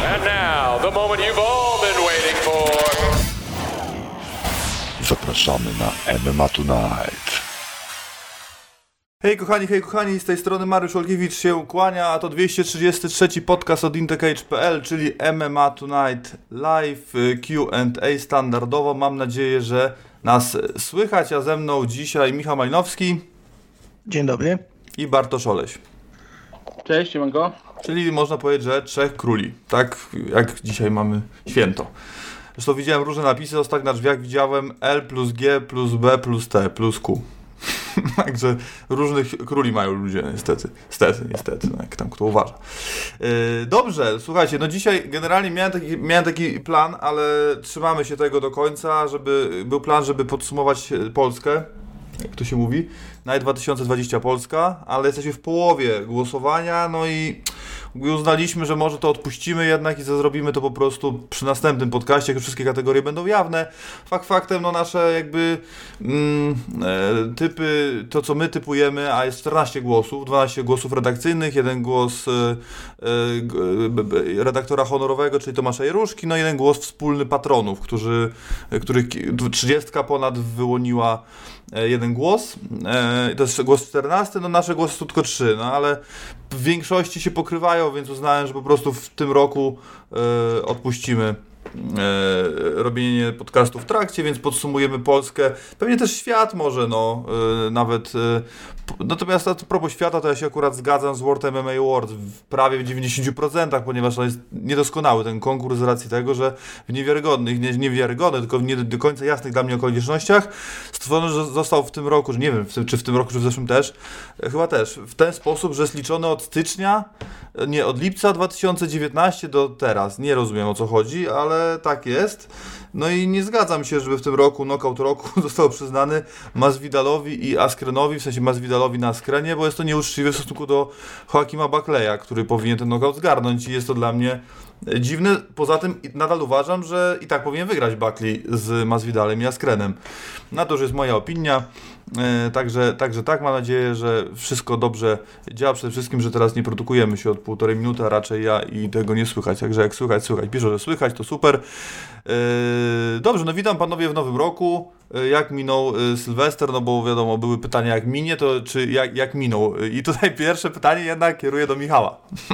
And now, the moment you've all been waiting for. Zapraszamy na MMA Tonight. Hej kochani, z tej strony Mariusz Olgiewicz się kłania, a to 233 podcast od Intecage.pl, czyli MMA Tonight Live, Q&A standardowo. Mam nadzieję, że nas słychać, a ze mną dzisiaj Michał Malinowski. Dzień dobry. I Bartosz Oleś. Cześć, siemanko. Czyli można powiedzieć, że trzech króli, tak jak dzisiaj mamy święto. Zresztą widziałem różne napisy, tak na drzwiach widziałem L plus G plus B plus T plus Q. Także różnych króli mają ludzie, niestety, no jak tam kto uważa. Dobrze, słuchajcie, no dzisiaj generalnie miałem taki plan, ale trzymamy się tego do końca, był plan, żeby podsumować Polskę, jak to się mówi, na 2020 Polska, ale jesteśmy w połowie głosowania, no i uznaliśmy, że może to odpuścimy jednak i zrobimy to po prostu przy następnym podcaście, jak już wszystkie kategorie będą jawne. Faktem, no nasze jakby typy, to co my typujemy, a jest 14 głosów, 12 głosów redakcyjnych, jeden głos redaktora honorowego, czyli Tomasza Jeruszki, no jeden głos wspólny patronów, których 30 ponad wyłoniła jeden głos. To jest głos 14, no nasze głosy są tylko 3, no ale w większości się pokrywają, więc uznałem, że po prostu w tym roku odpuścimy robienie podcastu w trakcie, więc podsumujemy Polskę, pewnie też świat może, nawet, natomiast a propos świata, to ja się akurat zgadzam z World MMA Awards w prawie w 90%, ponieważ to jest niedoskonały ten konkurs z racji tego, że w niewiarygodnych, tylko w nie do końca jasnych dla mnie okolicznościach stworzony został w tym roku, że nie wiem, czy w tym roku, czy w zeszłym też, chyba też, w ten sposób, że jest liczony od stycznia, nie, od lipca 2019 do teraz. Nie rozumiem, o co chodzi, ale tak jest. No i nie zgadzam się, żeby w tym roku knockout roku został przyznany Masvidalowi i Askrenowi, w sensie Masvidalowi na Askrenie, bo jest to nieuczciwe w stosunku do Joaquima Buckleya, który powinien ten knockout zgarnąć i jest to dla mnie dziwne. Poza tym nadal uważam, że i tak powinien wygrać Buckley z Masvidalem i Askrenem. Na to już jest moja opinia. Także tak, mam nadzieję, że wszystko dobrze działa. Przede wszystkim, że teraz nie produkujemy się od 1,5 minuty, a raczej ja i tego nie słychać. Także jak słychać. Piszą, że słychać, to super. Dobrze, no witam panowie w nowym roku. Jak minął Sylwester? No bo wiadomo, były pytania jak minie, to czy jak minął. I tutaj pierwsze pytanie jednak kieruję do Michała.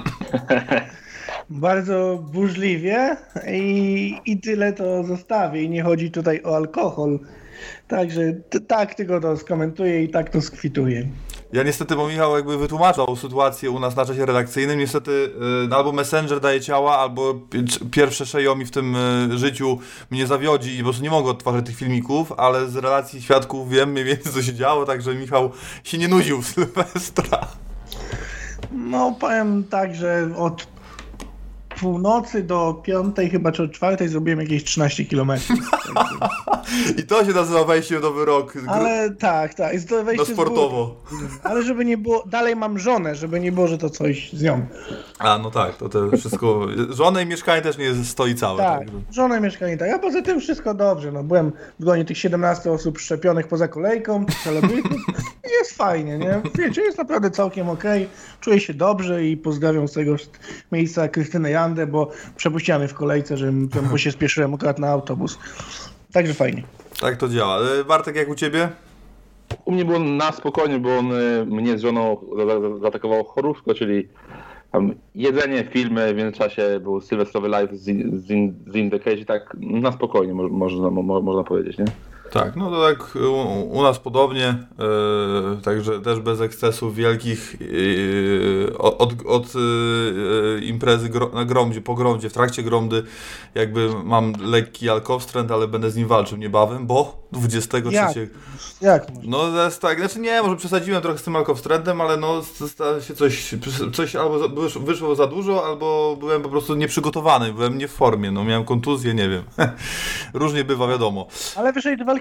Bardzo burzliwie i tyle to zostawię. I nie chodzi tutaj o alkohol. Także tak tylko to skomentuję i tak to skwituję. Ja niestety, bo Michał jakby wytłumaczał sytuację u nas na czasie redakcyjnym, niestety albo Messenger daje ciała, albo pierwsze Xiaomi w tym życiu mnie zawiodzi i po prostu nie mogę odtwarzać tych filmików, ale z relacji świadków wiem mniej więcej co się działo, także Michał się nie nudził w Sylwestra. No powiem tak, że od północy do 5 chyba czy od 4 zrobiłem jakieś 13 km. I to się nazywa wejście w nowy rok. Ale tak, jest to wejście sportowo. Ale żeby nie było, dalej mam żonę, żeby nie było, że to coś z nią. A no tak, to wszystko, żonę i mieszkanie też nie stoi całe. Tak, żonę i mieszkanie tak, a poza tym wszystko dobrze, no byłem w gronie tych 17 osób szczepionych poza kolejką, celebrytów, jest fajnie, nie? Wiecie, jest naprawdę całkiem okej, czuję się dobrze i pozdrawiam z tego miejsca Krystynę Jandę, bo przepuściła mnie w kolejce, bo się spieszyłem akurat na autobus. Także fajnie. Tak to działa. Bartek, jak u ciebie? U mnie było na spokojnie, bo on mnie z żoną zaatakował chorówko, czyli tam jedzenie, filmy, w międzyczasie był sylwestrowy live z Intecage i tak na spokojnie można powiedzieć, nie? Tak, no to tak u nas podobnie, także też bez ekscesów wielkich, od imprezy na Gromdzie, po Gromdzie, w trakcie Gromdy jakby mam lekki alkowstręt, ale będę z nim walczył niebawem, bo 23... Jak? No to jest tak, znaczy nie, może przesadziłem trochę z tym alkowstrętem, ale no stało się coś albo wyszło za dużo, albo byłem po prostu nieprzygotowany, byłem nie w formie, no miałem kontuzję, nie wiem, różnie bywa, wiadomo. Ale wyszedł do walki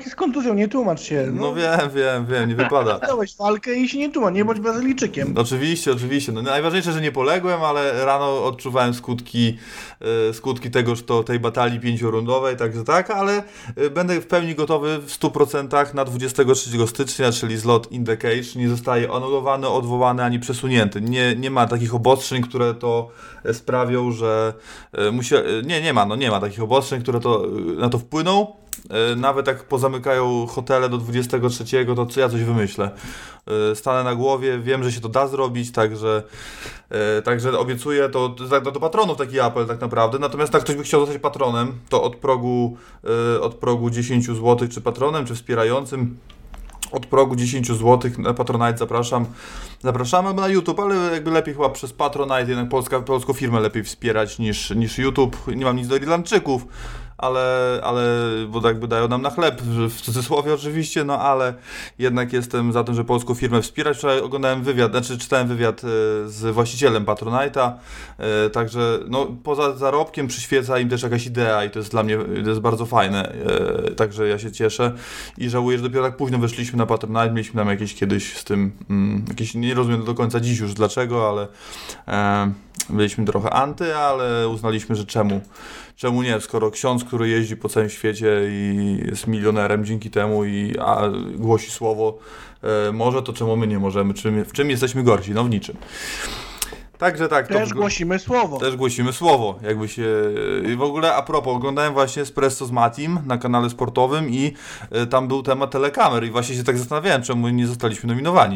walki z kontuzją, nie tłumacz się. No wiem, nie wypada. Dałeś walkę i się nie tłumacz, nie bądź Brazylijczykiem. Oczywiście. No, najważniejsze, że nie poległem, ale rano odczuwałem skutki tej batalii 5-rundowej, także tak, ale będę w pełni gotowy w 100% na 23 stycznia, czyli zlot In The Cage. Nie zostaje anulowany, odwołany ani przesunięty. Nie ma takich obostrzeń, które to sprawią, że nie ma takich obostrzeń, które na to wpłyną. Nawet jak pozamykają hotele do 23, to ja coś wymyślę. Stanę na głowie, wiem, że się to da zrobić, także obiecuję, to do patronów taki apel tak naprawdę. Natomiast jak ktoś by chciał zostać patronem, to od progu 10 zł, czy patronem, czy wspierającym, od progu 10 zł na Patronite zapraszamy albo na YouTube, ale jakby lepiej chyba przez Patronite, jednak polską firmę lepiej wspierać niż YouTube. Nie mam nic do Irlandczyków, ale bo jakby dają nam na chleb, w cudzysłowie oczywiście, no ale jednak jestem za tym, że polską firmę wspierać. Wczoraj czytałem wywiad z właścicielem Patronite'a, także no, poza zarobkiem przyświeca im też jakaś idea i to jest dla mnie bardzo fajne, także ja się cieszę i żałuję, że dopiero tak późno weszliśmy na Patronite, mieliśmy tam jakieś kiedyś z tym, nie rozumiem do końca dziś już dlaczego, ale byliśmy trochę anty, ale uznaliśmy, że czemu nie, skoro ksiądz, który jeździ po całym świecie i jest milionerem dzięki temu a głosi słowo, może, to czemu my nie możemy? W czym jesteśmy gorsi? No w niczym. Także tak. Też głosimy słowo. Też głosimy słowo. Jakby się... W ogóle a propos, oglądałem właśnie Espresso z Matim na kanale sportowym i tam był temat telekamer i właśnie się tak zastanawiałem, czemu nie zostaliśmy nominowani.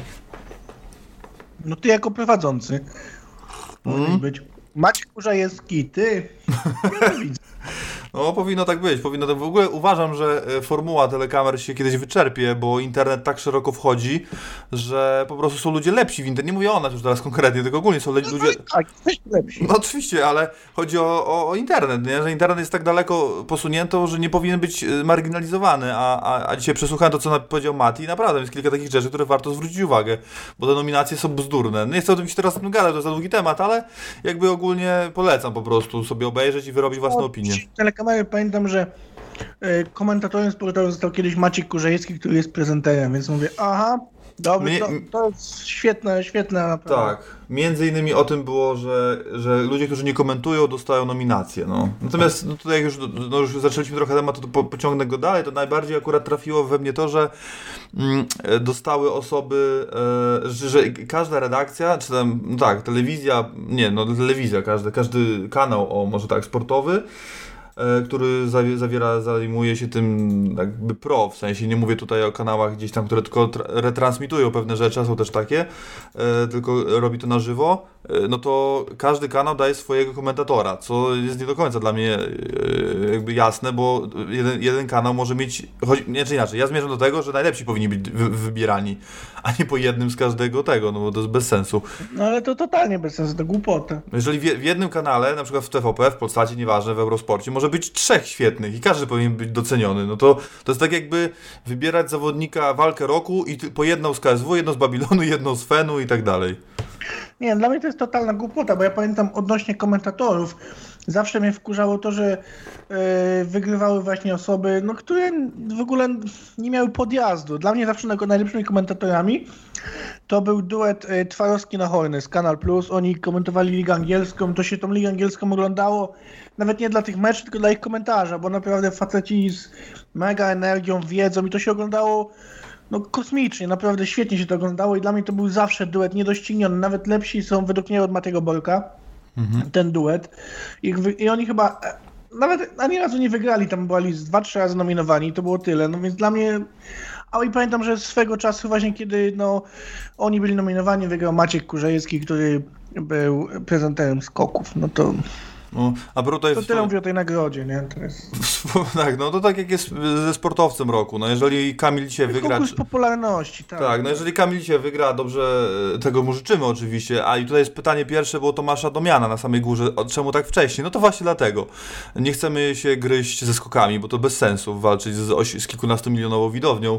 No ty jako prowadzący powinien być. Maciek Kurzajewski, ty. Nie widzę. No, powinno tak być. W ogóle uważam, że formuła telekamer się kiedyś wyczerpie, bo internet tak szeroko wchodzi, że po prostu są ludzie lepsi w internecie. Nie mówię o nas już teraz konkretnie, tylko ogólnie są ludzie... Tak, jesteśmy lepsi. No oczywiście, ale chodzi o internet, nie? Że internet jest tak daleko posunięty, że nie powinien być marginalizowany, a dzisiaj przesłuchałem to, co powiedział Mati i naprawdę jest kilka takich rzeczy, które warto zwrócić uwagę, bo te nominacje są bzdurne. Nie chcę o tym się teraz gadać, to jest za długi temat, ale jakby ogólnie polecam po prostu sobie obejrzeć i wyrobić własną opinię. Telekamery, pamiętam, że komentatorem sportowym został kiedyś Maciek Kurzajewski, który jest prezenterem, więc mówię, aha, dobrze, to jest świetne naprawdę. Tak, między innymi o tym było, że ludzie, którzy nie komentują, dostają nominacje, no. Natomiast tutaj już zaczęliśmy trochę temat, to pociągnę go dalej, to najbardziej akurat trafiło we mnie to, że dostały osoby, że każda redakcja, czy tam, no tak, telewizja, każdy kanał, może tak, sportowy, który zajmuje się tym jakby w sensie nie mówię tutaj o kanałach gdzieś tam, które tylko retransmitują pewne rzeczy, a są też takie, tylko robi to na żywo, no to każdy kanał daje swojego komentatora, co jest nie do końca dla mnie jakby jasne, bo jeden kanał może mieć, inaczej, ja zmierzam do tego, że najlepsi powinni być wybierani, a nie po jednym z każdego tego, no bo to jest bez sensu. No ale to totalnie bez sensu, to głupota. Jeżeli w jednym kanale, na przykład w TVP, w Polsacie, nieważne, w Eurosporcie, może być 3 świetnych i każdy powinien być doceniony, no to jest tak jakby wybierać zawodnika walkę roku i po jedną z KSW, jedną z Babilonu, jedną z Fenu i tak dalej. Nie, dla mnie to jest totalna głupota, bo ja pamiętam odnośnie komentatorów, zawsze mnie wkurzało to, że wygrywały właśnie osoby, no, które w ogóle nie miały podjazdu. Dla mnie zawsze najlepszymi komentatorami to był duet Twarowski na Horny z Kanal Plus. Oni komentowali ligę angielską, to się tą ligę angielską oglądało nawet nie dla tych meczów, tylko dla ich komentarza, bo naprawdę faceci z mega energią, wiedzą i to się oglądało no kosmicznie, naprawdę świetnie się to oglądało i dla mnie to był zawsze duet niedościgniony. Nawet lepsi są według mnie od Matiego Borka, ten duet. I oni chyba nawet ani razu nie wygrali, tam byli 2-3 razy nominowani, to było tyle. No więc dla mnie... A i pamiętam, że swego czasu właśnie kiedy oni byli nominowani, wygrał Maciek Kurzajewski, który był prezenterem skoków. No to... No, a to tyle mówię o tej nagrodzie, nie? To jest... Tak, no to tak jak jest ze sportowcem roku, no jeżeli Kamil dzisiaj wygra... Konkurs popularności, tak. Tak, no jeżeli Kamil dzisiaj wygra, dobrze, tego mu życzymy oczywiście, a i tutaj jest pytanie pierwsze, było Tomasza Domiana na samej górze, czemu tak wcześnie? No to właśnie dlatego. Nie chcemy się gryźć ze skokami, bo to bez sensu walczyć z kilkunastomilionową widownią.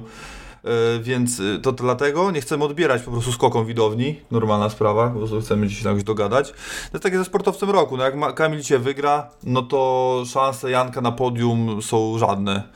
Więc to dlatego nie chcemy odbierać po prostu skokom widowni, normalna sprawa, po prostu chcemy się jakoś dogadać. To jest takie ze sportowcem roku, no jak Kamil cię wygra, no to szanse Janka na podium są żadne.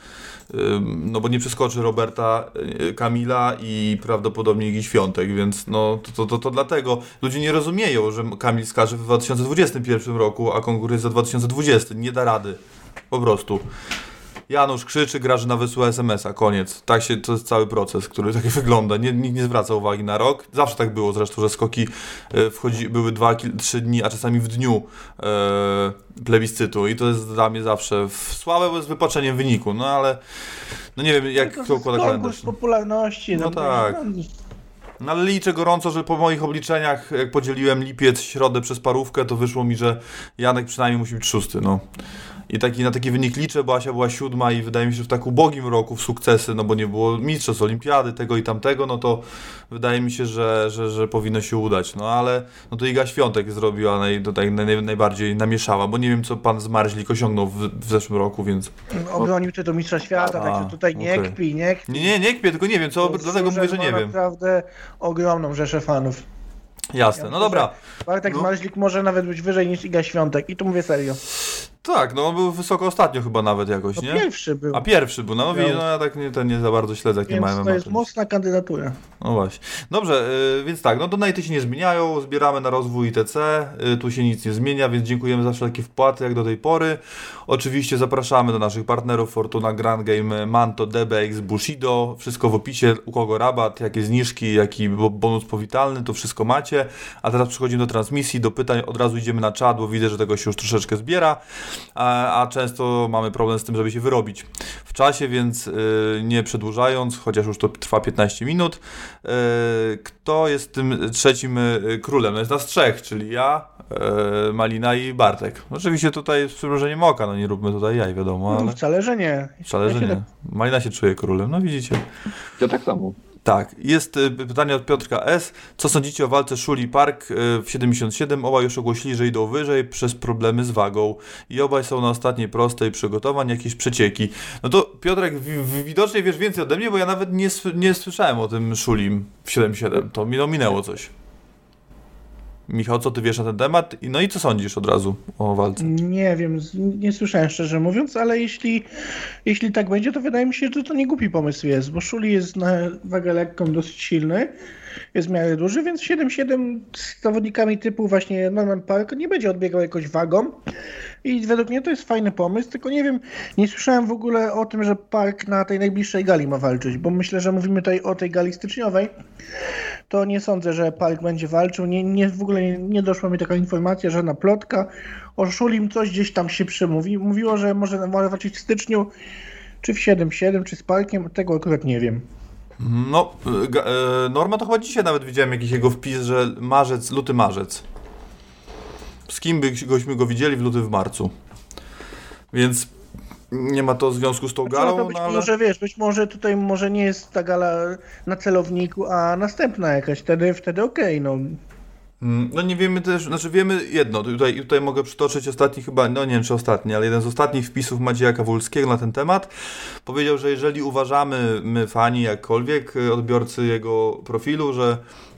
no bo nie przeskoczy Roberta Kamila i prawdopodobnie Igi Świątek, więc no to dlatego ludzie nie rozumieją, że Kamil skacze w 2021 roku, a konkurs jest za 2020. Nie da rady. Po prostu. Janusz krzyczy, Grażyna wysyła SMS-a, koniec. To jest cały proces, który tak wygląda. Nikt nie zwraca uwagi na rok. Zawsze tak było zresztą, że skoki były 2-3 dni, a czasami w dniu plebiscytu i to jest dla mnie zawsze słabe z wypaczeniem wyniku, no ale no nie wiem jak kto układa kalendarz. Konkurs popularności. No tak. No ale liczę gorąco, że po moich obliczeniach, jak podzieliłem lipiec, środę przez parówkę, to wyszło mi, że Janek przynajmniej musi być 6, no. I na taki wynik liczę, bo Asia była 7 i wydaje mi się, że w tak ubogim roku w sukcesy, no bo nie było mistrzostw, olimpiady, tego i tamtego, no to wydaje mi się, że powinno się udać. No ale no to Iga Świątek zrobiła, najbardziej namieszała, bo nie wiem, co pan Zmarzlik osiągnął w zeszłym roku, więc... Obronił tytuł mistrza świata, także tutaj nie kpi. Nie kpię, tylko nie wiem, dlatego mówię, że nie wiem. Naprawdę ogromną rzeszę fanów. Jasne, no dobra. Bartek Zmarzlik może nawet być wyżej niż Iga Świątek i tu mówię serio. Tak, no on był wysoko ostatnio chyba nawet jakoś, nie? Pierwszy był. A pierwszy był, no ja tak nie za bardzo śledzę, jak nie ma MMA. To jest mocna kandydatura. No właśnie. Dobrze, więc tak, no donaty się nie zmieniają, zbieramy na rozwój ITC, tu się nic nie zmienia, więc dziękujemy za wszelkie wpłaty jak do tej pory. Oczywiście zapraszamy do naszych partnerów Fortuna, Grand Game, Manto, DBX, Bushido, wszystko w opisie, u kogo rabat, jakie zniżki, jaki bonus powitalny, to wszystko macie. A teraz przechodzimy do transmisji, do pytań, od razu idziemy na czat, bo widzę, że tego się już troszeczkę zbiera. A często mamy problem z tym, żeby się wyrobić w czasie, więc nie przedłużając, chociaż już to trwa 15 minut, kto jest tym trzecim królem? No jest nas trzech, czyli ja, Malina i Bartek. Oczywiście tutaj z przymrużeniem oka, no nie róbmy tutaj jaj, wiadomo, ale... Wcale, że nie. Wcale, że nie. Malina się czuje królem, no widzicie. Ja tak samo. Tak, jest pytanie od Piotrka S. Co sądzicie o walce Shuli Park w 77? Obaj już ogłosili, że idą wyżej przez problemy z wagą i obaj są na ostatniej prostej przygotowań, jakieś przecieki. No to Piotrek, widocznie wiesz więcej ode mnie, bo ja nawet nie słyszałem o tym Szulim w 77. To minęło coś. Michał, co ty wiesz na ten temat? No i co sądzisz od razu o walce? Nie wiem, nie słyszałem szczerze mówiąc, ale jeśli tak będzie, to wydaje mi się, że to nie głupi pomysł jest, bo Szuli jest na wagę lekką dosyć silny, jest w miarę duży, więc 7-7 z zawodnikami typu właśnie Norman Park nie będzie odbiegał jakoś wagą i według mnie to jest fajny pomysł, tylko nie wiem, nie słyszałem w ogóle o tym, że Park na tej najbliższej gali ma walczyć, bo myślę, że mówimy tutaj o tej gali styczniowej, to nie sądzę, że Park będzie walczył, w ogóle nie doszła mi taka informacja, żadna plotka, o Szulim coś gdzieś tam się przemówi, mówiło, że może walczyć w styczniu, czy w 7-7, czy z Parkiem, tego akurat nie wiem. No, Norma to chyba dzisiaj nawet widziałem jakiś jego wpis, że luty-marzec. Z kim byśmy go widzieli w lutym, w marcu. Więc nie ma to związku z tą galą, to być może, być może tutaj może nie jest ta gala na celowniku, a następna jakaś, wtedy okej, no. No nie wiemy też, znaczy wiemy jedno, tutaj mogę przytoczyć ostatni chyba, no nie wiem czy ostatni, ale jeden z ostatnich wpisów Macieja Kawulskiego na ten temat. Powiedział, że jeżeli uważamy, my fani jakkolwiek, odbiorcy jego profilu, że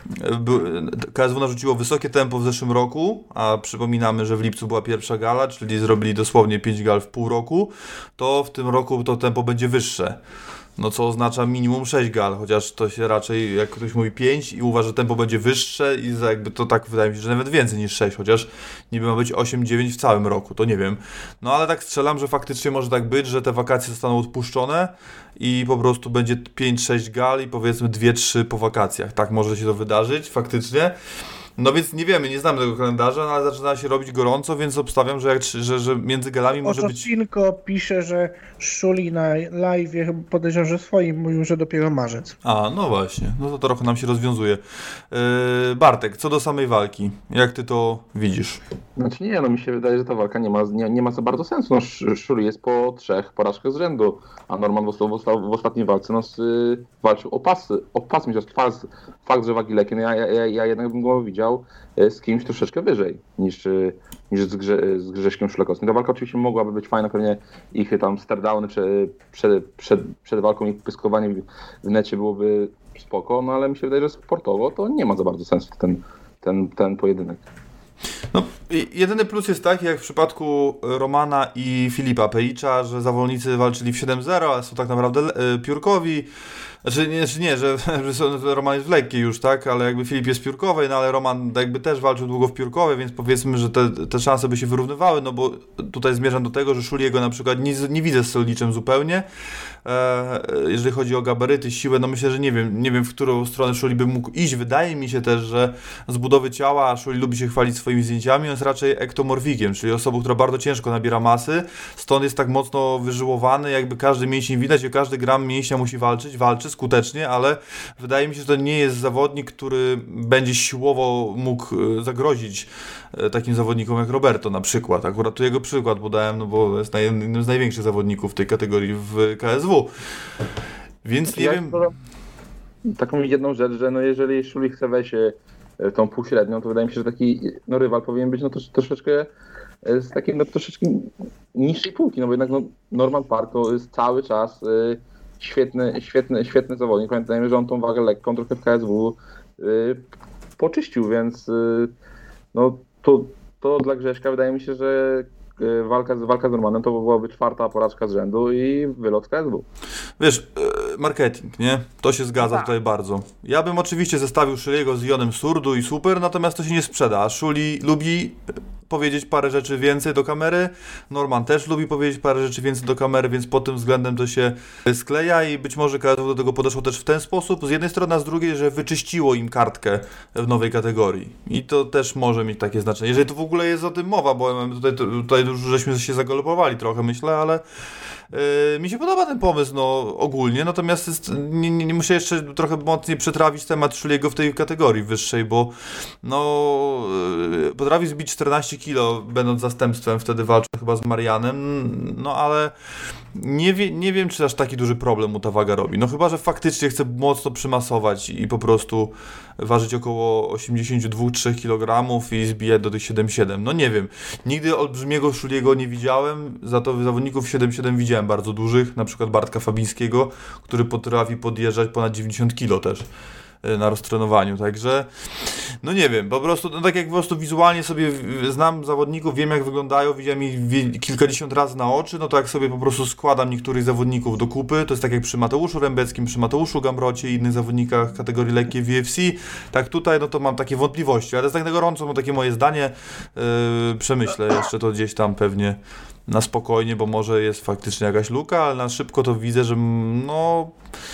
KSW narzuciło wysokie tempo w zeszłym roku, a przypominamy, że w lipcu była pierwsza gala, czyli zrobili dosłownie 5 gal w pół roku, to w tym roku to tempo będzie wyższe. No co oznacza minimum 6 gal, chociaż to się raczej, jak ktoś mówi 5 i uważa, że tempo będzie wyższe i jakby to tak wydaje mi się, że nawet więcej niż 6, chociaż niby ma być 8-9 w całym roku, to nie wiem. No ale tak strzelam, że faktycznie może tak być, że te wakacje zostaną odpuszczone i po prostu będzie 5-6 gal i powiedzmy 2-3 po wakacjach. Tak może się to wydarzyć faktycznie. No więc nie wiemy, nie znamy tego kalendarza, no ale zaczyna się robić gorąco, więc obstawiam, że między galami może być... Oczcinko pisze, że Szuli na live, podejrzewam, że swoim mówił, że dopiero marzec. A, no właśnie, no to trochę nam się rozwiązuje. Bartek, co do samej walki, jak ty to widzisz? Znaczy nie, no mi się wydaje, że ta walka nie ma za bardzo sensu. No, Szuli jest po 3 porażkach z rzędu, a Norman w ostatniej walce walczył o pas mistrzostwa. Fakt, że wagi lekkie, no ja jednak bym go widział z kimś troszeczkę wyżej niż z Grześkiem Szulekowskim. Ta walka oczywiście mogłaby być fajna, pewnie ich tam stardowny przed walką, ich pyskowanie w necie byłoby spoko, no ale mi się wydaje, że sportowo to nie ma za bardzo sensu ten pojedynek. No, jedyny plus jest taki, jak w przypadku Romana i Filipa Pejicza, że zawodnicy walczyli w 7-0, ale są tak naprawdę piórkowi. Znaczy nie, że Roman jest w lekkiej już, tak, ale jakby Filip jest w piórkowej, no ale Roman jakby też walczył długo w piórkowej, więc powiedzmy, że te szanse by się wyrównywały, no bo tutaj zmierzam do tego, że Szuliego na przykład nie widzę z Solniczem zupełnie, jeżeli chodzi o gabaryty, siłę, no myślę, że nie wiem w którą stronę Szuli by mógł iść. Wydaje mi się też, że z budowy ciała, a Szuli lubi się chwalić swoimi zdjęciami, on jest raczej ektomorfikiem, czyli osobą, która bardzo ciężko nabiera masy, stąd jest tak mocno wyżyłowany, jakby każdy mięsień widać, że każdy gram mięśnia musi walczy skutecznie, ale wydaje mi się, że to nie jest zawodnik, który będzie siłowo mógł zagrozić takim zawodnikom jak Roberto na przykład. Akurat tu jego przykład podałem, no bo jest jednym z największych zawodników tej kategorii w KSW. Więc nie wiem... Taką jedną rzecz, że no jeżeli Szuli chce wejść tą półśrednią, to wydaje mi się, że taki rywal powinien być troszeczkę z takiej troszeczkę niższej półki, no bo jednak Norman Park to jest cały czas świetny zawodnik. Pamiętajmy, że on tą wagę lekką trochę w KSW poczyścił, więc no to dla Grześka wydaje mi się, że walka z Normanem to byłaby 4. porażka z rzędu i wylot z KSW. Wiesz, marketing, nie? To się zgadza tutaj bardzo. Ja bym oczywiście zestawił Szuliego z Jonem Surdu i super, natomiast to się nie sprzeda. A Szuli lubi powiedzieć parę rzeczy więcej do kamery, Norman też lubi powiedzieć parę rzeczy więcej do kamery, więc pod tym względem to się skleja i być może KSW do tego podeszło też w ten sposób, z jednej strony, a z drugiej, że wyczyściło im kartkę w nowej kategorii i to też może mieć takie znaczenie, jeżeli to w ogóle jest o tym mowa, bo tutaj już żeśmy się zagalopowali trochę, myślę, ale mi się podoba ten pomysł, no ogólnie, natomiast nie muszę jeszcze trochę mocniej przetrawić temat Szuliego w tej kategorii wyższej, bo no potrafi zbić 14 kilo, będąc zastępstwem, wtedy walczył chyba z Marianem, no ale nie wiem, czy aż taki duży problem mu ta waga robi, no chyba, że faktycznie chce mocno przymasować i po prostu ważyć około 82-3 kg i zbijać do tych 7,7, no nie wiem, nigdy olbrzymiego Szuliego nie widziałem, za to zawodników 7,7 widziałem bardzo dużych, na przykład Bartka Fabińskiego, który potrafi podjeżdżać ponad 90 kg też na roztrenowaniu, także no nie wiem, po prostu, no tak jak po prostu wizualnie sobie znam zawodników, wiem jak wyglądają, widziałem ich kilkadziesiąt razy na oczy, no to jak sobie po prostu składam niektórych zawodników do kupy, to jest tak jak przy Mateuszu Rębeckim, przy Mateuszu Gambrocie i innych zawodnikach kategorii lekkiej w UFC, tak tutaj, no to mam takie wątpliwości, ale to jest tak na gorąco, bo takie moje zdanie, przemyślę jeszcze to gdzieś tam pewnie na spokojnie, bo może jest faktycznie jakaś luka, ale na szybko to widzę, że no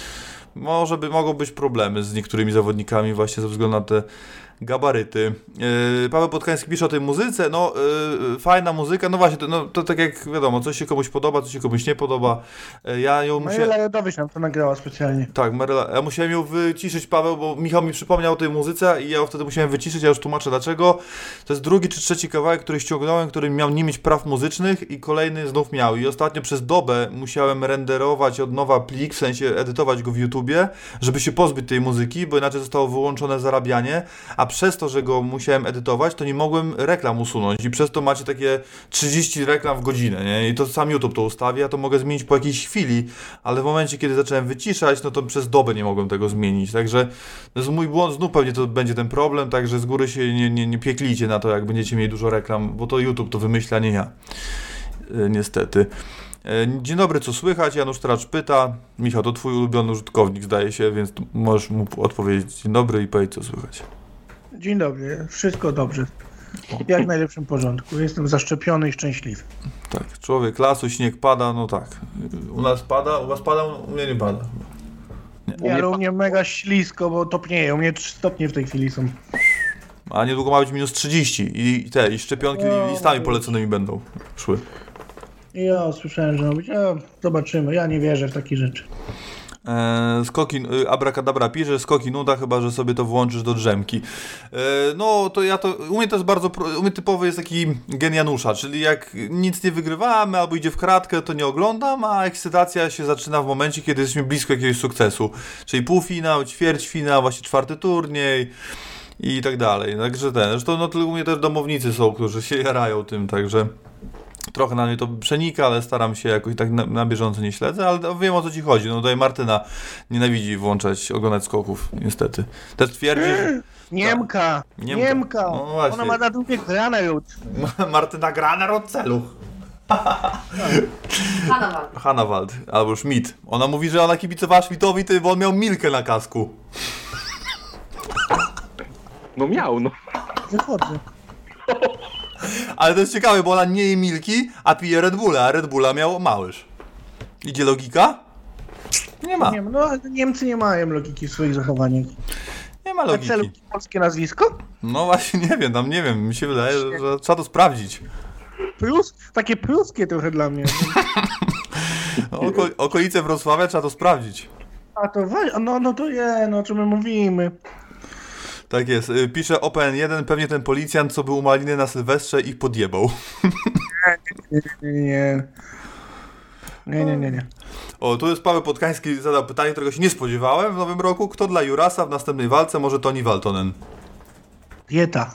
mogą być problemy z niektórymi zawodnikami właśnie ze względu na te gabaryty. Paweł Podkański pisze o tej muzyce, no fajna muzyka, no właśnie, to tak jak wiadomo, coś się komuś podoba, coś się komuś nie podoba. Ja ją Maryla Jodowicz nam to nagrała specjalnie. Tak, ja musiałem ją wyciszyć, Paweł, bo Michał mi przypomniał o tej muzyce i ja ją wtedy musiałem wyciszyć, ja już tłumaczę dlaczego. To jest drugi czy trzeci kawałek, który ściągnąłem, który miał nie mieć praw muzycznych i kolejny znów miał. I ostatnio przez dobę musiałem renderować od nowa plik, w sensie edytować go w YouTubie, żeby się pozbyć tej muzyki, bo inaczej zostało wyłączone zarabianie, a przez to, że go musiałem edytować, to nie mogłem reklam usunąć i przez to macie takie 30 reklam w godzinę, nie? I to sam YouTube to ustawia, to mogę zmienić po jakiejś chwili, ale w momencie, kiedy zacząłem wyciszać, no to przez dobę nie mogłem tego zmienić, także to jest mój błąd, znów pewnie to będzie ten problem, także z góry się nie pieklijcie na to, jak będziecie mieli dużo reklam, bo to YouTube to wymyśla, nie ja. Niestety. Dzień dobry, co słychać? Janusz Tracz pyta. Michał, to twój ulubiony użytkownik, zdaje się, więc możesz mu odpowiedzieć dzień dobry i powiedzieć, co słychać. Dzień dobry, wszystko dobrze. Jak w najlepszym porządku. Jestem zaszczepiony i szczęśliwy. Tak, człowiek lasu, śnieg pada, no tak. U nas pada, u was pada, u mnie nie pada. Nie, ale u mnie mega ślisko, bo topnieje. U mnie 3 stopnie w tej chwili są. A niedługo ma być minus 30 i szczepionki listami poleconymi będą szły. Ja słyszałem, że ma być. Zobaczymy, ja nie wierzę w takie rzeczy. Skoki, Abracadabra pisze, skoki nuda, chyba że sobie to włączysz do drzemki. No to u mnie to jest u mnie typowy jest taki gen Janusza, czyli jak nic nie wygrywamy albo idzie w kratkę, to nie oglądam, a ekscytacja się zaczyna w momencie, kiedy jesteśmy blisko jakiegoś sukcesu, czyli półfinał, ćwierćfinał, właśnie 4. turniej i tak dalej, także zresztą no to u mnie też domownicy są, którzy się jarają tym, także trochę na mnie to przenika, ale staram się jakoś tak na bieżąco nie śledzę, ale wiem, o co ci chodzi. No tutaj Martyna nienawidzi oglądać skoków, niestety. Też twierdzi, że... Niemka. No właśnie. Ona ma na dupie Granerud. Martyna Graner od celu. Hannawald, albo Schmidt. Ona mówi, że ona kibicowała Schmidtowi, bo on miał Milkę na kasku. No miał, no. Wychodzę. Ale to jest ciekawe, bo ona nie je Milki, a pije Red Bulla, a Red Bulla miał Małysz. Idzie logika? Nie ma. Nie, no ale Niemcy nie mają logiki w swoich zachowaniach. Nie ma logiki. Celu polskie nazwisko? No właśnie, nie wiem, mi się wydaje, że trzeba to sprawdzić. Takie pruskie trochę dla mnie. No, okolice Wrocławia trzeba to sprawdzić. A to no to o czym my mówimy. Tak jest. Pisze OPN1, pewnie ten policjant, co był u Maliny na Sylwestrze, ich podjebał. Nie. O, tu jest Paweł Podkański, zadał pytanie, którego się nie spodziewałem w nowym roku. Kto dla Jurasa w następnej walce? Może Toni Valtonen? Dieta.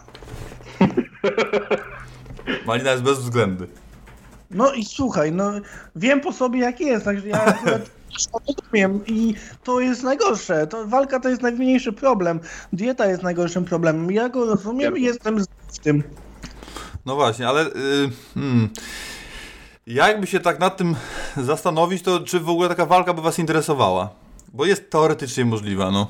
Malina jest bezwzględny. No i słuchaj, no wiem po sobie jak jest, także ja akurat rozumiem i to jest najgorsze. Walka to jest najmniejszy problem. Dieta jest najgorszym problemem. Ja go rozumiem i jestem w tym. No właśnie, ale jakby się tak nad tym zastanowić, to czy w ogóle taka walka by was interesowała? Bo jest teoretycznie możliwa, no.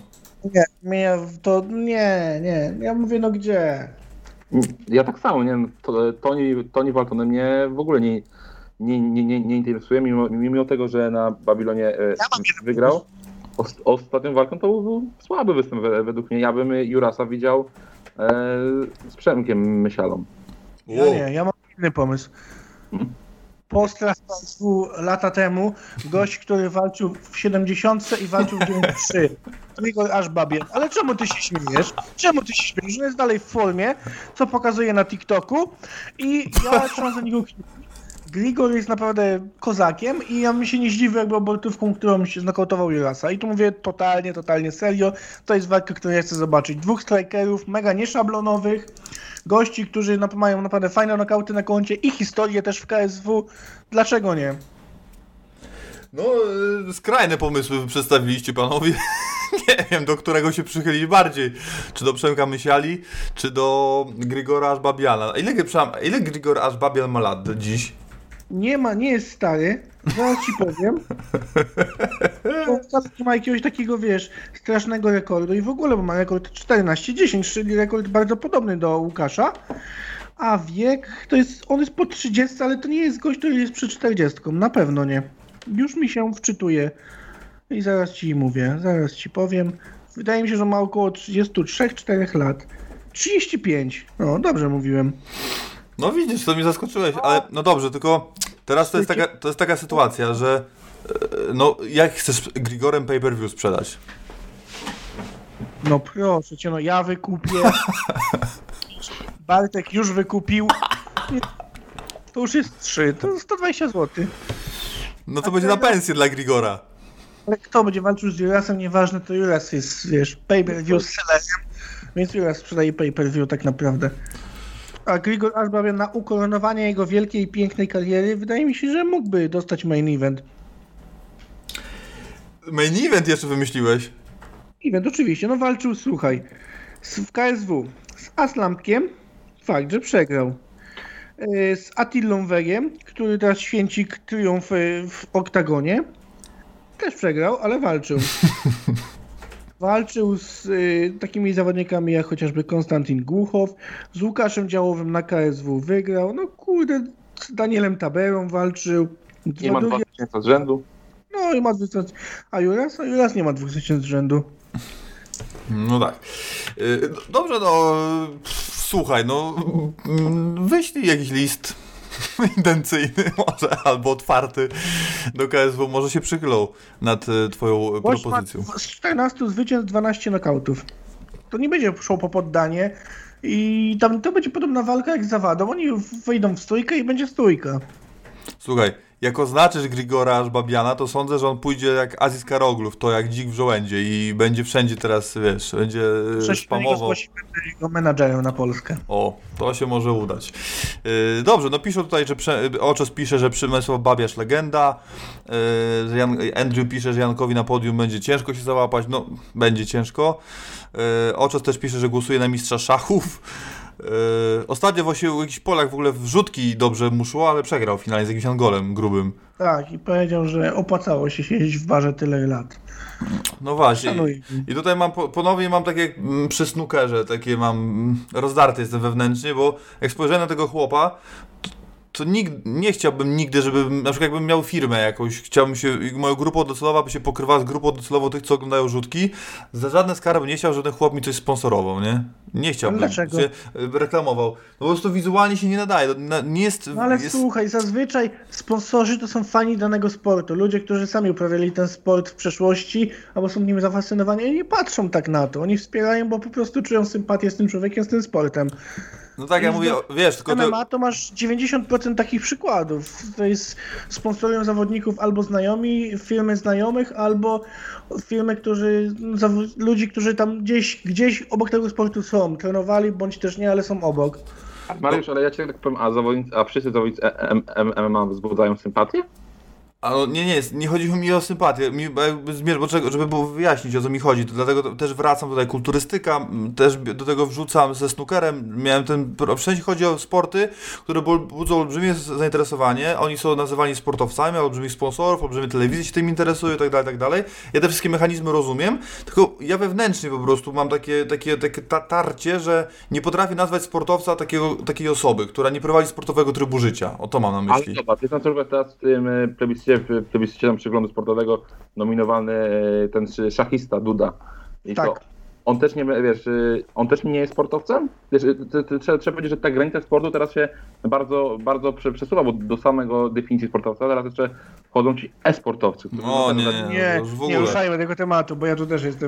Nie. Ja mówię, no gdzie? Ja tak samo, nie? Toni Valtonen mnie w ogóle nie interesuje, mimo tego, że na Babilonie wygrał. Ostatnią walką to był słaby występ według mnie. Ja bym Jurasa widział z Przemkiem Mysialą. Ja mam inny pomysł. Po straszstwu lata temu gość, który walczył w 70 i walczył w 93. Grigor Ashbabian. Ale czemu ty się śmiejesz? On jest dalej w formie, co pokazuje na TikToku i ja trzymam za niego kciuki. Grigor jest naprawdę kozakiem i ja mi się nie zdziwię jakby obortówką, którą się znokautował Jurasa. I tu mówię totalnie serio. To jest walka, którą ja chcę zobaczyć. 2 strikerów, mega nieszablonowych. Gości, którzy mają naprawdę fajne nokauty na koncie i historię też w KSW. Dlaczego nie? No, skrajne pomysły przedstawiliście panowie. Nie wiem, do którego się przychylić bardziej. Czy do Przemka Mysiali, czy do Grigora Ashbabiana. Ile Grigor Ashbabian ma lat dziś? nie jest stary, zaraz ci powiem. Nie ma jakiegoś takiego, strasznego rekordu i w ogóle, bo ma rekord 14-10, czyli rekord bardzo podobny do Łukasza. A wiek, on jest po 30, ale to nie jest gość, który jest przy 40, na pewno nie. Już mi się wczytuje i zaraz ci mówię, zaraz ci powiem. Wydaje mi się, że ma około 33-4 lat. 35, no dobrze mówiłem. No widzisz, to mnie zaskoczyłeś, ale no dobrze, tylko teraz to jest taka sytuacja, że no jak chcesz Grigorem pay-per-view sprzedać? No proszę cię, no ja wykupię. Bartek już wykupił. To już jest 3, to 120 zł. No to będzie na pensję dla Grigora. Ale kto będzie walczył z Jurasem, nieważne, to Juras jest, pay-per-view z sellerem, więc Juras sprzedaje pay-per-view tak naprawdę. A Grigor Ashbabian na ukoronowanie jego wielkiej i pięknej kariery wydaje mi się, że mógłby dostać main event. Main event jeszcze wymyśliłeś? Event, oczywiście. No walczył, słuchaj, w KSW z Aslampkiem, fakt, że przegrał. Z Attillą Wegiem, który teraz święci triumf w oktagonie. Też przegrał, ale walczył. Walczył z takimi zawodnikami jak chociażby Konstantin Głuchow, z Łukaszem Działowym na KSW wygrał, no kurde, z Danielem Taberą walczył. Nie ma 2000 z rzędu. No i ma 2000, a Juras nie ma 2000 z rzędu. No tak. Dobrze, no słuchaj, no wyślij jakiś list intencyjny może, albo otwarty do KSW, może się przychylą nad twoją propozycją. Z 14 zwycięstw 12 nokautów. To nie będzie szło po poddanie i tam to będzie podobna walka jak z Zawadą. Oni wejdą w stójkę i będzie stójka. Słuchaj, jak oznaczysz Grigora Żbabiana, to sądzę, że on pójdzie jak Aziz Karoglów, to jak dzik w żołędzie i będzie wszędzie teraz, wiesz, będzie spamował. Będę jego menadżerem na Polskę. O, to się może udać. Dobrze, no piszą tutaj, że Oczos pisze, że Przemysław Babiarz legenda, że Andrew pisze, że Jankowi na podium będzie ciężko się załapać, no będzie ciężko. Oczos też pisze, że głosuje na mistrza szachów. Ostatnio właśnie jakiś Polak w ogóle wrzutki dobrze mu szło, ale przegrał finalnie z jakimś Angolem grubym. Tak, i powiedział, że opłacało się siedzieć w barze tyle lat. No właśnie. Szanuję. I tutaj mam ponownie mam takie przy snookerze, takie mam rozdarty jestem wewnętrznie, bo jak spojrzałem na tego chłopa, to nie chciałbym nigdy, żeby, na przykład jakbym miał firmę jakąś, chciałbym się, moja grupa docelowa by się pokrywała z grupą docelową tych, co oglądają rzutki, za żadne skarby nie chciał, żeby ten chłop mi coś sponsorował, nie? Nie chciałbym, dlaczego? się reklamował. No po prostu wizualnie się nie nadaje, nie jest... No ale jest... słuchaj, zazwyczaj sponsorzy to są fani danego sportu, ludzie, którzy sami uprawiali ten sport w przeszłości, albo są nim zafascynowani i nie patrzą tak na to, oni wspierają, bo po prostu czują sympatię z tym człowiekiem, z tym sportem. No tak, ja mówię, wiesz, tylko MMA to masz 90% takich przykładów. To jest sponsorują zawodników albo znajomi, firmy znajomych, albo firmy, ludzi, którzy tam gdzieś obok tego sportu są, trenowali, bądź też nie, ale są obok. Mariusz, ale ja cię tak powiem, a wszyscy zawodnicy MMA wzbudzają sympatię? A no, nie chodzi mi o sympatię, żeby było wyjaśnić, o co mi chodzi, to dlatego też wracam tutaj, kulturystyka, też do tego wrzucam ze snookerem, wszędzie chodzi o sporty, które budzą olbrzymie zainteresowanie, oni są nazywani sportowcami, olbrzymich sponsorów, olbrzymie telewizje się tym interesują i tak dalej. Ja te wszystkie mechanizmy rozumiem, tylko ja wewnętrznie po prostu mam takie tarcie, że nie potrafię nazwać sportowca takiej osoby, która nie prowadzi sportowego trybu życia, o to mam na myśli. Ale zobacz, jest na przykład teraz w tym plebiscycie tam przeglądu sportowego nominowany ten szachista Duda. I tak. To on też nie, wiesz, on też nie jest sportowcem? Wiesz, trzeba powiedzieć, że ta granica sportu teraz się bardzo, bardzo przesuwa, bo do samego definicji sportowca teraz jeszcze wchodzą ci e-sportowcy. No nie ruszajmy tego tematu, bo ja tu też jestem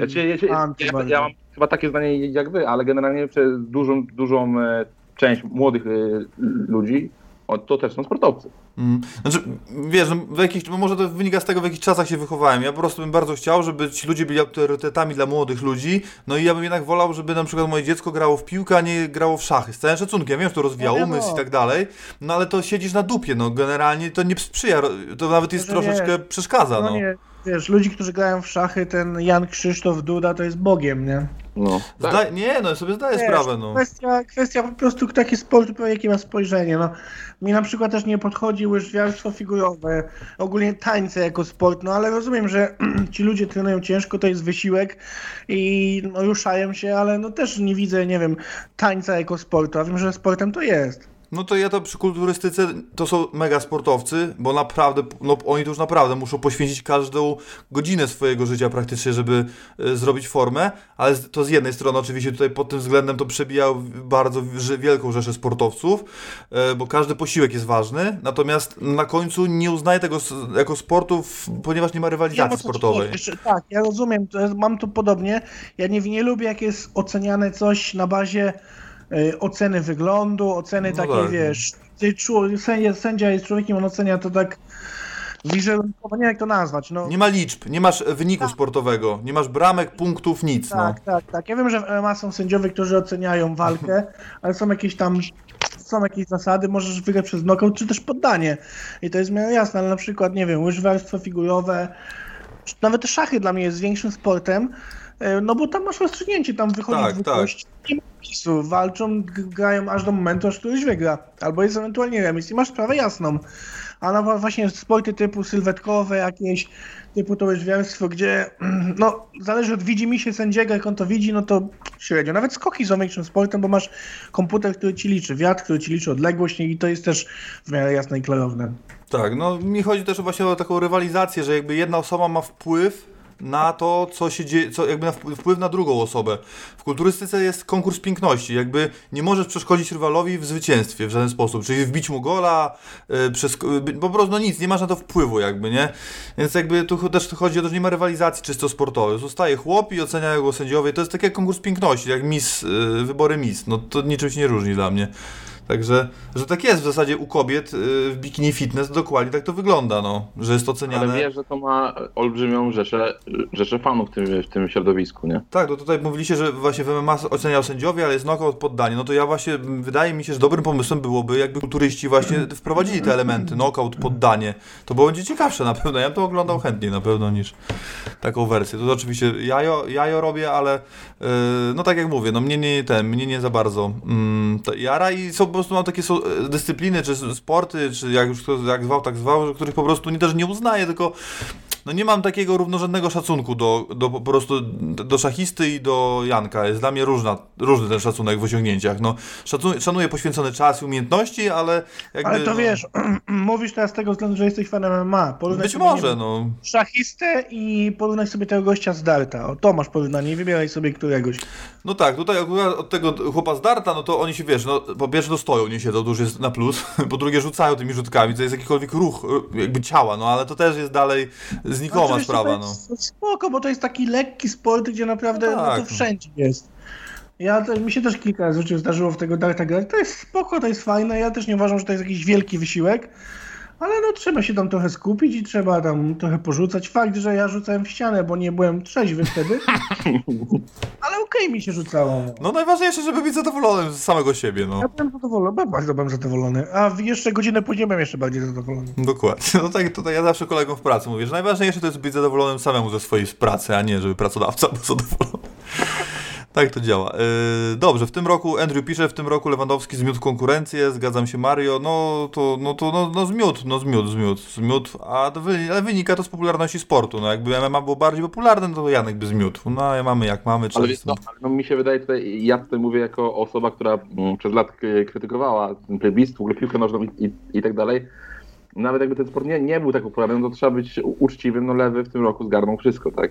ja mam chyba takie zdanie jak wy, ale generalnie przez dużą część młodych ludzi to też są sportowcy. Znaczy, wiesz, może to wynika z tego, w jakich czasach się wychowałem. Ja po prostu bym bardzo chciał, żeby ci ludzie byli autorytetami dla młodych ludzi, no i ja bym jednak wolał, żeby na przykład moje dziecko grało w piłkę, a nie grało w szachy. Z całym szacunkiem, ja wiem, że to rozwija umysł i tak dalej, no ale to siedzisz na dupie, no generalnie to nie sprzyja, to nawet jest troszeczkę przeszkadza, no. Nie. Wiesz, ludzi, którzy grają w szachy, ten Jan Krzysztof Duda to jest Bogiem, nie? No, tak. Sobie zdaję sprawę, no. Kwestia po prostu taki sport, jakie ma spojrzenie, no. Mi na przykład też nie podchodzi łyżwiarstwo figurowe, ogólnie tańce jako sport, no ale rozumiem, że ci ludzie trenują ciężko, to jest wysiłek i no, ruszają się, ale no też nie widzę, nie wiem, tańca jako sportu, a wiem, że sportem to jest. No to ja to przy kulturystyce to są mega sportowcy, bo naprawdę, no oni to już naprawdę muszą poświęcić każdą godzinę swojego życia praktycznie, żeby zrobić formę, ale to z jednej strony oczywiście tutaj pod tym względem to przebija bardzo wielką rzeszę sportowców, bo każdy posiłek jest ważny, natomiast na końcu nie uznaję tego jako sportu, ponieważ nie ma rywalizacji sportowej. Tak, ja rozumiem, mam to podobnie, ja nie lubię jak jest oceniane coś na bazie oceny wyglądu, oceny takiej, tak. Wiesz, sędzia jest człowiekiem, on ocenia to tak wizerunkowo, nie wiem jak to nazwać. No. Nie ma liczb, nie masz wyniku sportowego, nie masz bramek, punktów, nic. Tak. Ja wiem, że w MMA są sędziowie, którzy oceniają walkę, ale są jakieś zasady, możesz wygrać przez knockout, czy też poddanie. I to jest miarę jasne, ale na przykład, nie wiem, łyżwiarstwo figurowe, nawet te szachy dla mnie jest większym sportem, no bo tam masz rozstrzygnięcie, tam wychodzi dwóch gości, nie ma pisu, walczą, grają aż do momentu, aż któryś wygra, albo jest ewentualnie remis i masz sprawę jasną. A no właśnie sporty typu sylwetkowe jakieś, typu to łyżwiarstwo, gdzie no zależy od widzimisię sędziego, jak on to widzi, no to średnio. Nawet skoki są większym sportem, bo masz komputer, który ci liczy wiatr, który ci liczy odległość i to jest też w miarę jasne i klarowne. Tak, no mi chodzi też właśnie o taką rywalizację, że jakby jedna osoba ma wpływ na to, co się dzieje, jakby na wpływ na drugą osobę. W kulturystyce jest konkurs piękności, jakby nie możesz przeszkodzić rywalowi w zwycięstwie w żaden sposób, czyli wbić mu gola, po prostu no nic, nie masz na to wpływu jakby, nie? Więc jakby tu też chodzi o to, że nie ma rywalizacji czysto sportowej. Zostaje chłop i oceniają go sędziowie, to jest taki jak konkurs piękności, jak wybory Miss, no to niczym się nie różni dla mnie. Także, że tak jest w zasadzie u kobiet w bikini fitness, dokładnie tak to wygląda, no, że jest oceniane. Ale wiesz, że to ma olbrzymią rzeszę fanów w tym środowisku, nie? Tak, no tutaj mówiliście, że właśnie w MMA oceniał sędziowie, ale jest knockout, poddanie. No to ja właśnie, wydaje mi się, że dobrym pomysłem byłoby, jakby kulturyści właśnie wprowadzili te elementy, knockout, poddanie. To będzie ciekawsze na pewno. Ja bym to oglądał chętniej na pewno niż taką wersję. To oczywiście jajo robię, ale no tak jak mówię, no mnie nie za bardzo to jara i po prostu mam takie dyscypliny, czy sporty, czy jak już kto jak zwał, tak zwał, których po prostu też nie uznaję, tylko no nie mam takiego równorzędnego szacunku do po prostu do szachisty i do Janka. Jest dla mnie różny ten szacunek w osiągnięciach. No, szanuję poświęcony czas i umiejętności, ale jakby... Ale to wiesz, mówisz teraz z tego względu, że jesteś fanem MMA. Porównaj być sobie, może, nie wiem, no. szachistę i porównaj sobie tego gościa z darta. O, to masz porównanie i wybieraj sobie któregoś. No tak, tutaj akurat od tego chłopa z darta, no to oni się, wiesz, no po pierwsze to stoją, nie siedzą, to już jest na plus, po drugie rzucają tymi rzutkami, to jest jakikolwiek ruch jakby ciała, no ale to też jest dalej znikoma Znaczy, sprawa, to no. jest spoko, bo to jest taki lekki sport, gdzie naprawdę No tak, to wszędzie jest. Mi się też kilka razy w życiu zdarzyło w tego darta grać. To jest spoko, to jest fajne. Ja też nie uważam, że to jest jakiś wielki wysiłek, ale no trzeba się tam trochę skupić i trzeba tam trochę porzucać. Fakt, że ja rzucałem w ścianę, bo nie byłem trzeźwy wtedy, ale okej mi się rzucało. No najważniejsze, żeby być zadowolonym z samego siebie, no. Ja byłem zadowolony, bardzo byłem zadowolony, a jeszcze godzinę później byłem jeszcze bardziej zadowolony. Dokładnie. No tak, tutaj ja zawsze kolegom w pracy mówię, że najważniejsze to jest być zadowolonym samemu ze swojej pracy, a nie żeby pracodawca był zadowolony. Tak to działa. Dobrze, w tym roku Andrew pisze, w tym roku Lewandowski zmiótł konkurencję, zgadzam się Mario, zmiótł, ale wynika to z popularności sportu, no jakby MMA było bardziej popularne, no to Janek by zmiótł, no a mamy jak mamy. Ale mi się wydaje tutaj, ja tutaj mówię jako osoba, która przez lat krytykowała ten plebiscyt, w ogóle piłkę nożną i tak dalej. Nawet jakby ten sport nie był tak popularny, no to trzeba być uczciwym, no Lewy w tym roku zgarnął wszystko, tak?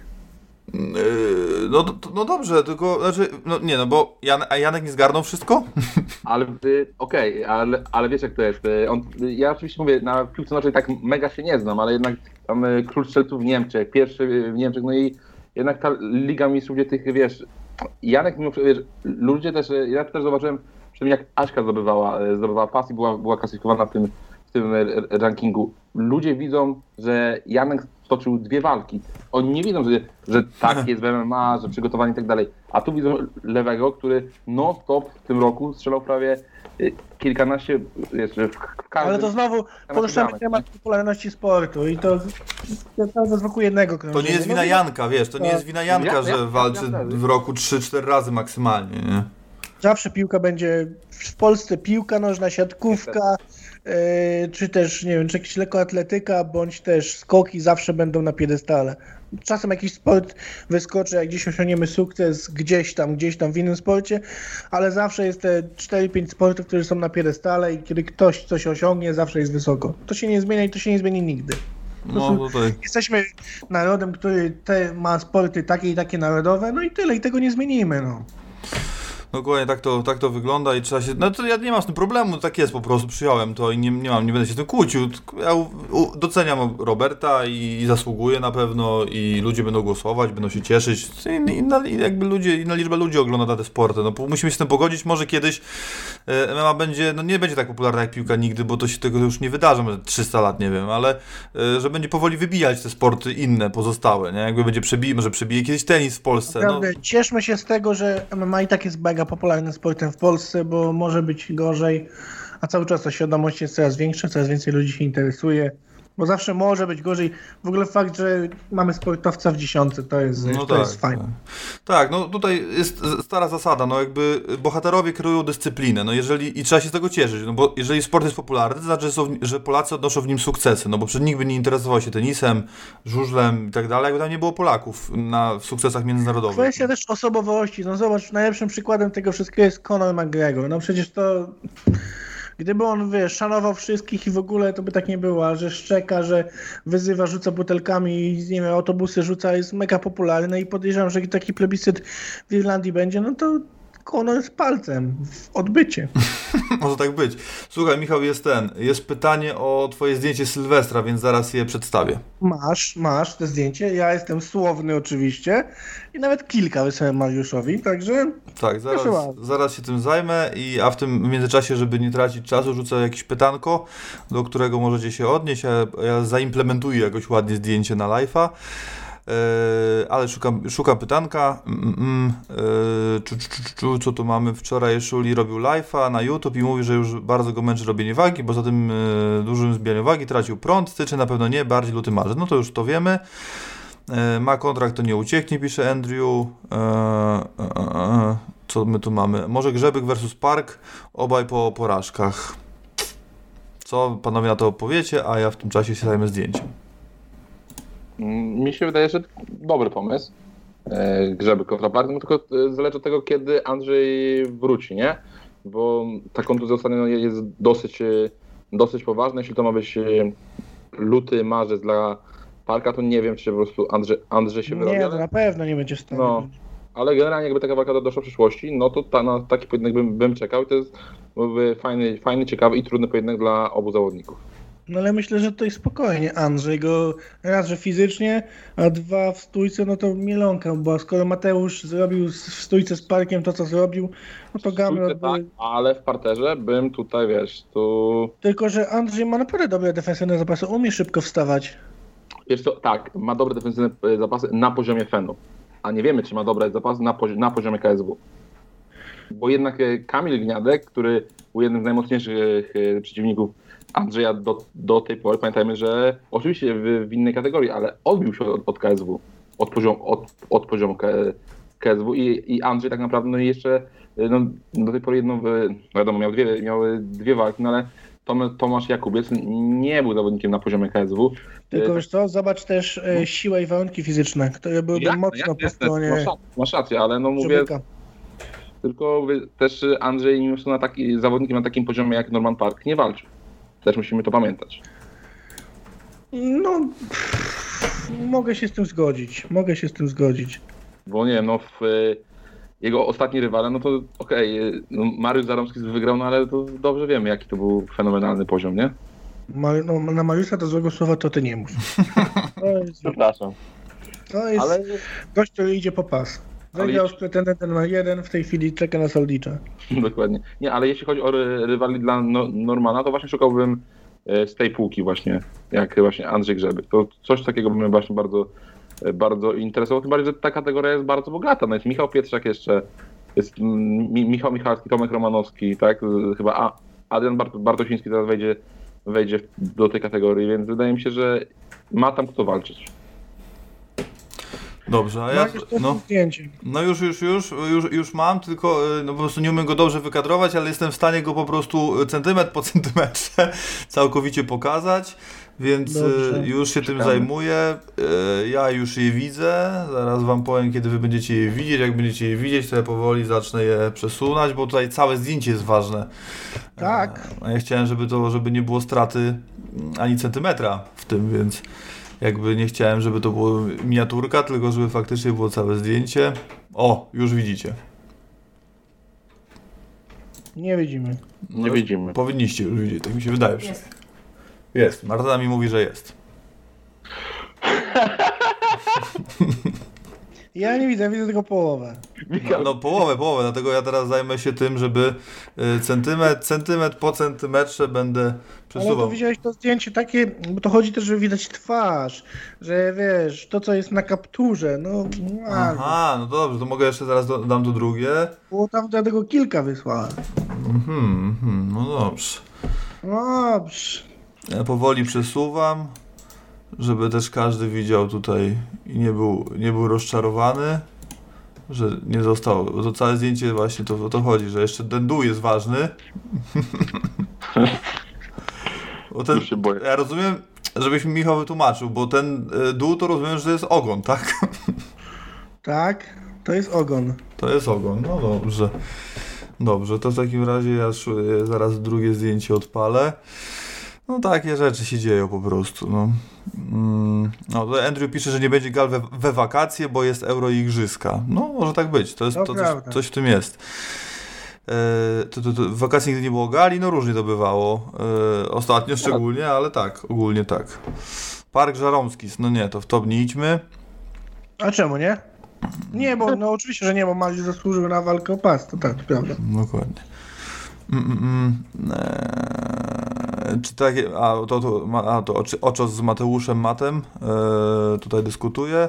No dobrze, tylko, znaczy, no nie no, bo Janek nie zgarnął wszystko? Ale okej, ale wiesz jak to jest, ja oczywiście mówię, na piłce nożnej tak mega się nie znam, ale jednak tam król strzelców w Niemczech, pierwszy w Niemczech, no i jednak ta Liga Mistrzów, gdzie tych, wiesz, Janek mimo wszystko, wiesz, ludzie też, ja też zobaczyłem, przynajmniej jak Aśka zdobywała pas i była klasyfikowana w tym rankingu. Ludzie widzą, że Janek stoczył 2 walki. Oni nie widzą, że tak jest w MMA, że przygotowanie i tak dalej. A tu widzą Lewego, który non-stop w tym roku strzelał prawie kilkanaście, jeszcze w każdym... Ale to znowu poruszamy temat popularności sportu i to wokół jednego krążenia. To nie jest wina Janka, wiesz, to nie jest wina Janka, że walczy w roku 3-4 razy maksymalnie, nie? Zawsze piłka będzie, w Polsce piłka nożna, siatkówka, czy też, nie wiem, czy jakaś lekkoatletyka, bądź też skoki zawsze będą na piedestale. Czasem jakiś sport wyskoczy, jak gdzieś osiągniemy sukces gdzieś tam w innym sporcie, ale zawsze jest te 4-5 sportów, które są na piedestale i kiedy ktoś coś osiągnie, zawsze jest wysoko. To się nie zmienia i to się nie zmieni nigdy. Jesteśmy narodem, który ma sporty takie i takie narodowe, no i tyle, i tego nie zmienimy, no. Dokładnie tak to wygląda i trzeba się... No to ja nie mam z tym problemu, tak jest po prostu, przyjąłem to i nie będę się z tym kłócił. Ja doceniam Roberta i zasługuję na pewno i ludzie będą głosować, będą się cieszyć. Inna liczba ludzi ogląda te sporty. No musimy się z tym pogodzić, może kiedyś MMA będzie, no nie będzie tak popularna jak piłka nigdy, bo to się tego już nie wydarzy, może 300 lat, nie wiem, ale że będzie powoli wybijać te sporty inne, pozostałe, nie? Jakby będzie może przebije kiedyś tenis w Polsce. Naprawdę, cieszmy się z tego, że MMA i tak jest mega popularnym sportem w Polsce, bo może być gorzej, a cały czas ta świadomość jest coraz większa, coraz więcej ludzi się interesuje, bo zawsze może być gorzej. W ogóle fakt, że mamy sportowca w 10, to jest, jest fajne. Tak, no tutaj jest stara zasada, no jakby bohaterowie kreują dyscyplinę, no jeżeli, i trzeba się z tego cieszyć, no bo jeżeli sport jest popularny, to znaczy, że Polacy odnoszą w nim sukcesy, no bo przed nikt by nie interesował się tenisem, żużlem i tak dalej, jakby tam nie było Polaków w sukcesach międzynarodowych. Kwestia też osobowości, no zobacz, najlepszym przykładem tego wszystkiego jest Conor McGregor, no przecież to... Gdyby on, szanował wszystkich i w ogóle, to by tak nie było, a że szczeka, że wyzywa, rzuca butelkami i nie wiem, autobusy rzuca, jest mega popularny i podejrzewam, że taki plebiscyt w Irlandii będzie, no to Konor z palcem w odbycie. Może tak być. Słuchaj, Michał, jest pytanie o twoje zdjęcie Sylwestra, więc zaraz je przedstawię. Masz te zdjęcie. Ja jestem słowny oczywiście i nawet kilka wysłałem Mariuszowi, także Tak, zaraz się tym zajmę, a w tym międzyczasie, żeby nie tracić czasu, rzucę jakieś pytanko, do którego możecie się odnieść, ja zaimplementuję jakoś ładnie zdjęcie na live'a. Ale szukam pytanka. Co tu mamy? Wczoraj Szuli robił live'a na YouTube i mówi, że już bardzo go męczy robienie wagi, bo za tym dużym zbieraniem wagi tracił prąd. Styczeń na pewno nie, bardziej luty, marzec. No to już to wiemy. Ma kontrakt, to nie ucieknie, pisze Andrew. Co my tu mamy? Może Grzebyk versus Park, obaj po porażkach. Co panowie na to opowiecie, a ja w tym czasie się zajmę zdjęciem. Mi się wydaje, że dobry pomysł. Grzebyk kontra Park, no tylko zależy od tego, kiedy Andrzej wróci, nie? Bo ta kontuzja ostatnio jest dosyć poważna. Jeśli to ma być luty, marzec dla Parka, to nie wiem, czy po prostu Andrzej się wyrobi. Nie, to na pewno nie będzie w stanie. No, ale generalnie jakby taka walka doszła w przyszłości, no to na taki pojedynek bym czekał i to jest fajny, ciekawy i trudny pojedynek dla obu zawodników. No ale myślę, że to jest spokojnie. Andrzej go raz, że fizycznie, a dwa w stójce, no to mielonka, bo skoro Mateusz zrobił w stójce z Parkiem to, co zrobił, no to Gamrot... Tak, ale w parterze bym tutaj, wiesz, tu... Tylko, że Andrzej ma naprawdę dobre defensywne zapasy, umie szybko wstawać. Wiesz co, tak, ma dobre defensywne zapasy na poziomie FEN-u, a nie wiemy, czy ma dobre zapasy na poziomie KSW. Bo jednak Kamil Gniadek, który był jednym z najmocniejszych przeciwników Andrzeja do tej pory, pamiętajmy, że oczywiście w innej kategorii, ale odbił się od KSW, od poziomu KSW i Andrzej tak naprawdę no jeszcze do tej pory wiadomo, miały dwie walki, no ale Tomasz Jakubiec nie był zawodnikiem na poziomie KSW. Tylko wiesz co, zobacz też siłę i warunki fizyczne, które byłyby mocno po stronie... Masz rację, ale no mówię... Człowieka. Tylko też Andrzej mimo wszystko zawodnikiem na takim poziomie jak Norman Park nie walczył. Też musimy to pamiętać. No, mogę się z tym zgodzić. Bo nie, no jego ostatni rywale, no to okej, no Mariusz Zaromski wygrał, no ale to dobrze wiemy, jaki to był fenomenalny poziom, nie? Na Mariusza to złego słowa to ty nie mów. Przepraszam. To jest gość, który idzie po pas. Zagrał z pretendentem na 1, w tej chwili czeka na Soldicza. Dokładnie. Nie, ale jeśli chodzi o rywali dla Normana, to właśnie szukałbym z tej półki właśnie, jak właśnie Andrzej Grzebyk. To coś takiego by mnie właśnie bardzo interesowało, tym bardziej, że ta kategoria jest bardzo bogata. No jest Michał Pietrzak jeszcze, jest Michał Michalski, Tomek Romanowski, tak? Chyba Adrian Bartosiński teraz wejdzie do tej kategorii, więc wydaje mi się, że ma tam kto walczyć. Dobrze, a ja... No już mam, tylko no po prostu nie umiem go dobrze wykadrować, ale jestem w stanie go po prostu centymetr po centymetrze całkowicie pokazać, więc już się tym zajmuję. Ja już je widzę, zaraz wam powiem, kiedy wy będziecie je widzieć. Jak będziecie je widzieć, to ja powoli zacznę je przesunąć, bo tutaj całe zdjęcie jest ważne. Tak. A ja chciałem, żeby nie było straty ani centymetra w tym, więc... Jakby nie chciałem, żeby to było miniaturka, tylko żeby faktycznie było całe zdjęcie. O, już widzicie. Nie widzimy. Nie widzimy. Powinniście już widzieć, tak mi się wydaje. Jest. Martyna mi mówi, że jest. Ja nie widzę tylko połowę. No połowę, dlatego ja teraz zajmę się tym, żeby centymetr po centymetrze będę przesuwał. Ale to widziałeś to zdjęcie takie, bo to chodzi też, że widać twarz, że wiesz, to co jest na kapturze, no... Aha, no to dobrze, to mogę jeszcze zaraz dam to drugie. Było tam dlatego kilka wysłałem. No dobrze. Dobrze. Ja powoli przesuwam, żeby też każdy widział tutaj i nie był rozczarowany, że nie zostało, bo to całe zdjęcie właśnie o to chodzi, że jeszcze ten dół jest ważny. Bo ja rozumiem, żebyś mi Michał wytłumaczył, bo ten dół to rozumiem, że to jest ogon, tak? Tak, to jest ogon. To jest ogon, no dobrze. Dobrze, to w takim razie ja zaraz drugie zdjęcie odpalę. No takie rzeczy się dzieją po prostu, no. No to Andrew pisze, że nie będzie gal we wakacje, bo jest Euro i Igrzyska. No może tak być, to coś w tym jest. W wakacje nigdy nie było gali, no różnie to bywało. Ostatnio szczególnie, ale tak, ogólnie tak. Park Żaromskis, no nie, to w to nie idźmy. A czemu nie? Nie, bo no oczywiście, że nie, bo Mali zasłużył na walkę o pas, to tak, to prawda. Dokładnie. Czy takie, to Oczos z Mateuszem Matem tutaj dyskutuje.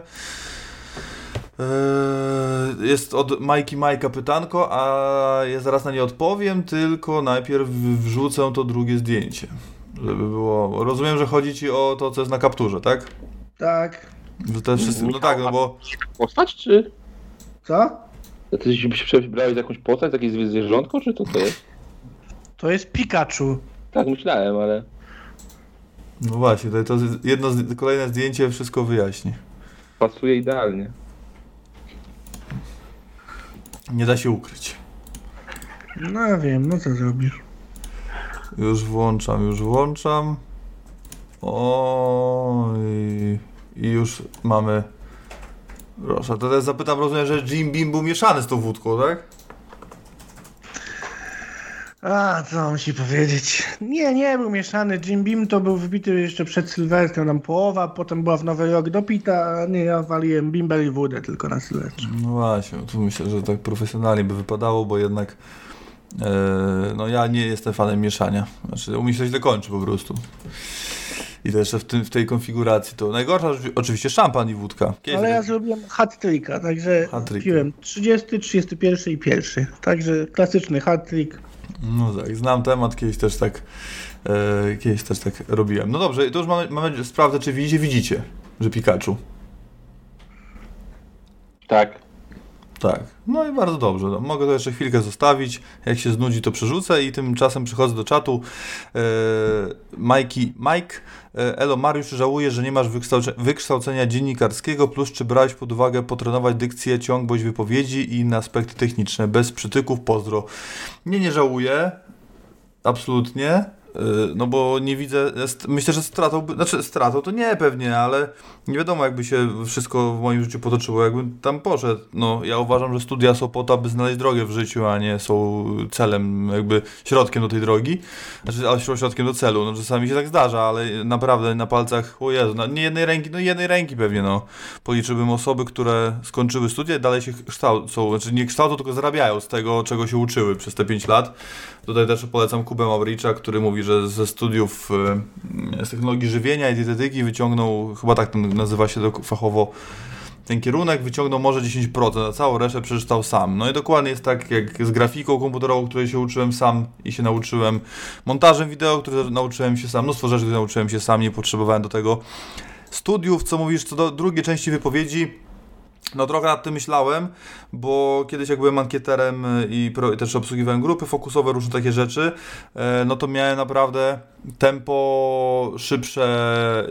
Jest od Majka pytanko, a ja zaraz na nie odpowiem, tylko najpierw wrzucę to drugie zdjęcie, żeby było... Rozumiem, że chodzi ci o to, co jest na kapturze, tak? Tak. Że te wszyscy... No tak, no bo... Postać, czy... Co? Ty się przebrałeś za jakąś postać, jakieś zwierzątko, czy to jest? To jest Pikachu. Tak, myślałem, ale... No właśnie, to jest kolejne zdjęcie wszystko wyjaśni. Pasuje idealnie. Nie da się ukryć. No ja wiem, no co zrobisz? Już włączam. Oj. I już mamy... Proszę, to teraz zapytam, rozumiem, że Jim Beam był mieszany z tą wódką, tak? A, co mam ci powiedzieć? Nie był mieszany. Jim Beam to był wybity jeszcze przed Sylwestrem, tam połowa, potem była w Nowy Rok dopita, a nie, ja waliłem bimber i wódę tylko na Sylwestrze. No właśnie, tu myślę, że tak profesjonalnie by wypadało, bo jednak no ja nie jestem fanem mieszania. Znaczy, u mnie się źle kończy po prostu. I to jeszcze w tej konfiguracji to najgorsza oczywiście szampan i wódka. Ale ja zrobiłem hat-tricka, także piłem 30, 31 i 1. Także klasyczny hat-trick. No tak, znam temat, kiedyś też tak robiłem. No dobrze, to już mamy sprawdzę, czy widzicie, że Pikachu. Tak. Tak, no i bardzo dobrze. No, mogę to jeszcze chwilkę zostawić. Jak się znudzi, to przerzucę i tymczasem przychodzę do czatu. Mike, Elo Mariusz, żałuję, że nie masz wykształcenia dziennikarskiego, plus czy brałeś pod uwagę potrenować dykcję, ciągłość wypowiedzi i inne aspekty techniczne. Bez przytyków, pozdro. Nie żałuję. Absolutnie. No bo nie widzę, myślę, że stratą to nie pewnie, ale nie wiadomo jakby się wszystko w moim życiu potoczyło, jakbym tam poszedł. No ja uważam, że studia są po to, aby znaleźć drogę w życiu, a nie są celem, jakby środkiem do tej drogi, ale środkiem do celu. No czasami się tak zdarza, ale naprawdę na palcach, o Jezu, nie jednej ręki pewnie, no. Policzyłbym osoby, które skończyły studia, dalej się kształcą, znaczy nie kształcą, tylko zarabiają z tego, czego się uczyły przez te 5 lat. Tutaj też polecam Kubę Mauricza, który mówi, że ze studiów z technologii żywienia i dietetyki wyciągnął, chyba tak to nazywa się fachowo ten kierunek, wyciągnął może 10%, a całą resztę przeczytał sam. No i dokładnie jest tak jak z grafiką komputerową, której się uczyłem sam i się nauczyłem, montażem wideo, który nauczyłem się sam, mnóstwo rzeczy, które nauczyłem się sam, nie potrzebowałem do tego studiów. Co mówisz co do drugiej części wypowiedzi? No trochę nad tym myślałem, bo kiedyś jak byłem ankieterem i też obsługiwałem grupy fokusowe, różne takie rzeczy, no to miałem naprawdę tempo szybsze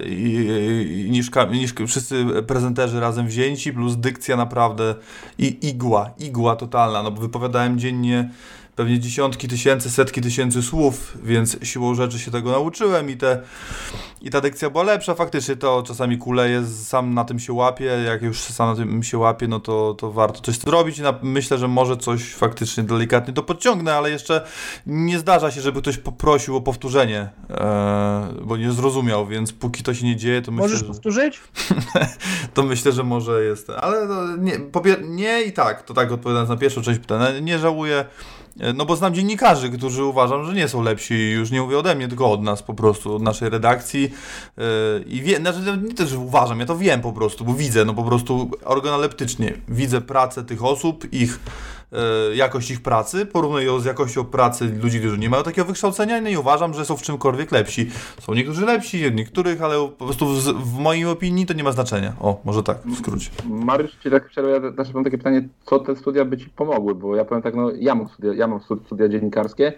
niż wszyscy prezenterzy razem wzięci, plus dykcja naprawdę i igła totalna, no bo wypowiadałem dziennie pewnie dziesiątki tysięcy, setki tysięcy słów, więc siłą rzeczy się tego nauczyłem i ta dykcja była lepsza. Faktycznie to czasami kuleje, sam na tym się łapie, jak już sam na tym się łapie, no to warto coś zrobić i myślę, że może coś faktycznie delikatnie to podciągnę, ale jeszcze nie zdarza się, żeby ktoś poprosił o powtórzenie, bo nie zrozumiał, więc póki to się nie dzieje, to myślę, Możesz powtórzyć? To myślę, że może jest, ale nie i tak, to tak odpowiadając na pierwszą część pytania, nie żałuję. No bo znam dziennikarzy, którzy uważam, że nie są lepsi, już nie mówię ode mnie, tylko od nas po prostu, od naszej redakcji i nie też uważam, ja to wiem po prostu, bo widzę, no po prostu organoleptycznie widzę pracę tych osób, jakość ich pracy, porównuję ją z jakością pracy ludzi, którzy nie mają takiego wykształcenia, no i uważam, że są w czymkolwiek lepsi. Są niektórzy lepsi, niektórych, ale po prostu w mojej opinii to nie ma znaczenia. O, może tak, w skrócie. Mariusz, ci tak przerwę, ja też mam takie pytanie, co te studia by ci pomogły, bo ja powiem tak, no ja mam studia dziennikarskie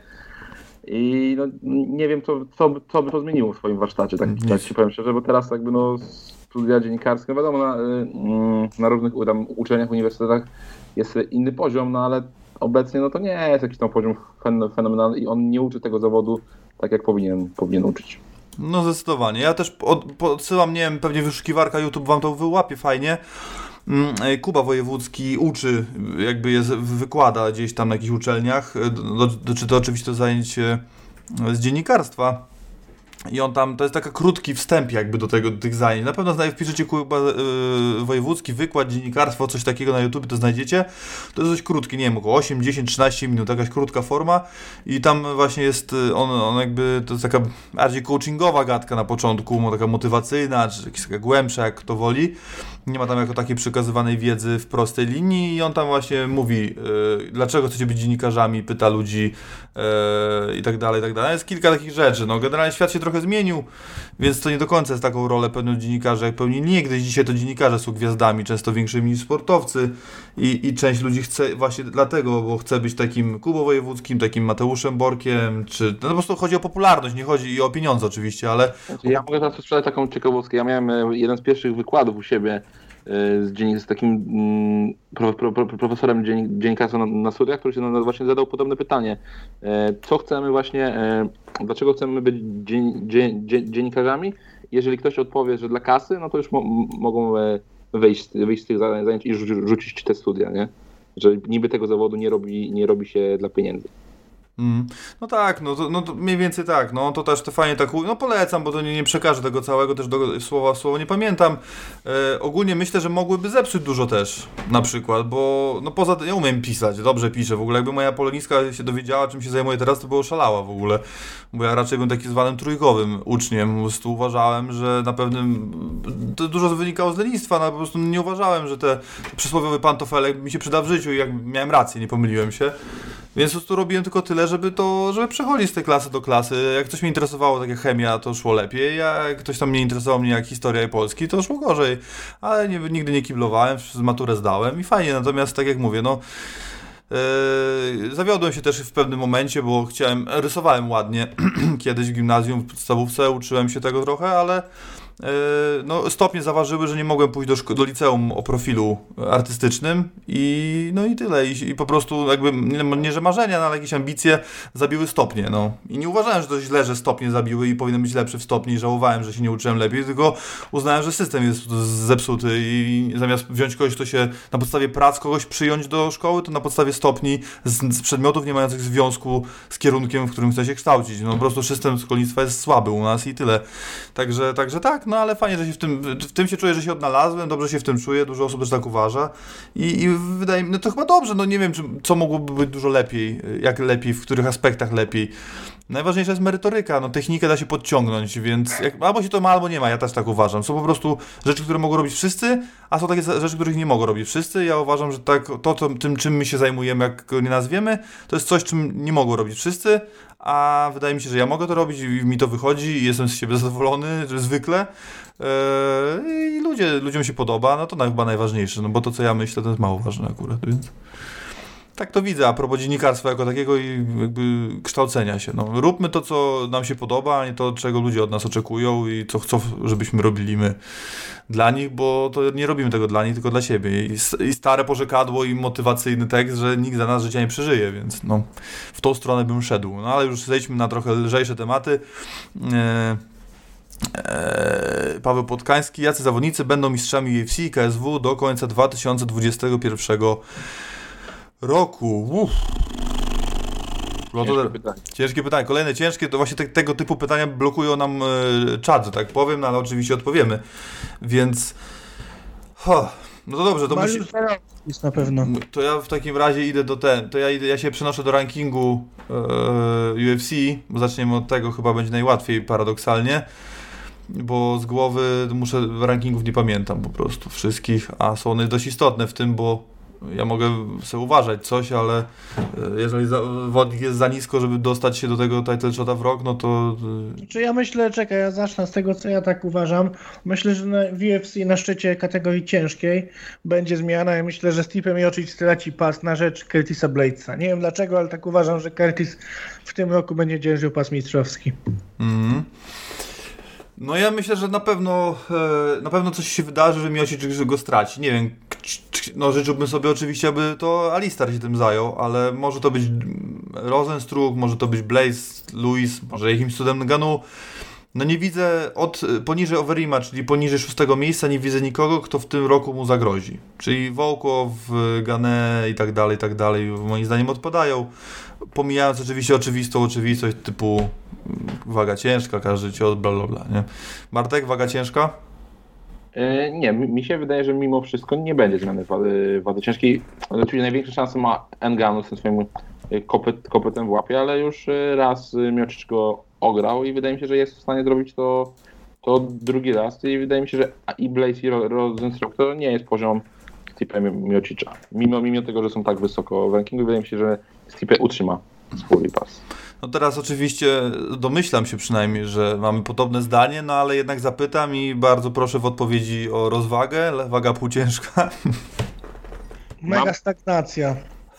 i no, nie wiem, co by to zmieniło w swoim warsztacie, tak ci powiem szczerze, bo teraz jakby no studia dziennikarskie, no wiadomo, na różnych tam uczelniach, uniwersytetach jest inny poziom, no ale obecnie no to nie jest jakiś tam poziom fenomenalny i on nie uczy tego zawodu tak, jak powinien uczyć. No zdecydowanie. Ja też podsyłam, nie wiem, pewnie wyszukiwarka YouTube wam to wyłapie fajnie. Kuba Wojewódzki uczy, jakby wykłada gdzieś tam na jakichś uczelniach, czy to oczywiście zajęć z dziennikarstwa. I on tam, to jest taki krótki wstęp jakby do tych zajęć. Na pewno wpiszecie Kuba Wojewódzki, wykład, dziennikarstwo, coś takiego na YouTube, to znajdziecie. To jest dość krótki, nie wiem, około 8, 10, 13 minut, jakaś krótka forma. I tam właśnie jest, on jakby, to jest taka bardziej coachingowa gadka na początku, taka motywacyjna, czy jakaś taka głębsza, jak kto woli. Nie ma tam jako takiej przekazywanej wiedzy w prostej linii i on tam właśnie mówi, dlaczego chcecie być dziennikarzami, pyta ludzi i tak dalej, i tak dalej. Jest kilka takich rzeczy. No, generalnie świat się trochę zmienił, więc to nie do końca jest taką rolę pełnią dziennikarze, jak pełnili niegdyś. Dzisiaj to dziennikarze są gwiazdami, często większymi niż sportowcy i część ludzi chce właśnie dlatego, bo chce być takim Kubą Wojewódzkim, takim Mateuszem Borkiem, czy no po prostu chodzi o popularność, nie chodzi i o pieniądze oczywiście, ale... Ja mogę teraz sprzedać taką ciekawostkę. Ja miałem jeden z pierwszych wykładów u siebie z takim profesorem dziennikarstwa na studiach, który się właśnie zadał podobne pytanie. Co chcemy właśnie, dlaczego chcemy być dziennikarzami? Jeżeli ktoś odpowie, że dla kasy, no to już mogą wyjść z tych zajęć i rzucić te studia, nie? Że niby tego zawodu nie robi się dla pieniędzy. No tak, no to mniej więcej tak, no to też to fajnie tak, no polecam, bo to nie przekażę tego całego, też słowa w słowo nie pamiętam. Ogólnie myślę, że mogłyby zepsuć dużo też, na przykład, bo no poza tym, ja umiem pisać, dobrze piszę, w ogóle jakby moja poloniska się dowiedziała, czym się zajmuję teraz, to by oszalała w ogóle, bo ja raczej bym taki zwanym trójkowym uczniem, po prostu uważałem, że na pewnym, to dużo wynikało z lenistwa, no po prostu nie uważałem, że te przysłowiowy pantofelek mi się przyda w życiu i jak miałem rację, nie pomyliłem się. Więc po prostu robiłem tylko tyle, żeby przechodzić z tej klasy do klasy. Jak coś mnie interesowało, tak jak chemia, to szło lepiej, a jak ktoś tam nie interesował mnie jak historia i Polski, to szło gorzej. Ale nigdy nie kiblowałem, z maturę zdałem i fajnie, natomiast tak jak mówię, no zawiodłem się też w pewnym momencie, bo rysowałem ładnie kiedyś w gimnazjum, w podstawówce, uczyłem się tego trochę, ale no, stopnie zaważyły, że nie mogłem pójść do liceum o profilu artystycznym i no i tyle. I po prostu jakby, nie że marzenia, no, ale jakieś ambicje zabiły stopnie. No. I nie uważałem, że to źle, że stopnie zabiły i powinien być lepszy w stopni i żałowałem, że się nie uczyłem lepiej, tylko uznałem, że system jest zepsuty i zamiast wziąć kogoś, kto się na podstawie prac kogoś przyjąć do szkoły, to na podstawie stopni z przedmiotów nie mających związku z kierunkiem, w którym chce się kształcić. No po prostu system szkolnictwa jest słaby u nas i tyle. Także tak, no ale fajnie, że się w tym się czuję, że się odnalazłem, dobrze się w tym czuję, dużo osób też tak uważa i wydaje mi się, no to chyba dobrze, no nie wiem, co mogłoby być dużo lepiej, jak lepiej, w których aspektach lepiej. Najważniejsza jest merytoryka, no technikę da się podciągnąć, więc albo się to ma, albo nie ma, ja też tak uważam. Są po prostu rzeczy, które mogą robić wszyscy, a są takie rzeczy, których nie mogą robić wszyscy. Ja uważam, że tak, tym czym my się zajmujemy, jak go nie nazwiemy, to jest coś, czym nie mogą robić wszyscy, a wydaje mi się, że ja mogę to robić i mi to wychodzi i jestem z siebie zadowolony, zwykle. I ludziom się podoba, no to chyba najważniejsze, no bo to, co ja myślę, to jest mało ważne akurat, więc... Tak to widzę, a propos dziennikarstwa jako takiego i jakby kształcenia się. No, róbmy to, co nam się podoba, a nie to, czego ludzie od nas oczekują i co chcą, żebyśmy robili my dla nich, bo to nie robimy tego dla nich, tylko dla siebie. I stare porzekadło i motywacyjny tekst, że nikt za nas życia nie przeżyje, więc no, w tą stronę bym szedł. No ale już zejdźmy na trochę lżejsze tematy. Paweł Podkański. Jacy zawodnicy będą mistrzami UFC i KSW do końca 2021 roku? No to ciężkie pytanie. Kolejne ciężkie, to właśnie tego typu pytania blokują nam czat, że tak powiem, no ale oczywiście odpowiemy. Więc no to dobrze, to jest na pewno. To ja w takim razie idę ja się przenoszę do rankingu UFC, bo zaczniemy od tego, chyba będzie najłatwiej paradoksalnie. Bo z głowy rankingów nie pamiętam po prostu wszystkich, a są one dość istotne w tym, bo ja mogę sobie uważać coś, ale jeżeli zawodnik jest za nisko, żeby dostać się do tego title shota w rok, no to... Czy ja myślę, ja zacznę z tego, co ja tak uważam. Myślę, że w UFC na szczycie kategorii ciężkiej będzie zmiana. Ja myślę, że Stipe Miocic straci pas na rzecz Curtisa Bladesa. Nie wiem dlaczego, ale tak uważam, że Curtis w tym roku będzie dzierżył pas mistrzowski. No ja myślę, że na pewno coś się wydarzy, że Miocic go straci. Nie wiem, no życzyłbym sobie oczywiście, aby to Alistar się tym zajął, ale może to być Rosenstruck, może to być Blaze, Lewis, może jakimś cudem Ngannou. No nie widzę poniżej Overeema, czyli poniżej 6 miejsca, nie widzę nikogo, kto w tym roku mu zagrozi. Czyli Wołkow, Gane i tak dalej, moim zdaniem odpadają. Pomijając oczywiście oczywistość typu waga ciężka, każdy cios, bla bla bla, nie? Bartek, waga ciężka? Nie, mi się wydaje, że mimo wszystko nie będzie zmiany wady ciężkiej. Oczywiście największe szanse ma Ngannou z tym swoim kopytem w łapie, ale już raz Miocic go ograł i wydaje mi się, że jest w stanie zrobić to drugi raz i wydaje mi się, że i Blaze i Rosenstruck to nie jest poziom Stipe Miocicia. Mimo tego, że są tak wysoko w rankingu, wydaje mi się, że Stipe utrzyma swój pas. No teraz oczywiście domyślam się przynajmniej, że mamy podobne zdanie, no ale jednak zapytam i bardzo proszę w odpowiedzi o rozwagę, waga półciężka. Mega stagnacja.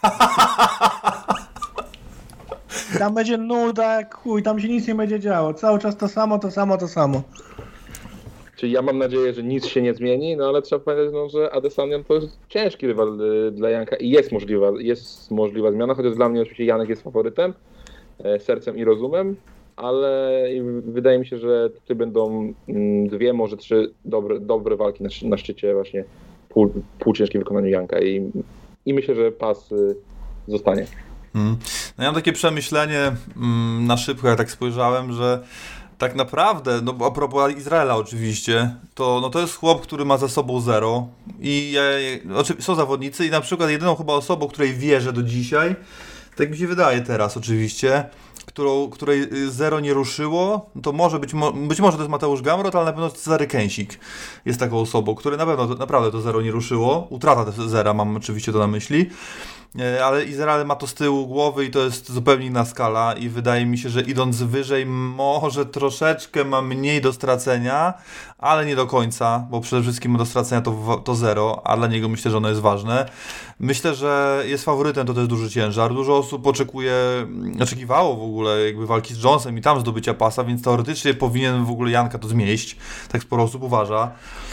Tam będzie nuda jak chuj, tam się nic nie będzie działo. Cały czas to samo. Czyli ja mam nadzieję, że nic się nie zmieni, no ale trzeba powiedzieć, że Adesanya to jest ciężki rywal dla Janka i jest możliwa zmiana, chociaż dla mnie oczywiście Janek jest faworytem, sercem i rozumem, ale wydaje mi się, że tutaj będą 2, może 3 dobre walki na szczycie właśnie półciężkim wykonaniu Janka i myślę, że pas zostanie. No ja mam takie przemyślenie na szybko, jak tak spojrzałem, że tak naprawdę, no a propos Izraela oczywiście, to jest chłop, który ma za sobą 0 i są zawodnicy i na przykład jedyną chyba osobą, której wierzę do dzisiaj, tak mi się wydaje teraz oczywiście, której 0 nie ruszyło, to może być może to jest Mateusz Gamrot, ale na pewno Cezary Kęsik jest taką osobą, której na pewno naprawdę to 0 nie ruszyło, utrata tego 0 mam oczywiście to na myśli. Ale Izrael ma to z tyłu głowy i to jest zupełnie inna skala i wydaje mi się, że idąc wyżej może troszeczkę ma mniej do stracenia, ale nie do końca, bo przede wszystkim do stracenia to 0, a dla niego myślę, że ono jest ważne. Myślę, że jest faworytem, to jest duży ciężar. Dużo osób oczekiwało w ogóle jakby walki z Jonesem i tam zdobycia pasa, więc teoretycznie powinien w ogóle Janka to zmieść. Tak sporo osób uważa.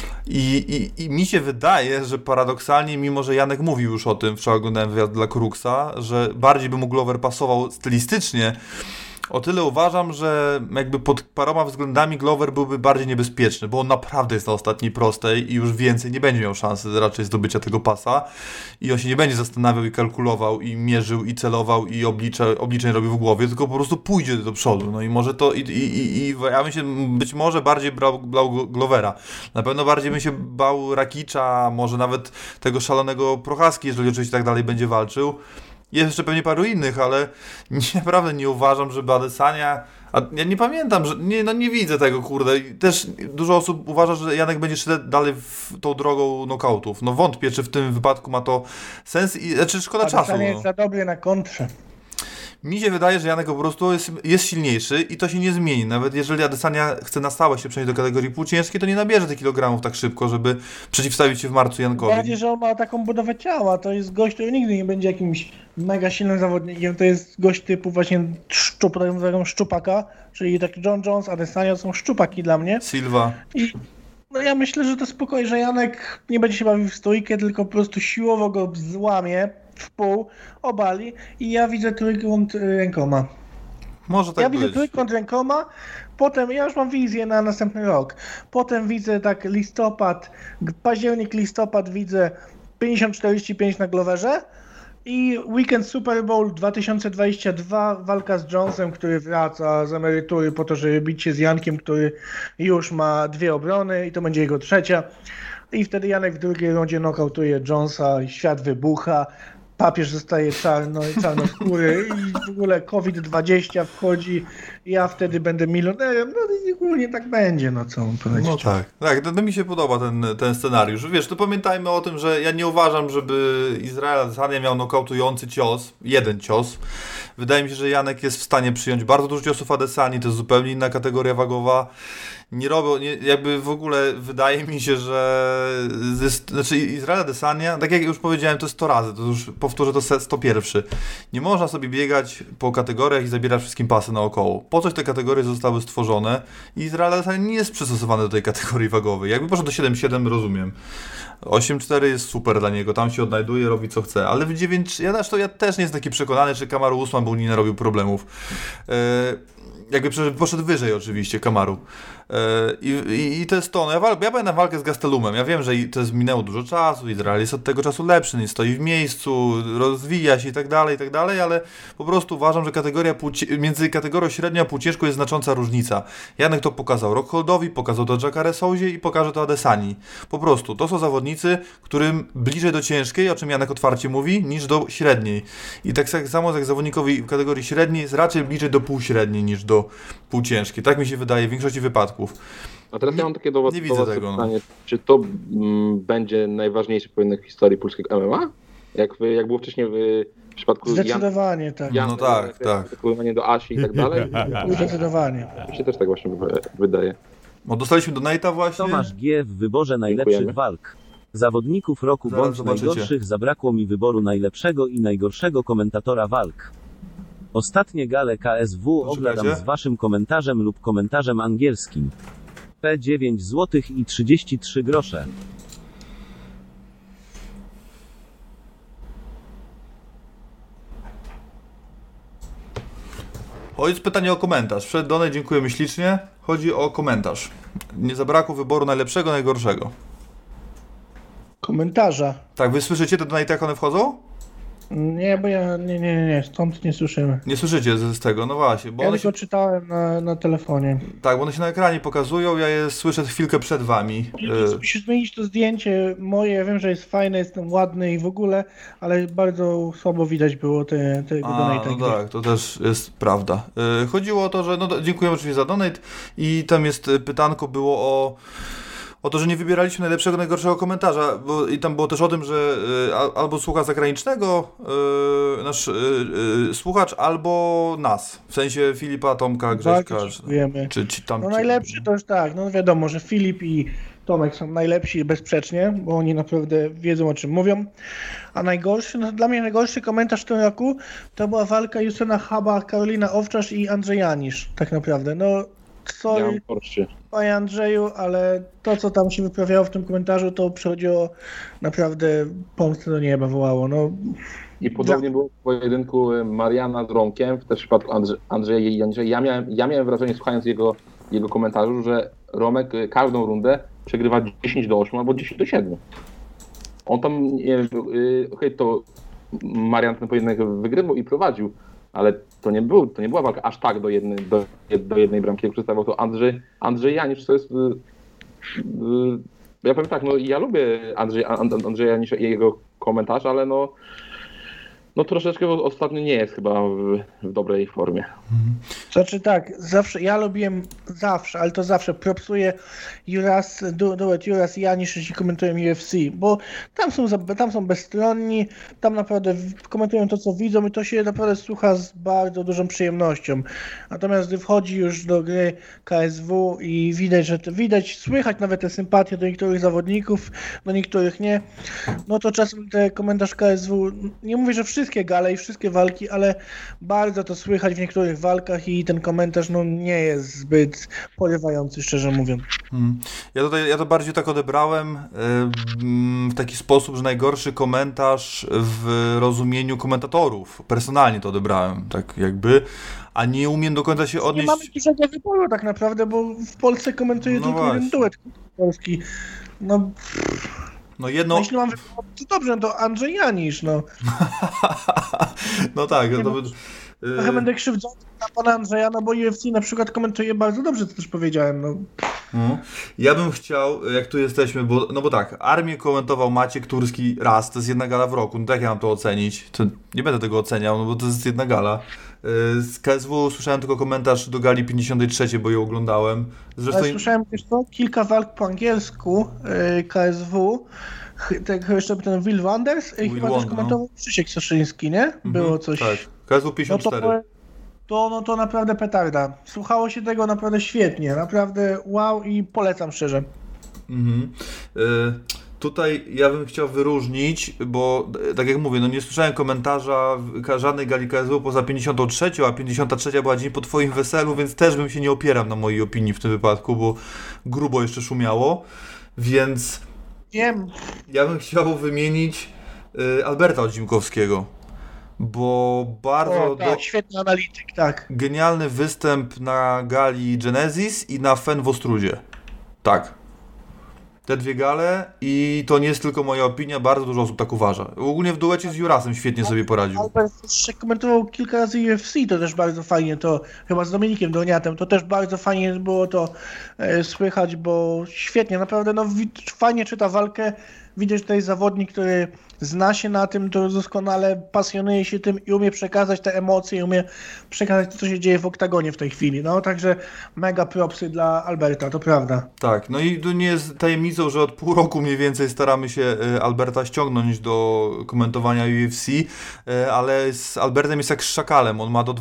I mi się wydaje, że paradoksalnie, mimo że Janek mówił już o tym, wczoraj oglądałem wywiad dla Kruxa, że bardziej by mu Glover pasował stylistycznie, o tyle uważam, że jakby pod paroma względami Glover byłby bardziej niebezpieczny, bo on naprawdę jest na ostatniej prostej i już więcej nie będzie miał szansy raczej zdobycia tego pasa i on się nie będzie zastanawiał i kalkulował i mierzył i celował i obliczeń robił w głowie, tylko po prostu pójdzie do przodu. No i może to ja bym się być może bardziej bał Glovera. Na pewno bardziej bym się bał Rakicza, może nawet tego szalonego Prochaski, jeżeli oczywiście tak dalej będzie walczył. Jest jeszcze pewnie paru innych, ale naprawdę nie uważam, żeby Adesanya... Ja nie pamiętam, że nie widzę tego, kurde. I też dużo osób uważa, że Janek będzie szedł dalej tą drogą nokautów. No wątpię, czy w tym wypadku ma to sens i szkoda czasu. Adesanya jest za dobry na kontrze. Mi się wydaje, że Janek po prostu jest silniejszy i to się nie zmieni. Nawet jeżeli Adesanya chce na stałe się przenieść do kategorii półciężkiej, to nie nabierze tych kilogramów tak szybko, żeby przeciwstawić się w marcu Jankowi. Bardziej, że on ma taką budowę ciała. To jest gość, który nigdy nie będzie jakimś mega silnym zawodnikiem. To jest gość typu właśnie szczupaka, czyli taki John Jones, Adesanya są szczupaki dla mnie. Silva. No ja myślę, że to spokojnie, że Janek nie będzie się bawił w stójkę, tylko po prostu siłowo go złamie w pół, obali i ja widzę trójkąt rękoma. Może tak być. Widzę trójkąt rękoma, potem ja już mam wizję na następny rok. Potem widzę tak październik, listopad widzę 50-45 na Gloverze i weekend Super Bowl 2022, walka z Jonesem, który wraca z emerytury po to, żeby bić się z Jankiem, który już ma 2 obrony i to będzie jego 3. I wtedy Janek w drugiej rundzie nokautuje Jonesa i świat wybucha. Papież zostaje czarnoskóry i w ogóle COVID-20 wchodzi i ja wtedy będę milionerem, no i ogólnie tak będzie, no co mam powiedzieć. No tak, to mi się podoba ten scenariusz. Wiesz, to pamiętajmy o tym, że ja nie uważam, żeby Izrael Adesanya miał nokautujący cios, jeden cios. Wydaje mi się, że Janek jest w stanie przyjąć bardzo dużo ciosów Adesanii, to jest zupełnie inna kategoria wagowa nie robią, jakby w ogóle wydaje mi się, że znaczy Izrael Adesanya, tak jak już powiedziałem to 100 razy, to już powtórzę to 101. Nie można sobie biegać po kategoriach i zabierać wszystkim pasy naokoło. Po coś te kategorie zostały stworzone i Izrael Adesanya nie jest przystosowany do tej kategorii wagowej. Jakby poszedł do 7-7, rozumiem. 8-4 jest super dla niego, tam się odnajduje, robi co chce, ale w 9, ja też nie jestem taki przekonany, czy Kamaru Usman był nie narobił problemów. Jakby poszedł wyżej oczywiście Kamaru. I to jest to. No ja pamiętam walkę z Gastelumem. Ja wiem, że to minęło dużo czasu, Izrael jest od tego czasu lepszy, nie stoi w miejscu, rozwija się i tak dalej, ale po prostu uważam, że między kategorią średnią a półciężką jest znacząca różnica. Janek to pokazał Rockholdowi, pokazał to Jacare Souzie i pokaże to Adesani. Po prostu, to są zawodnicy, którym bliżej do ciężkiej, o czym Janek otwarcie mówi, niż do średniej. I tak samo jak zawodnikowi w kategorii średniej jest raczej bliżej do półśredniej niż do półciężkiej. Tak mi się wydaje w większości wypadków. A teraz ja mam takie nie widzę tego, pytanie. Czy to będzie najważniejszy pojedynek w historii polskiego MMA? Jak było wcześniej w przypadku Zdecydowanie tak. No tak. Atakowanie do Asi i tak dalej? Zdecydowanie. Mi się też tak właśnie wydaje. No dostaliśmy do Nate'a właśnie. Tomasz G. w wyborze najlepszych Dziękujemy. walk. Zawodników roku Zaraz bądź zobaczycie. najgorszych zabrakło mi wyboru najlepszego i najgorszego komentatora walk. Ostatnie gale KSW oglądam z waszym komentarzem lub komentarzem angielskim. P9 zł i 33 grosze. Chodzi pytanie o komentarz. Przed Donej dziękujemy ślicznie. Chodzi o komentarz. Nie zabrakło wyboru najlepszego, najgorszego. Komentarza. Tak, wy słyszycie te Donate'y, jak one wchodzą? Nie, bo ja nie, stąd nie słyszymy. Nie słyszycie z tego, no właśnie. Bo Ja one tylko czytałem na telefonie. tak, bo one się na ekranie pokazują, ja je słyszę chwilkę przed wami. Musisz zmienić to zdjęcie moje, ja wiem, że jest fajne, jestem ładny i w ogóle, ale bardzo słabo widać było tego donate'a. No tak, to też jest prawda. Chodziło o to, że dziękujemy oczywiście za donate i tam jest pytanko było o to, że nie wybieraliśmy najlepszego, najgorszego komentarza, i tam było też o tym, że albo słuchacz zagranicznego, nasz słuchacz, albo nas, w sensie Filipa, Tomka, Grześka, czy tam... No najlepszy to już tak, no wiadomo, że Filip i Tomek są najlepsi bezsprzecznie, bo oni naprawdę wiedzą, o czym mówią. A najgorszy, no dla mnie najgorszy komentarz w tym roku to była walka Justyna Chaba, Karolina Owczarz i Andrzej Janisz, tak naprawdę. No sorry, panie Andrzeju, ale to, co tam się wyprawiało w tym komentarzu, to przechodziło naprawdę pomstę do nieba, wołało. No. I podobnie było w pojedynku Mariana z Romkiem, też w przypadku Andrzeja i Janiszea. Ja miałem wrażenie, słuchając jego komentarzu, że Romek każdą rundę przegrywa 10-8 albo 10-7. On tam, to Marian ten pojedynek wygrywał i prowadził, ale to nie była walka aż tak do jednej bramki, jak przedstawiał to Andrzej Janisz, to jest... Ja powiem tak, no ja lubię Andrzeja Janisza i jego komentarz, ale no troszeczkę ostatnio nie jest chyba w dobrej formie. Znaczy tak, zawsze, ja lubiłem ale to zawsze propsuję duet Juras i Janisz, jeśli komentują UFC, bo tam są bezstronni, tam naprawdę komentują to, co widzą i to się naprawdę słucha z bardzo dużą przyjemnością. Natomiast gdy wchodzi już do gry KSW i słychać nawet te sympatie do niektórych zawodników, do niektórych nie, no to czasem ten komentarz KSW, nie mówię, że wszystkie gale i wszystkie walki, ale bardzo to słychać w niektórych walkach i ten komentarz nie jest zbyt porywający, szczerze mówiąc. Ja to bardziej tak odebrałem w taki sposób, że najgorszy komentarz w rozumieniu komentatorów. Personalnie to odebrałem, tak jakby, a nie umiem do końca się odnieść... Nie mamy dużego wyboru tak naprawdę, bo w Polsce komentuje tylko jeden duet polski. Jeśli mam wybrać, to dobrze, to Andrzej Janisz, No tak, Trochę będę krzywdzony na pana Andrzeja, bo UFC na przykład komentuje bardzo dobrze, co też powiedziałem, Ja bym chciał, jak tu jesteśmy, bo tak, Armię komentował Maciek Turski raz, to jest jedna gala w roku, no tak jak mam to ocenić? To nie będę tego oceniał, bo to jest jedna gala. Z KSW słyszałem tylko komentarz do gali 53, bo ją oglądałem. Zresztą... Ale słyszałem też kilka walk po angielsku KSW, tak jeszcze ten Will Wonders i chyba też komentował Krzysiek Soszyński, nie? Było coś... Tak, KSW 54. to naprawdę petarda. Słuchało się tego naprawdę świetnie, naprawdę wow i polecam szczerze. Tutaj ja bym chciał wyróżnić, bo tak jak mówię, no nie słyszałem komentarza żadnej gali KSW poza 53, a 53 była dzień po twoim weselu, więc też bym się nie opierał na mojej opinii w tym wypadku, bo grubo jeszcze szumiało, więc Wiem. ja bym chciał wymienić Alberta Odzimkowskiego, bo bardzo Tak, świetny analityk, tak. genialny występ na gali Genesis i na Fen w Ostrudzie. Tak. Te dwie gale i to nie jest tylko moja opinia, bardzo dużo osób tak uważa. Ogólnie w duecie z Jurasem świetnie sobie poradził. Albert jeszcze komentował kilka razy UFC, to też bardzo fajnie, to chyba z Dominikiem Dorniatem, to też bardzo fajnie było to słychać, bo świetnie, naprawdę fajnie czyta walkę, widać, że to jest zawodnik, który zna się na tym, to doskonale pasjonuje się tym i umie przekazać te emocje, i umie przekazać to, co się dzieje w oktagonie w tej chwili. No, także mega propsy dla Alberta, to prawda. Tak, no i to nie jest tajemnicą, że od pół roku mniej więcej staramy się Alberta ściągnąć do komentowania UFC, ale z Albertem jest jak z szakalem, on ma do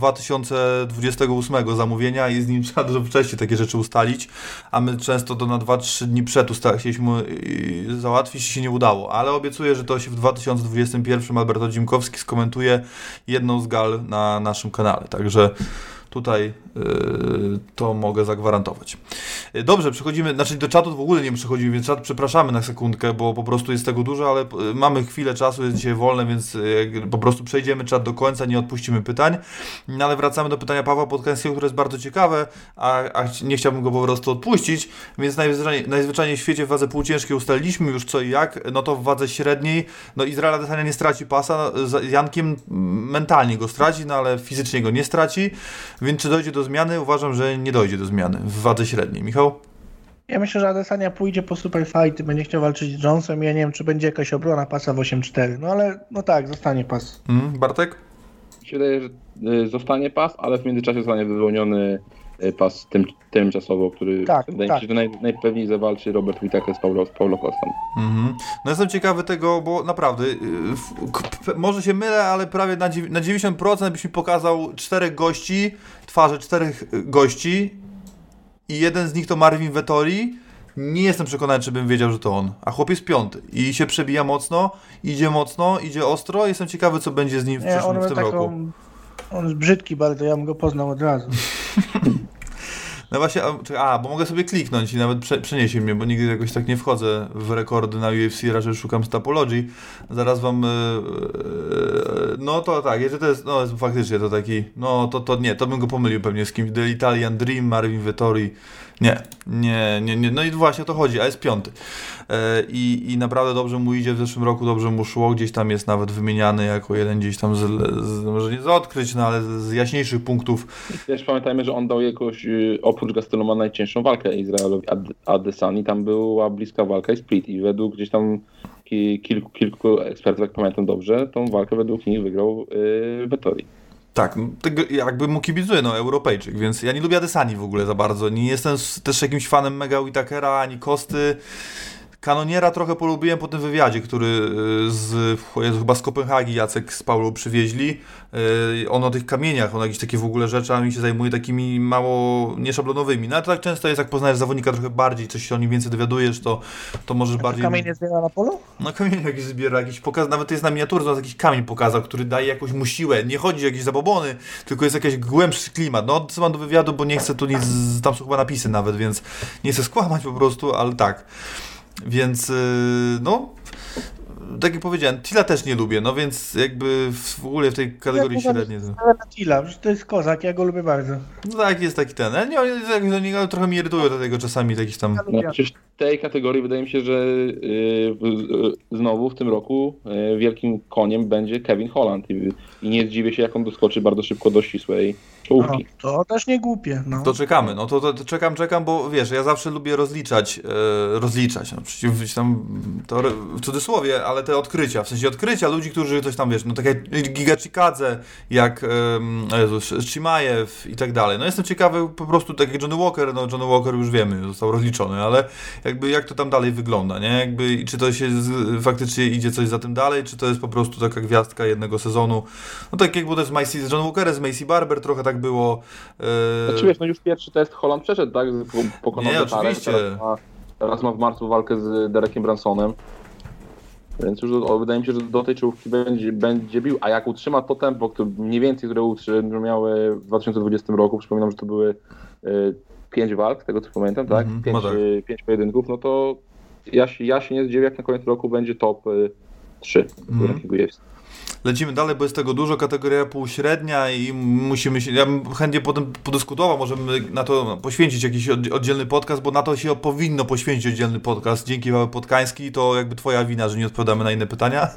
2028 zamówienia i z nim trzeba dużo wcześniej takie rzeczy ustalić, a my często to na 2-3 dni przed chcieliśmy załatwić i się nie udało, ale obiecuję, że to się w 2021 Albert Odzimkowski skomentuje jedną z gal na naszym kanale, także tutaj to mogę zagwarantować. Dobrze, przechodzimy, znaczy do czatu w ogóle nie przechodzimy, więc czat przepraszamy na sekundkę, bo po prostu jest tego dużo, ale mamy chwilę czasu, jest dzisiaj wolne, więc po prostu przejdziemy czat do końca, nie odpuścimy pytań, no ale wracamy do pytania Pawła Podkańskiego, które jest bardzo ciekawe, a nie chciałbym go po prostu odpuścić, więc najzwyczajniej w świecie w wadze półciężkiej ustaliliśmy już co i jak, no to w wadze średniej, no Izrael Adesanya nie straci pasa, Jankiem mentalnie go straci, no ale fizycznie go nie straci, więc czy dojdzie do zmiany? Uważam, że nie dojdzie do zmiany w wadze średniej. Michał? Ja myślę, że Adesanya pójdzie po super fight, będzie chciał walczyć z Jonesem. Ja nie wiem, czy będzie jakaś obrona pasa w 8-4. No ale no tak, zostanie pas. Bartek? Mi się wydaje, że zostanie pas, ale w międzyczasie zostanie wyłoniony pas tymczasowo, który wydaje mi się, że najpewniej zawalczy Robert Whittaker z Paulo Costą. No jestem ciekawy tego, bo naprawdę może się mylę, ale prawie na 90% byś mi pokazał 4 gości, twarze 4 gości i jeden z nich to Marvin Vettori. Nie jestem przekonany, czy bym wiedział, że to on. A chłop jest 5. I się przebija mocno, idzie ostro. Jestem ciekawy, co będzie z nim w tym roku. On jest brzydki bardzo, ja bym go poznał od razu. No właśnie, bo mogę sobie kliknąć i nawet przeniesie mnie, bo nigdy jakoś tak nie wchodzę w rekordy na UFC, raczej szukam Stapology. Zaraz wam... No to tak, jeżeli to jest, no faktycznie to taki, no to nie, to bym go pomylił pewnie z kimś. The Italian Dream, Marvin Vettori. Nie, no i właśnie o to chodzi, a jest 5. I naprawdę dobrze mu idzie, w zeszłym roku dobrze mu szło, gdzieś tam jest nawet wymieniany jako jeden gdzieś tam, może nie z odkryć, no ale z jaśniejszych punktów. Też pamiętajmy, że on dał jakoś, oprócz Gasteluma, najcięższą walkę Izraelowi Adesani, tam była bliska walka i split i według gdzieś tam kilku ekspertów, jak pamiętam dobrze, tą walkę według nich wygrał Vettori. Tak, jakby mu kibicuję, no Europejczyk, więc ja nie lubię Adesani w ogóle za bardzo, nie jestem też jakimś fanem mega Whittakera, ani Kosty. Kanoniera trochę polubiłem po tym wywiadzie, który chyba z Kopenhagi Jacek z Paulą przywieźli. On o tych kamieniach, on jakieś takie w ogóle rzeczami się zajmuje takimi mało nieszablonowymi. No ale to tak często jest, jak poznajesz zawodnika trochę bardziej, coś się o nim więcej dowiadujesz, to możesz bardziej... Kamienie zbiera na polu? No kamienie jakieś zbiera, nawet jest na miniaturze, to jakiś kamień pokazał, który daje jakąś mu siłę. Nie chodzi o jakieś zabobony, tylko jest jakiś głębszy klimat. No odsyłam do wywiadu, bo nie chcę tu nic, tam są chyba napisy nawet, więc nie chcę skłamać po prostu, ale tak. Więc no, tak jak powiedziałem, Tilla też nie lubię, no więc jakby w ogóle w tej kategorii średniej. Tilla, to jest kozak, ja go lubię bardzo. No tak, jest taki ten, ale trochę mnie irytują do tego czasami jakiś tam... No przecież w tej kategorii wydaje mi się, że znowu w tym roku wielkim koniem będzie Kevin Holland i nie zdziwię się, jak on doskoczy bardzo szybko do ścisłej czołówki. No, to też nie głupie. No. To czekamy, no to czekam, bo wiesz, ja zawsze lubię rozliczać, no przecież tam to w cudzysłowie, ale te odkrycia, w sensie odkrycia ludzi, którzy coś tam, wiesz, no tak jak Giga Chikadze, jak Chimaev i tak dalej. No jestem ciekawy po prostu, tak jak Johnny Walker, no Johnny Walker już wiemy, został rozliczony, ale jakby jak to tam dalej wygląda, nie? Jakby, i czy to się faktycznie idzie coś za tym dalej, czy to jest po prostu taka gwiazdka jednego sezonu. No tak jak było też z John Walkerem, z Macy Barber, trochę tak było. Znaczy wiesz, no już pierwszy test Holland przeszedł, tak? Pokonał Nie, Detarę, oczywiście. Teraz ma w marcu walkę z Derekiem Bransonem. Więc już wydaje mi się, że do tej czołówki będzie bił, a jak utrzyma to tempo, mniej więcej, które miały w 2020 roku, przypominam, że to były 5 walk, tego co pamiętam, tak? 5 pojedynków, no to ja się nie zdziwię, jak na koniec roku będzie top 3 w rankingu UFC. Lecimy dalej, bo jest tego dużo, kategoria półśrednia i musimy się, ja bym chętnie potem podyskutował, możemy na to poświęcić jakiś oddzielny podcast, bo na to się powinno poświęcić oddzielny podcast. Dzięki Paweł Podkański, to jakby twoja wina, że nie odpowiadamy na inne pytania.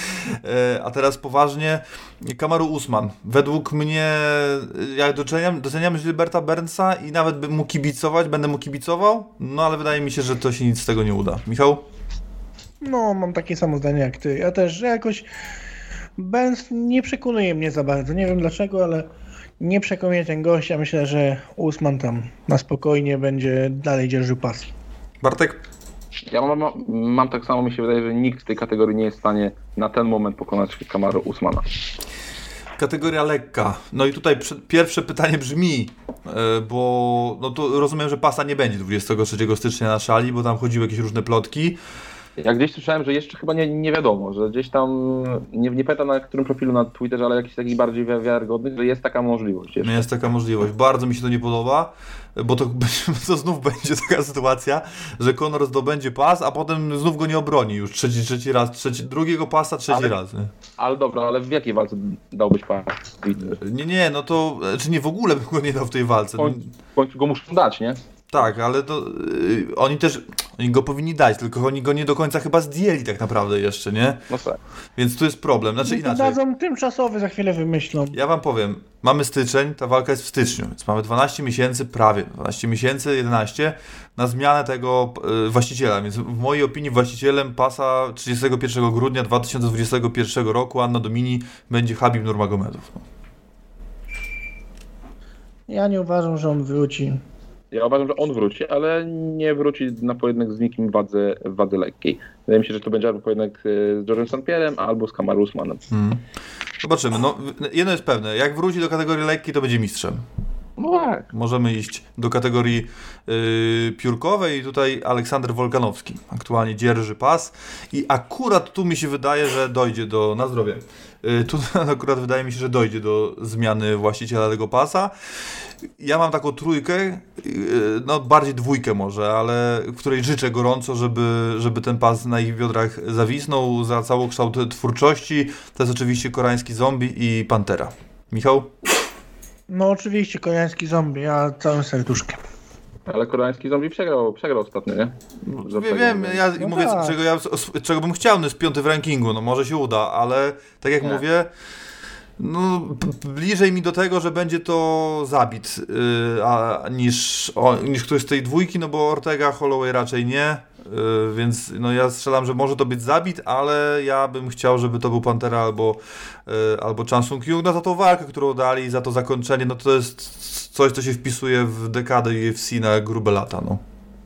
A teraz poważnie, Kamaru Usman. Według mnie, ja doceniam Gilberta Burnsa i nawet bym mu kibicować, będę mu kibicował, no ale wydaje mi się, że to się nic z tego nie uda. Michał? No, mam takie samo zdanie jak ty. Ja też, że jakoś Burns nie przekonuje mnie za bardzo. Nie wiem dlaczego, ale nie przekonuje ten gość. Ja myślę, że Usman tam na spokojnie będzie dalej dzierżył pas. Bartek? Ja mam tak samo, mi się wydaje, że nikt w tej kategorii nie jest w stanie na ten moment pokonać Kamaru Usmana. Kategoria lekka. No i tutaj pierwsze pytanie brzmi, bo no to rozumiem, że pasa nie będzie 23 stycznia na szali, bo tam chodziły jakieś różne plotki. Ja gdzieś słyszałem, że jeszcze chyba nie wiadomo, że gdzieś tam, nie pamiętam na którym profilu na Twitterze, ale jakiś taki bardziej wiarygodny, że jest taka możliwość jeszcze. Jest taka możliwość. Bardzo mi się to nie podoba, bo to znów będzie taka sytuacja, że Conor zdobędzie pas, a potem znów go nie obroni już trzeci raz, drugiego pasa trzeci raz. Nie? Ale dobra, ale w jakiej walce dałbyś pas? Nie, no to, czy nie w ogóle bym go nie dał w tej walce. W końcu go muszą dać, nie? Tak, ale to oni go powinni dać, tylko oni go nie do końca chyba zdjęli tak naprawdę jeszcze, nie? No tak. Więc tu jest problem, znaczy inaczej. Dadzą tymczasowy, za chwilę wymyślą. Ja wam powiem, mamy styczeń, ta walka jest w styczniu, więc mamy 12 miesięcy, prawie 12 miesięcy, 11 na zmianę tego właściciela, więc w mojej opinii właścicielem pasa 31 grudnia 2021 roku Anno Domini będzie Khabib Nurmagomedov. Ja nie uważam, że on wróci. Ja uważam, że on wróci, ale nie wróci na pojedynek z nikim w wadze lekkiej. Wydaje mi się, że to będzie albo pojedynek z George'em St. Pierre'em, albo z Kamaru Usmanem. Zobaczymy. No, jedno jest pewne, jak wróci do kategorii lekkiej, to będzie mistrzem. No tak. Możemy iść do kategorii piórkowej i tutaj Aleksander Wolkanowski aktualnie dzierży pas i akurat tu mi się wydaje, że dojdzie do... Na zdrowie. Tu akurat wydaje mi się, że dojdzie do zmiany właściciela tego pasa. Ja mam taką trójkę, no bardziej dwójkę może, ale w której życzę gorąco, żeby ten pas na ich biodrach zawisnął za całokształt twórczości. To jest oczywiście koreański zombie i Pantera. Michał? No oczywiście, koreański zombie, ja całym serduszkiem. Ale koreański zombie przegrał ostatnio, nie? Wiem, ja no mówię, tak. czego bym chciał, no jest 5 w rankingu, no może się uda, ale tak jak mówię, no bliżej mi do tego, że będzie to Zabit, niż ktoś z tej dwójki, no bo Ortega, Holloway raczej nie, więc no ja strzelam, że może to być Zabit, ale ja bym chciał, żeby to był Pantera albo Chan Sung Jung, no za tą walkę, którą dali, za to zakończenie, no to jest coś, co się wpisuje w dekadę UFC na grube lata, no.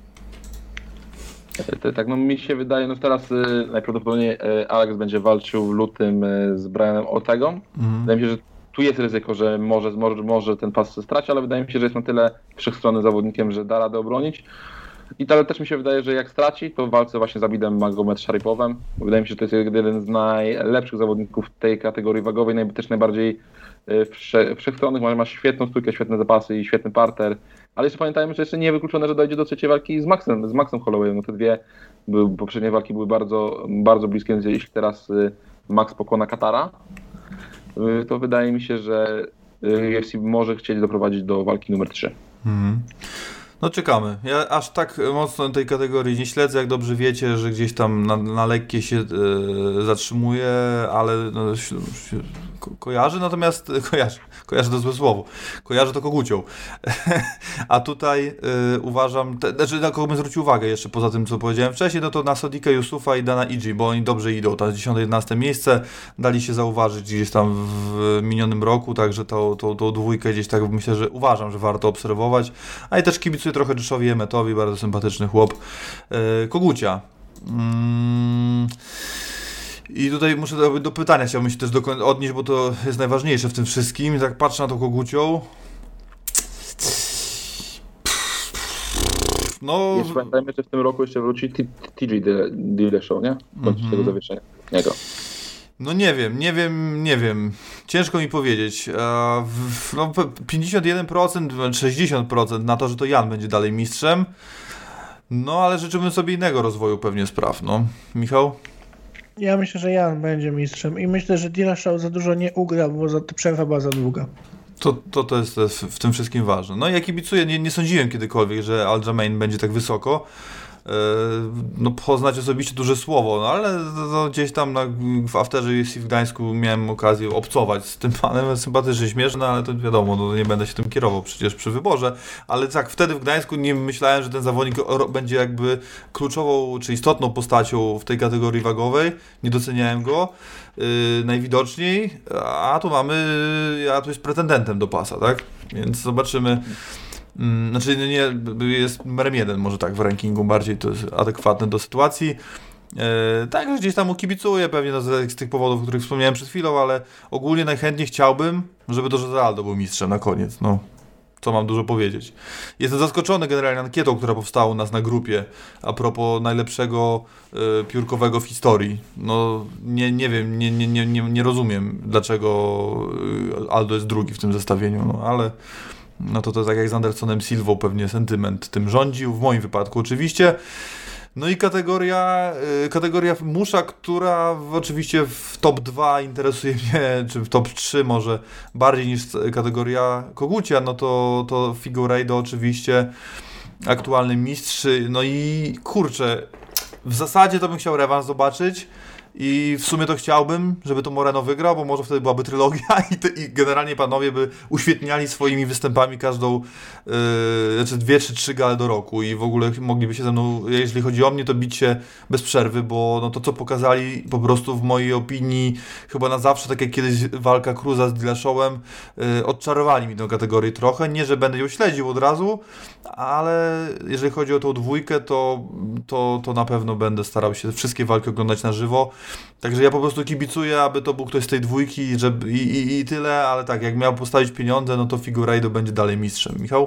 Tak, no mi się wydaje, no teraz najprawdopodobniej Alex będzie walczył w lutym z Brianem Ortegą. Wydaje mi się, że tu jest ryzyko, że może ten pas straci, ale wydaje mi się, że jest na tyle wszechstronnym zawodnikiem, że da radę obronić. I ale też mi się wydaje, że jak straci, to w walce właśnie z Abidem Magomed Sharipowem. Wydaje mi się, że to jest jeden z najlepszych zawodników tej kategorii wagowej, też najbardziej wszechstronnych. Ma świetną stójkę, świetne zapasy i świetny parter. Ale jeszcze pamiętajmy, że jeszcze nie wykluczone, że dojdzie do trzeciej walki z Maxem Hollowayem. No te dwie poprzednie walki były bardzo, bardzo bliskie, więc jeśli teraz Max pokona Katara, to wydaje mi się, że UFC może chcieć doprowadzić do walki numer 3. No czekamy. Ja aż tak mocno tej kategorii nie śledzę, jak dobrze wiecie, że gdzieś tam na lekkie się zatrzymuje, ale no, kojarzy, natomiast kojarzy to złe słowo, kojarzy to Kogucią. A tutaj uważam, znaczy na kogo bym zwrócił uwagę jeszcze poza tym, co powiedziałem wcześniej, no to na Sodiqa Yusufa i Dana Iji, bo oni dobrze idą, to 10-11 miejsce, dali się zauważyć gdzieś tam w minionym roku, także tą dwójkę gdzieś tak myślę, że uważam, że warto obserwować, a i też kibicuję trochę Joshowi Emmetowi, bardzo sympatyczny chłop. Kogucia. I tutaj muszę do pytania chciałbym się też odnieść, bo to jest najważniejsze w tym wszystkim. I tak patrzę na tą Kogucią. No... Jeszcze pamiętajmy, że w tym roku jeszcze wróci TJ Dillashaw, nie? Kończy tego zawieszenia niego. No nie wiem. Ciężko mi powiedzieć. 51%, 60% na to, że to Jan będzie dalej mistrzem. No, ale życzyłbym sobie innego rozwoju pewnie spraw, no. Michał? Ja myślę, że Jan będzie mistrzem i myślę, że Dillashaw za dużo nie ugra, bo ta przerwa była za długa. To jest w tym wszystkim ważne. No i ja kibicuję, nie sądziłem kiedykolwiek, że Aljamain będzie tak wysoko. No poznać osobiście duże słowo, no ale gdzieś tam w afterze UFC w Gdańsku miałem okazję obcować z tym panem, sympatycznie śmieszne, ale to wiadomo, no nie będę się tym kierował przecież przy wyborze, ale tak, wtedy w Gdańsku nie myślałem, że ten zawodnik będzie jakby kluczową czy istotną postacią w tej kategorii wagowej, nie doceniałem go najwidoczniej, a tu jest pretendentem do pasa, tak? Więc zobaczymy. Znaczy nie, jest numerem 1 może tak w rankingu, bardziej to jest adekwatne do sytuacji. Także gdzieś tam kibicuję pewnie z tych powodów, o których wspomniałem przed chwilą, ale ogólnie najchętniej chciałbym, żeby to José Aldo był mistrzem na koniec, no. Co mam dużo powiedzieć. Jestem zaskoczony generalnie ankietą, która powstała u nas na grupie a propos najlepszego piórkowego w historii. No nie wiem, nie rozumiem, dlaczego Aldo jest drugi w tym zestawieniu, no ale no to tak jak z Andersonem Silvą pewnie sentyment tym rządził, w moim wypadku oczywiście. No i kategoria musza, która oczywiście w top 2 interesuje mnie, czy w top 3 może bardziej niż kategoria Kogucia, no to Figueiredo oczywiście, aktualny mistrz, no i kurczę, w zasadzie to bym chciał rewanż zobaczyć. I w sumie to chciałbym, żeby to Moreno wygrał, bo może wtedy byłaby trylogia i generalnie panowie by uświetniali swoimi występami każdą, znaczy 2 czy 3 gale do roku i w ogóle mogliby się ze mną, jeżeli chodzi o mnie, to bić się bez przerwy, bo no to co pokazali po prostu w mojej opinii chyba na zawsze, tak jak kiedyś walka Cruza z Dillashawem, odczarowali mi tę kategorię trochę, nie, że będę ją śledził od razu, ale jeżeli chodzi o tą dwójkę, to na pewno będę starał się wszystkie walki oglądać na żywo. Także ja po prostu kibicuję, aby to był ktoś z tej dwójki i tyle, ale tak, jak miał postawić pieniądze, no to Figueiredo będzie dalej mistrzem. Michał?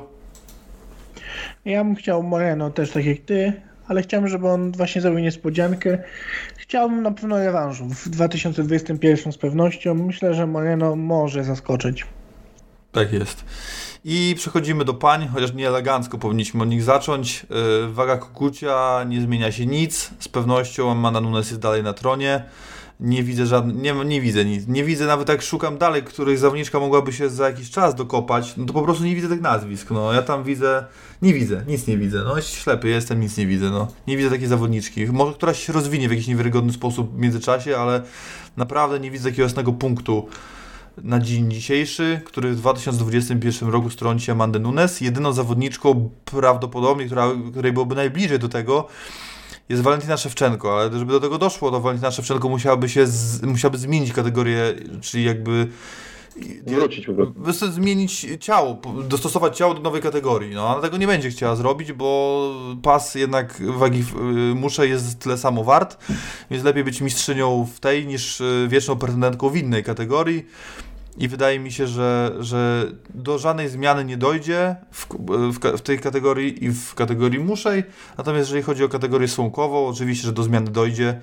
Ja bym chciał Moreno też tak jak ty, ale chciałbym, żeby on właśnie zrobił niespodziankę. Chciałbym na pewno rewanżu w 2021 z pewnością. Myślę, że Moreno może zaskoczyć. Tak jest. I przechodzimy do pań, chociaż nie elegancko powinniśmy od nich zacząć. Waga Kogucia, nie zmienia się nic. Z pewnością Amanda Nunes jest dalej na tronie. Nie widzę nie widzę nic. Nie widzę, nawet jak szukam dalej, której zawodniczka mogłaby się za jakiś czas dokopać, no to po prostu nie widzę tych nazwisk. No ja tam nic nie widzę. No ślepy jestem, nic nie widzę. No nie widzę takiej zawodniczki. Może któraś się rozwinie w jakiś niewiarygodny sposób w międzyczasie, ale naprawdę nie widzę takiego jasnego punktu na dzień dzisiejszy, który w 2021 roku strąci Amandę Nunes. Jedyną zawodniczką prawdopodobnie, której byłoby najbliżej do tego, jest Walentyna Szewczenko, ale żeby do tego doszło, to Walentyna Szewczenko musiałaby zmienić kategorię, czyli jakby wrócić po prostu. Zmienić ciało, dostosować ciało do nowej kategorii. No, ona tego nie będzie chciała zrobić, bo pas jednak wagi muszej jest tyle samo wart, więc lepiej być mistrzynią w tej niż wieczną pretendentką w innej kategorii. I wydaje mi się, że do żadnej zmiany nie dojdzie w tej kategorii i w kategorii muszej. Natomiast jeżeli chodzi o kategorię słomkową, oczywiście, że do zmiany dojdzie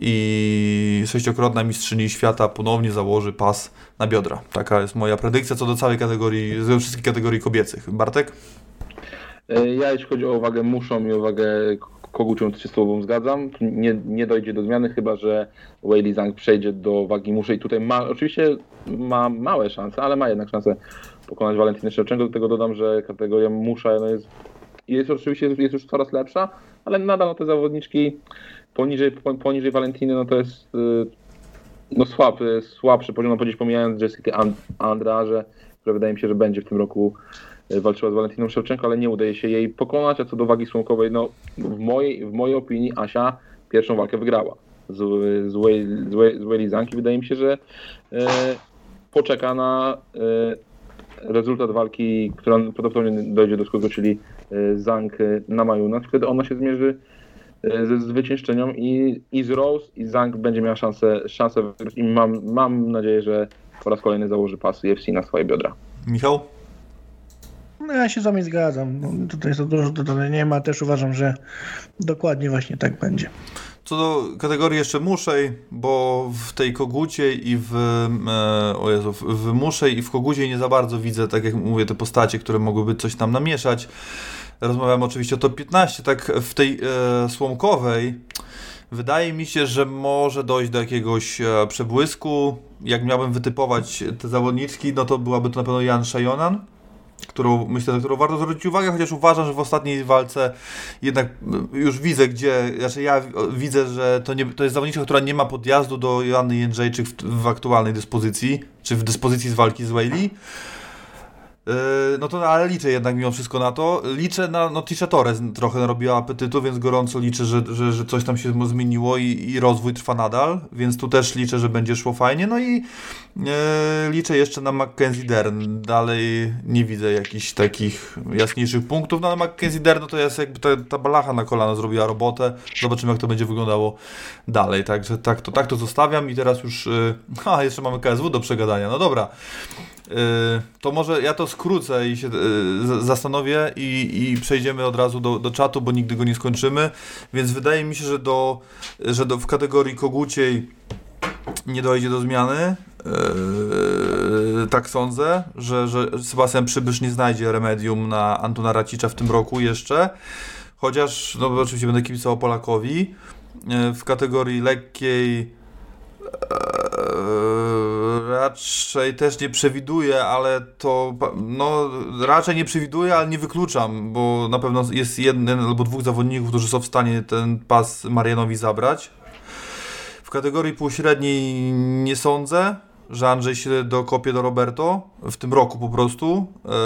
i 6-krotna mistrzyni świata ponownie założy pas na biodra. Taka jest moja predykcja co do całej kategorii, ze wszystkich kategorii kobiecych. Bartek? Ja jeśli chodzi o wagę muszą i o wagę Kogucią, to się z tobą zgadzam. Nie dojdzie do zmiany, chyba że Weili Zhang przejdzie do wagi muszej. I tutaj oczywiście ma małe szanse, ale ma jednak szansę pokonać Walentynę Szewczenko. Do tego dodam, że kategoria musza jest oczywiście już coraz lepsza, ale nadal te zawodniczki poniżej Walentyny, no to jest no słabszy poziom, no gdzieś pomijając Jessica Andrade, która wydaje mi się, że będzie w tym roku walczyła z Walentiną Szewczenko, ale nie udaje się jej pokonać, a co do wagi słonkowej, no w mojej opinii Asia pierwszą walkę wygrała z Weili Zhang i wydaje mi się, że poczeka na rezultat walki, która prawdopodobnie dojdzie do skutku, czyli Zhang na Mayuna, wtedy ona się zmierzy ze zwyciężczynią i z Rose i Zhang będzie miała szansę wygrać i mam nadzieję, że po raz kolejny założy pas UFC na swoje biodra. Michał? No ja się z wami zgadzam. No, tutaj za dużo dodania nie ma. Też uważam, że dokładnie właśnie tak będzie. Co do kategorii jeszcze muszej, bo w tej Kogucie i w muszej i w Kogucie nie za bardzo widzę, tak jak mówię, te postacie, które mogłyby coś tam namieszać. Rozmawiamy oczywiście o top 15, tak w tej słomkowej wydaje mi się, że może dojść do jakiegoś przebłysku. Jak miałbym wytypować te zawodniczki, no to byłaby to na pewno Jan Szajonan, którą warto zwrócić uwagę, chociaż uważam, że w ostatniej walce jednak już widzę, ja widzę, że to jest zawodniczka, która nie ma podjazdu do Joanny Jędrzejczyk w aktualnej dyspozycji, czy w dyspozycji z walki z Weili. No to ale liczę jednak mimo wszystko na to. Liczę na Tisha Torres, trochę narobiła apetytu, więc gorąco liczę, że coś tam się zmieniło i rozwój trwa nadal, więc tu też liczę, że będzie szło fajnie. No i liczę jeszcze na Mackenzie Dern. Dalej nie widzę jakichś takich jasniejszych punktów, no ale Mackenzie Dern, no to jest jakby ta balacha na kolano zrobiła robotę. Zobaczymy, jak to będzie wyglądało dalej. Także tak to zostawiam i teraz już jeszcze mamy KSW do przegadania. No dobra. To może ja to skrócę i się zastanowię i przejdziemy od razu do czatu, bo nigdy go nie skończymy, więc wydaje mi się, że w kategorii koguciej nie dojdzie do zmiany. Tak sądzę, że Sebastian Przybysz nie znajdzie remedium na Antona Racicza w tym roku jeszcze, chociaż no oczywiście będę kibicował Polakowi. W kategorii lekkiej raczej też nie przewiduję, ale to raczej nie przewiduję, ale nie wykluczam, bo na pewno jest jeden albo dwóch zawodników, którzy są w stanie ten pas Marianowi zabrać. W kategorii półśredniej nie sądzę, że Andrzej się dokopie do Roberto w tym roku po prostu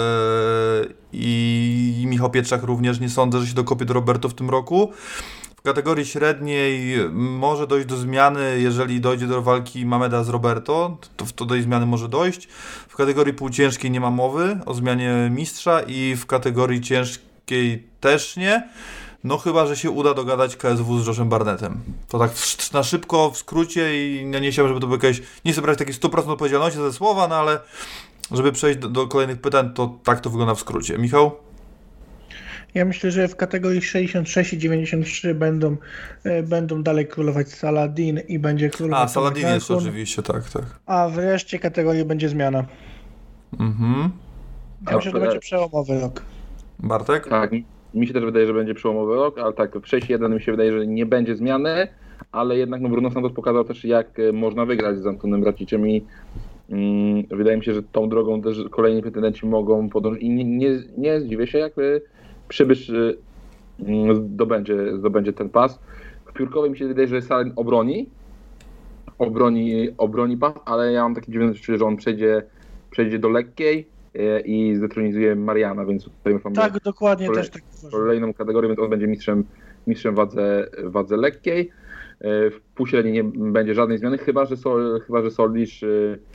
i Michał Pietrzak również nie sądzę, że się dokopie do Roberto w tym roku. W kategorii średniej może dojść do zmiany, jeżeli dojdzie do walki Mameda z Roberto, to do tej zmiany może dojść. W kategorii półciężkiej nie ma mowy o zmianie mistrza i w kategorii ciężkiej też nie. No chyba, że się uda dogadać KSW z Joshem Barnettem. To tak na szybko, w skrócie i nie chciałem, żeby to było jakieś... Nie chcę brać takiej 100% odpowiedzialności za te słowa, no ale żeby przejść do kolejnych pytań, to tak to wygląda w skrócie. Michał? Ja myślę, że w kategorii 66 i 93 będą dalej królować Saladin i będzie królować... Saladin jest oczywiście, tak. A w reszcie kategorii będzie zmiana. Mhm. Ja myślę, że to będzie przełomowy rok. Bartek? Tak, mi się też wydaje, że będzie przełomowy rok, ale tak, w 6-1 mi się wydaje, że nie będzie zmiany, ale jednak Bruno Santos pokazał też, jak można wygrać z Antonem Racicem i wydaje mi się, że tą drogą też kolejni pretendenci mogą podążyć i nie zdziwię się, jak Przybysz zdobędzie ten pas. W piórkowej mi się wydaje, że Saladin obroni pas, ale ja mam takie dziwne odczucie, że on przejdzie do lekkiej i zdetronizuje Mariana, więc tutaj mamy tak, dokładnie też tak kolejną kategorię, więc on będzie mistrzem wadze lekkiej. W półśredniej nie będzie żadnej zmiany, chyba że Solisz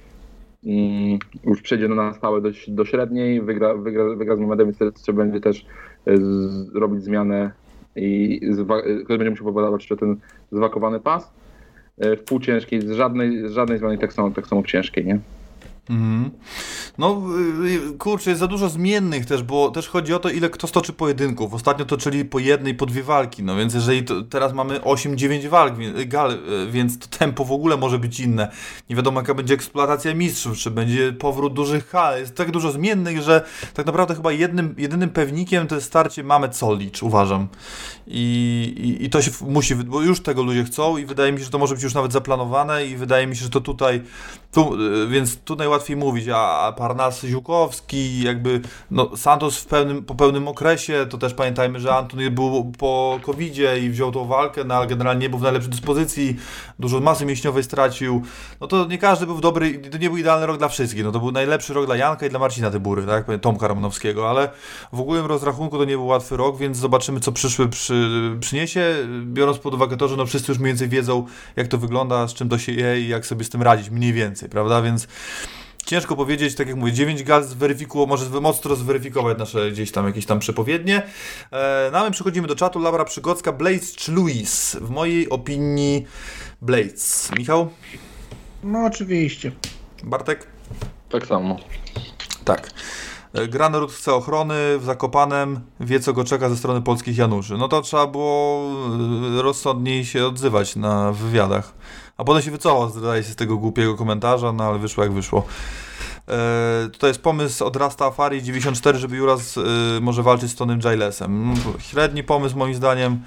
już przejdzie na stałe do średniej, wygra z Mamedem, więc trzeba będzie też zrobić zmianę i ktoś będzie musiał powodować ten zwakowany pas. W półciężkiej żadnej zmiany, tak samo w ciężkiej, nie? Mhm. No kurczę, jest za dużo zmiennych też, bo też chodzi o to, ile kto stoczy pojedynków. Ostatnio toczyli po jednej, po dwie walki, no więc jeżeli teraz mamy 8-9 walk, więc to tempo w ogóle może być inne. Nie wiadomo, jaka będzie eksploatacja mistrzów, czy będzie powrót dużych hal. Jest tak dużo zmiennych, że tak naprawdę chyba jedynym pewnikiem to jest starcie Mamed Solić, uważam. I to się musi, bo już tego ludzie chcą i wydaje mi się, że to może być już nawet zaplanowane i wydaje mi się, że to więc tu najłatwiej łatwiej mówić, a Parnas Ziółkowski, jakby no Santos po pełnym okresie, to też pamiętajmy, że Anton był po COVID-zie i wziął tą walkę, no ale generalnie nie był w najlepszej dyspozycji, dużo masy mięśniowej stracił, no to nie każdy był dobry, to nie był idealny rok dla wszystkich, no to był najlepszy rok dla Janka i dla Marcina Tybury, tak, Tomka Romanowskiego, ale w ogólnym rozrachunku to nie był łatwy rok, więc zobaczymy, co przyszły przyniesie, biorąc pod uwagę to, że no wszyscy już mniej więcej wiedzą, jak to wygląda, z czym to się je i jak sobie z tym radzić, mniej więcej, prawda, więc ciężko powiedzieć, tak jak mówię, 9 gal może mocno zweryfikować nasze gdzieś tam jakieś tam przepowiednie. No a my przechodzimy do czatu. Laura Przygocka, Blades czy Luis? W mojej opinii Blades. Michał? No oczywiście. Bartek? Tak samo. Tak. Granerud chce ochrony w Zakopanem, wie co go czeka ze strony polskich Januszy. No to trzeba było rozsądniej się odzywać na wywiadach. A potem się wycofał, zdaje się, z tego głupiego komentarza, no ale wyszło jak wyszło. Tutaj jest pomysł od Rastafari 94, żeby Juras może walczyć z Tonym Gilesem. Średni pomysł moim zdaniem.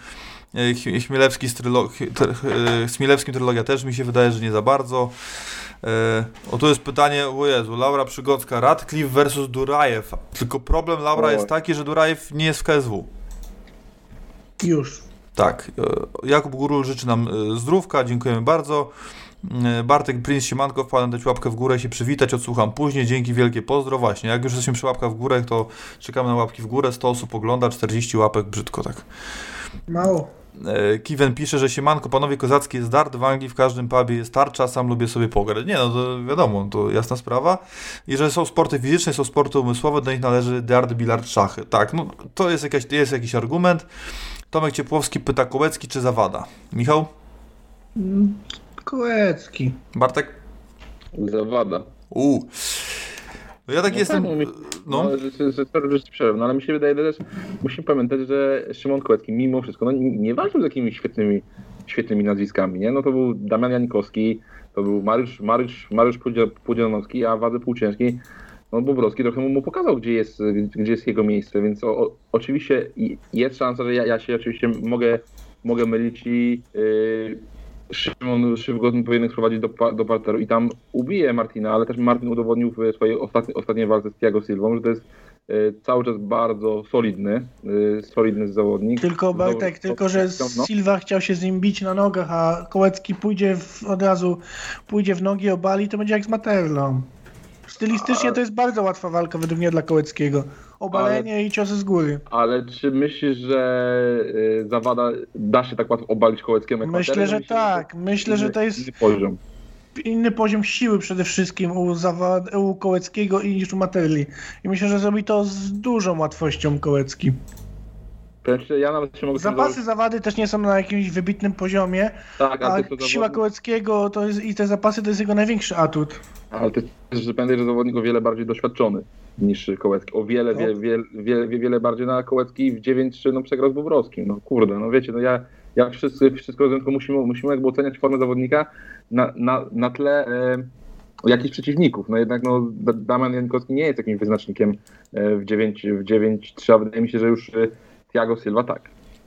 Chmielewskim trylogia też mi się wydaje, że nie za bardzo. O tu jest pytanie, o Jezu, Laura Przygocka, Radcliffe versus Durajew. Tylko problem, Laura, jest taki, że Durajew nie jest w KSW. Już. Tak. Jakub Górul życzy nam zdrówka, dziękujemy bardzo. Bartek Prince, siemanko, wpadłem dać łapkę w górę, się przywitać, odsłucham później, dzięki wielkie, pozdro. Właśnie, jak już jesteśmy przy łapkach w górę, to czekamy na łapki w górę, 100 osób ogląda, 40 łapek, brzydko tak. Mało. Kiwen pisze, że siemanko, panowie kozacki, jest dart, w Anglii w każdym pubie jest tarcza, sam lubię sobie pograć. Nie no, to wiadomo, to jasna sprawa. I że są sporty fizyczne, są sporty umysłowe, do nich należy dart, bilard, szachy. Tak, no to jest jakiś argument. Tomek Ciepłowski pyta, Kołecki czy Zawada? Michał? Kołecki. Bartek? Zawada. No ja tak jestem... No ale mi się wydaje, że też musimy pamiętać, że Szymon Kołecki mimo wszystko no, nie walczył z jakimiś świetnymi nazwiskami, nie? No to był Damian Janikowski, to był Mariusz Pudzianowski, a wadze półciężkiej no Bobrowski trochę mu pokazał, gdzie jest jego miejsce, więc oczywiście jest szansa, że ja się oczywiście mogę mylić i Szymon Szybgodny powinien prowadzić do parteru i tam ubije Martina, ale też Martin udowodnił w swojej ostatniej walce z Thiago Silvą, że to jest cały czas bardzo solidny zawodnik. Tylko Bartek, że Silva chciał się z nim bić na nogach, a Kołecki od razu pójdzie w nogi, obali, to będzie jak z Materlą. Stylistycznie to jest bardzo łatwa walka według mnie dla Kołeckiego. Obalenie i ciosy z góry. Ale czy myślisz, że Zawada da się tak łatwo obalić Kołeckiemu? Myślę, że tak. Myślę, że to jest inny poziom siły przede wszystkim u Kołeckiego niż u Materli. I myślę, że zrobi to z dużą łatwością Kołecki. Ja nawet się mogę zapasy Zawady też nie są na jakimś wybitnym poziomie, tak, a siła Kołeckiego i te zapasy to jest jego największy atut. Ale ty też pamiętaj, że zawodnik o wiele bardziej doświadczony niż Kołecki. O wiele bardziej na Kołecki w 9-3 no, przegrał z Bobrowskim. No kurde, no wiecie, no ja wszystko rozumiem, tylko musimy jakby oceniać formę zawodnika na tle jakichś przeciwników. No jednak no, Damian Janikowski nie jest jakimś wyznacznikiem w 9-3, a wydaje mi się, że już Thiago Silva tak.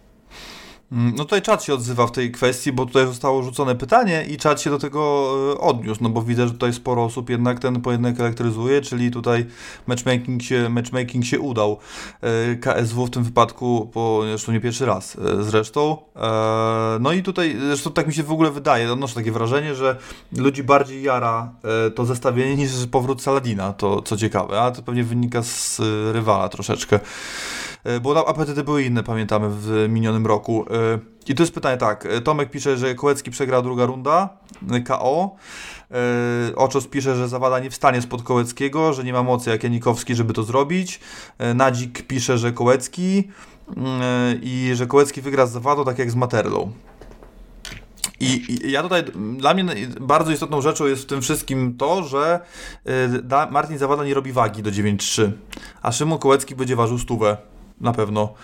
No tutaj czat się odzywa w tej kwestii, bo tutaj zostało rzucone pytanie i czat się do tego odniósł, no bo widzę, że tutaj sporo osób jednak ten pojedynek elektryzuje, czyli tutaj matchmaking się udał. KSW w tym wypadku, zresztą nie pierwszy raz zresztą. No i tutaj, zresztą tak mi się w ogóle wydaje, odnoszę takie wrażenie, że ludzi bardziej jara to zestawienie niż powrót Saladina, to co ciekawe, a to pewnie wynika z rywala troszeczkę. Bo apetyty były inne, pamiętamy, w minionym roku. I tu jest pytanie tak, Tomek pisze, że Kołecki przegrał druga runda, KO. Oczos pisze, że Zawada nie wstanie spod Kołeckiego, że nie ma mocy jak Janikowski, żeby to zrobić. Nadzik pisze, że Kołecki i że Kołecki wygra z Zawadą tak jak z Materlą. I ja tutaj, dla mnie bardzo istotną rzeczą jest w tym wszystkim to, że Martin Zawada nie robi wagi do 9-3, a Szymon Kołecki będzie ważył 100 na pewno.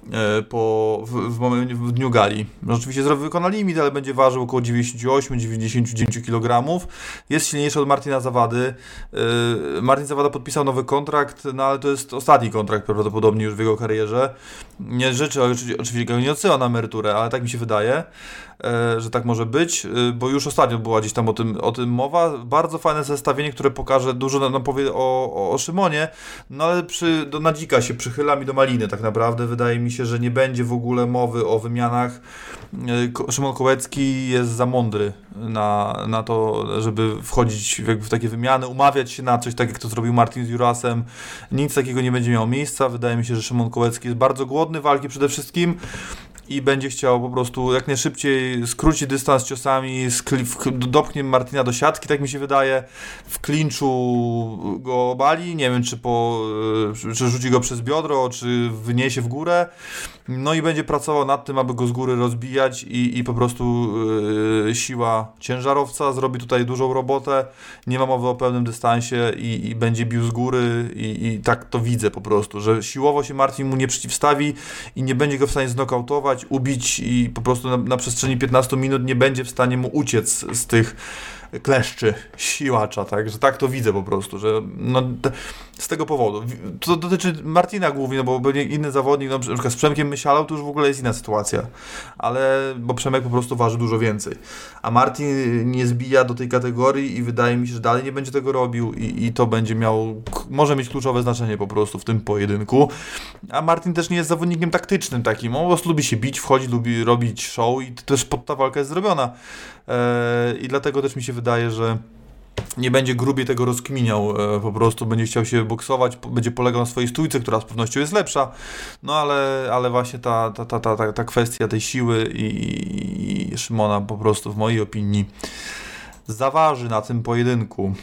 w dniu gali. No, oczywiście wykona limit, ale będzie ważył około 98-99 kg. Jest silniejszy od Martina Zawady. Martin Zawada podpisał nowy kontrakt, no ale to jest ostatni kontrakt prawdopodobnie już w jego karierze. Nie życzę oczywiście go nie odsyła na emeryturę, ale tak mi się wydaje, że tak może być, bo już ostatnio była gdzieś tam o tym mowa. Bardzo fajne zestawienie, które pokaże, dużo nam powie o Szymonie, no ale na dzika się przychylam i do maliny tak naprawdę. Wydaje mi się, że nie będzie w ogóle mowy o wymianach. Szymon Kołecki jest za mądry na to, żeby wchodzić w takie wymiany, umawiać się na coś, tak jak to zrobił Martin z Jurasem. Nic takiego nie będzie miało miejsca. Wydaje mi się, że Szymon Kołecki jest bardzo głodny walki przede wszystkim i będzie chciał po prostu jak najszybciej skrócić dystans ciosami, dopchnie Martina do siatki, tak mi się wydaje, w klinczu go obali, nie wiem czy rzuci go przez biodro, czy wyniesie w górę, no i będzie pracował nad tym, aby go z góry rozbijać i po prostu siła ciężarowca zrobi tutaj dużą robotę, nie ma mowy o pełnym dystansie i będzie bił z góry i tak to widzę po prostu, że siłowo się Martin mu nie przeciwstawi i nie będzie go w stanie znokautować, ubić i po prostu na przestrzeni 15 minut nie będzie w stanie mu uciec z tych kleszczy siłacza, tak, że tak to widzę po prostu, że no, z tego powodu. To dotyczy Martina głównie, no bo będzie inny zawodnik, no, na przykład z Przemkiem Mysialą to już w ogóle jest inna sytuacja, ale bo Przemek po prostu waży dużo więcej, a Martin nie zbija do tej kategorii i wydaje mi się, że dalej nie będzie tego robił i to będzie może mieć kluczowe znaczenie po prostu w tym pojedynku, a Martin też nie jest zawodnikiem taktycznym takim, on po prostu lubi się bić, wchodzić, lubi robić show i też ta walka jest zrobiona i dlatego też mi się wydaje, że nie będzie grubiej tego rozkminiał, po prostu będzie chciał się boksować, będzie polegał na swojej stójce, która z pewnością jest lepsza, no ale właśnie ta kwestia tej siły i Szymona po prostu w mojej opinii zaważy na tym pojedynku.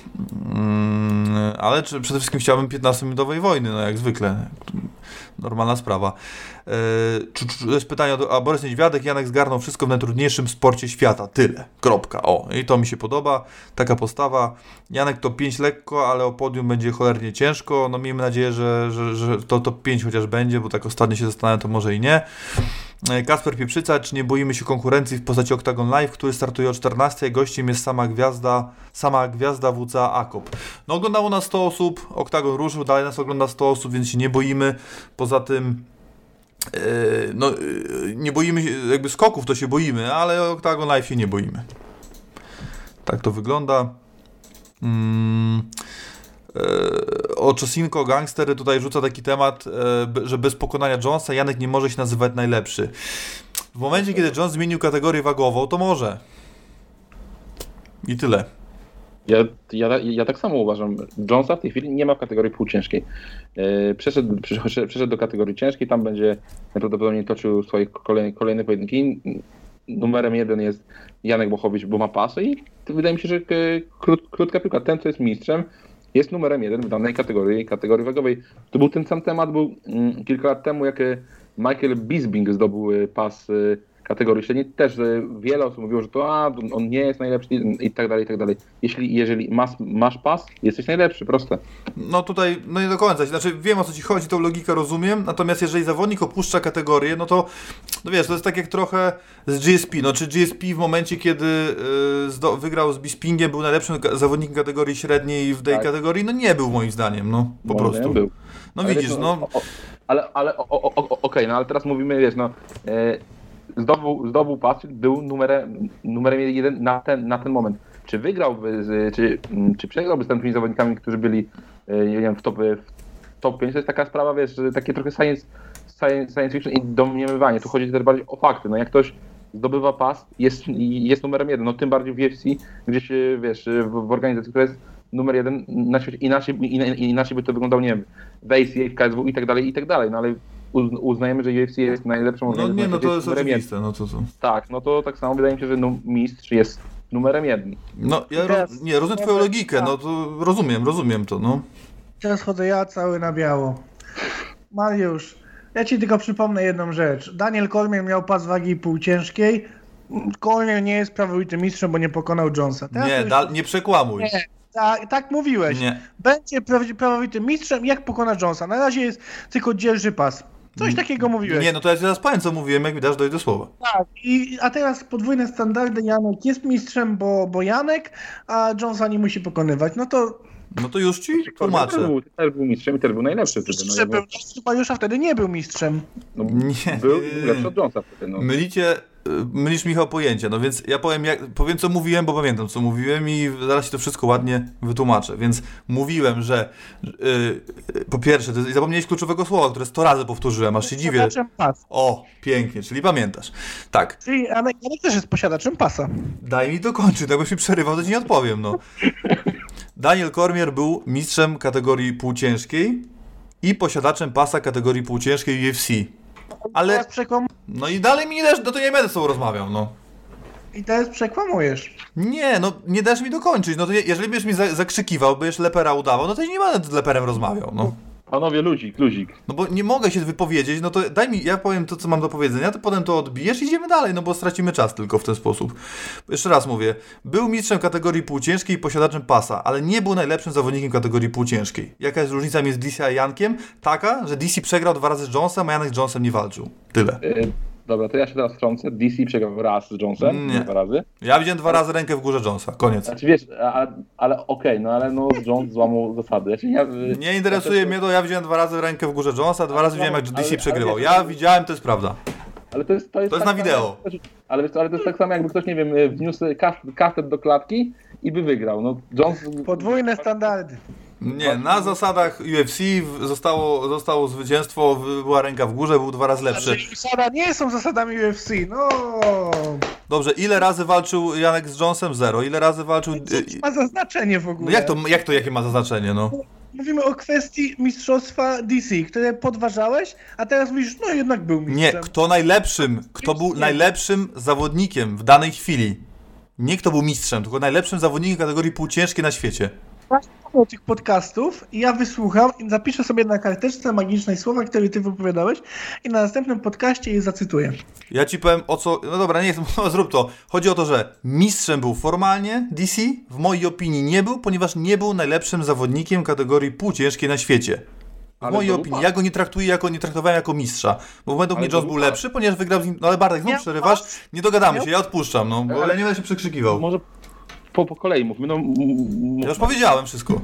Ale przede wszystkim chciałbym 15-minutowej wojny, no jak zwykle. Normalna sprawa. Jest pytanie a Borys Niedźwiadek, Janek zgarnął wszystko w najtrudniejszym sporcie świata. Tyle. Kropka. O, i to mi się podoba. Taka postawa. Janek top 5 lekko, ale o podium będzie cholernie ciężko. No miejmy nadzieję, że to top 5 chociaż będzie, bo tak ostatnio się zastanawiam, to może i nie. Kasper Pieprzyca, czy nie boimy się konkurencji w postaci Octagon Live, który startuje o 14, gościem jest sama gwiazda WCA Akop. No oglądało nas 100 osób, Octagon ruszył, dalej nas ogląda 100 osób, więc się nie boimy. Poza tym nie boimy się, jakby skoków to się boimy, ale Octagon Live się nie boimy. Tak to wygląda. Czosinko Gangster tutaj rzuca taki temat, że bez pokonania Jonesa Janek nie może się nazywać najlepszy. W momencie, kiedy Jones zmienił kategorię wagową, to może. I tyle. Ja tak samo uważam. Jonesa w tej chwili nie ma w kategorii półciężkiej. Przeszedł do kategorii ciężkiej, tam będzie najprawdopodobniej toczył swoje kolejne pojedynki. Numerem 1 jest Janek Bochowicz, bo ma pasy i wydaje mi się, że krótka piłka, ten co jest mistrzem, jest numerem 1 w danej kategorii wagowej. To był ten sam temat, był kilka lat temu, jak Michael Bisping zdobył pas kategorii średniej. Też wiele osób mówiło, że on nie jest najlepszy i tak dalej, i tak dalej. Jeżeli masz pas, jesteś najlepszy, proste. No tutaj, no nie do końca. Znaczy wiem, o co ci chodzi, tą logikę rozumiem, natomiast jeżeli zawodnik opuszcza kategorię, no to no wiesz, to jest tak jak trochę z GSP. No czy GSP w momencie, kiedy wygrał z Bispingiem, był najlepszym zawodnikiem kategorii średniej w tej kategorii? No nie był moim zdaniem, no po prostu. Nie był. No ale widzisz, no. Ale okej, no ale teraz mówimy, wiesz, no zdobył pas, był numerem 1 na ten moment. Czy wygrałby, czy przegrałby z tamtymi zawodnikami, którzy byli, nie wiem, w top 5, to jest taka sprawa, wiesz, takie trochę science fiction i domniemywanie. Tu chodzi też bardziej o fakty. No jak ktoś zdobywa pas, jest numerem 1, no tym bardziej w UFC, gdzieś, wiesz, w organizacji, która jest numer 1 na świecie, inaczej by to wyglądało, nie wiem, w ACA, w KSW i tak dalej, no ale uznajemy, że UFC jest najlepszą organizacją. No nie, no to jest oczywiste, no to. Tak, no to tak samo wydaje mi się, że mistrz jest numerem 1. No ja rozumiem twoją logikę, no to rozumiem to, no. Teraz chodzę ja cały na biało. Mariusz, ja ci tylko przypomnę jedną rzecz. Daniel Cormier miał pas wagi półciężkiej. Cormier nie jest prawowitym mistrzem, bo nie pokonał Jonesa. Nie przekłamuj. Nie. Tak mówiłeś. Nie. Będzie prawowitym mistrzem, jak pokona Jonesa. Na razie jest tylko dzierży pas. Coś takiego mówiłeś. Nie, no to ja teraz powiem, co mówiłem, jak mi dasz dojść do słowa. Tak, a teraz podwójne standardy, Janek jest mistrzem, bo Janek, a Jonesa nie musi pokonywać. No to już ci tłumaczę. Też był mistrzem i też był najlepszy wtedy. No, pełniarstwo Mariusza wtedy nie był mistrzem. no, Nie. był lepszy od Jonesa wtedy. No. Mylisz, Michał, pojęcia, no więc ja powiem co mówiłem, bo pamiętam co mówiłem i zaraz ci to wszystko ładnie wytłumaczę, więc mówiłem, że po pierwsze, zapomniałeś kluczowego słowa, które 100 razy powtórzyłem, aż się dziwię. Posiadaczem pasa. O, pięknie, czyli pamiętasz. Tak, Czyli Janek też jest posiadaczem pasa. daj mi dokończyć, jakbyś mi przerywał, to ci nie odpowiem, no. Daniel Cormier był mistrzem kategorii półciężkiej i posiadaczem pasa kategorii półciężkiej UFC. Ale, no i dalej mi nie dasz, no to nie będę z tobą rozmawiał, no. I teraz przekłamujesz. Nie, no nie dasz mi dokończyć, no to jeżeli będziesz mi zakrzykiwał, będziesz lepera udawał, no to nie będę z leperem rozmawiał, no. Panowie, luzik. No bo nie mogę się wypowiedzieć, no to daj mi, ja powiem to, co mam do powiedzenia, to potem to odbijesz i idziemy dalej, no bo stracimy czas tylko w ten sposób. Jeszcze raz mówię, był mistrzem kategorii półciężkiej i posiadaczem pasa, ale nie był najlepszym zawodnikiem kategorii półciężkiej. Jaka jest różnica między DC a Jankiem? Taka, że DC przegrał 2 razy z Jonesem, a Janek z Jonesem nie walczył. Tyle. Dobra, to ja się teraz wtrącę. DC przegrał raz z Jonesem, Nie. 2 razy. Ja widziałem 2 razy rękę w górze Jonesa, koniec. Znaczy wiesz, ale okej, no ale no Jones złamał zasady. Nie interesuje mnie to, ja widziałem 2 razy rękę w górze Jonesa, 2 razy widziałem jak DC przegrywał. Ja widziałem, to jest prawda. Ale to jest tak na wideo. Ale to jest tak samo, jakby ktoś, nie wiem, wniósł kastet do klatki i by wygrał. No, Jones... Podwójne standardy. Nie, na zasadach UFC zostało zwycięstwo, była ręka w górze, był 2 razy lepszy. Zasada nie są zasadami UFC, no. Dobrze, ile razy walczył Janek z Jonesem? 0. Ile razy walczył... Ma zaznaczenie w ogóle. No jakie ma zaznaczenie, no? Mówimy o kwestii mistrzostwa DC, które podważałeś, a teraz mówisz, no jednak był mistrzem. Nie, kto był najlepszym zawodnikiem w danej chwili. Nie kto był mistrzem, tylko najlepszym zawodnikiem kategorii półciężkiej na świecie. Tych podcastów i ja wysłucham i zapiszę sobie na karteczce magicznej słowa, które ty wypowiadałeś i na następnym podcaście je zacytuję. Ja ci powiem o co... No dobra, nie zrób to. Chodzi o to, że mistrzem był formalnie DC, w mojej opinii nie był, ponieważ nie był najlepszym zawodnikiem kategorii półciężkiej na świecie. W mojej opinii. Ja go nie traktowałem jako mistrza. Bo według mnie Jones był lepszy, ponieważ wygrał z nim... No ale Bartek, znowu przerywasz. Nie dogadamy się, ja odpuszczam, no. Bo ale nie będę się przekrzykiwał. Może po kolei mówmy, no... Ja już powiedziałem wszystko.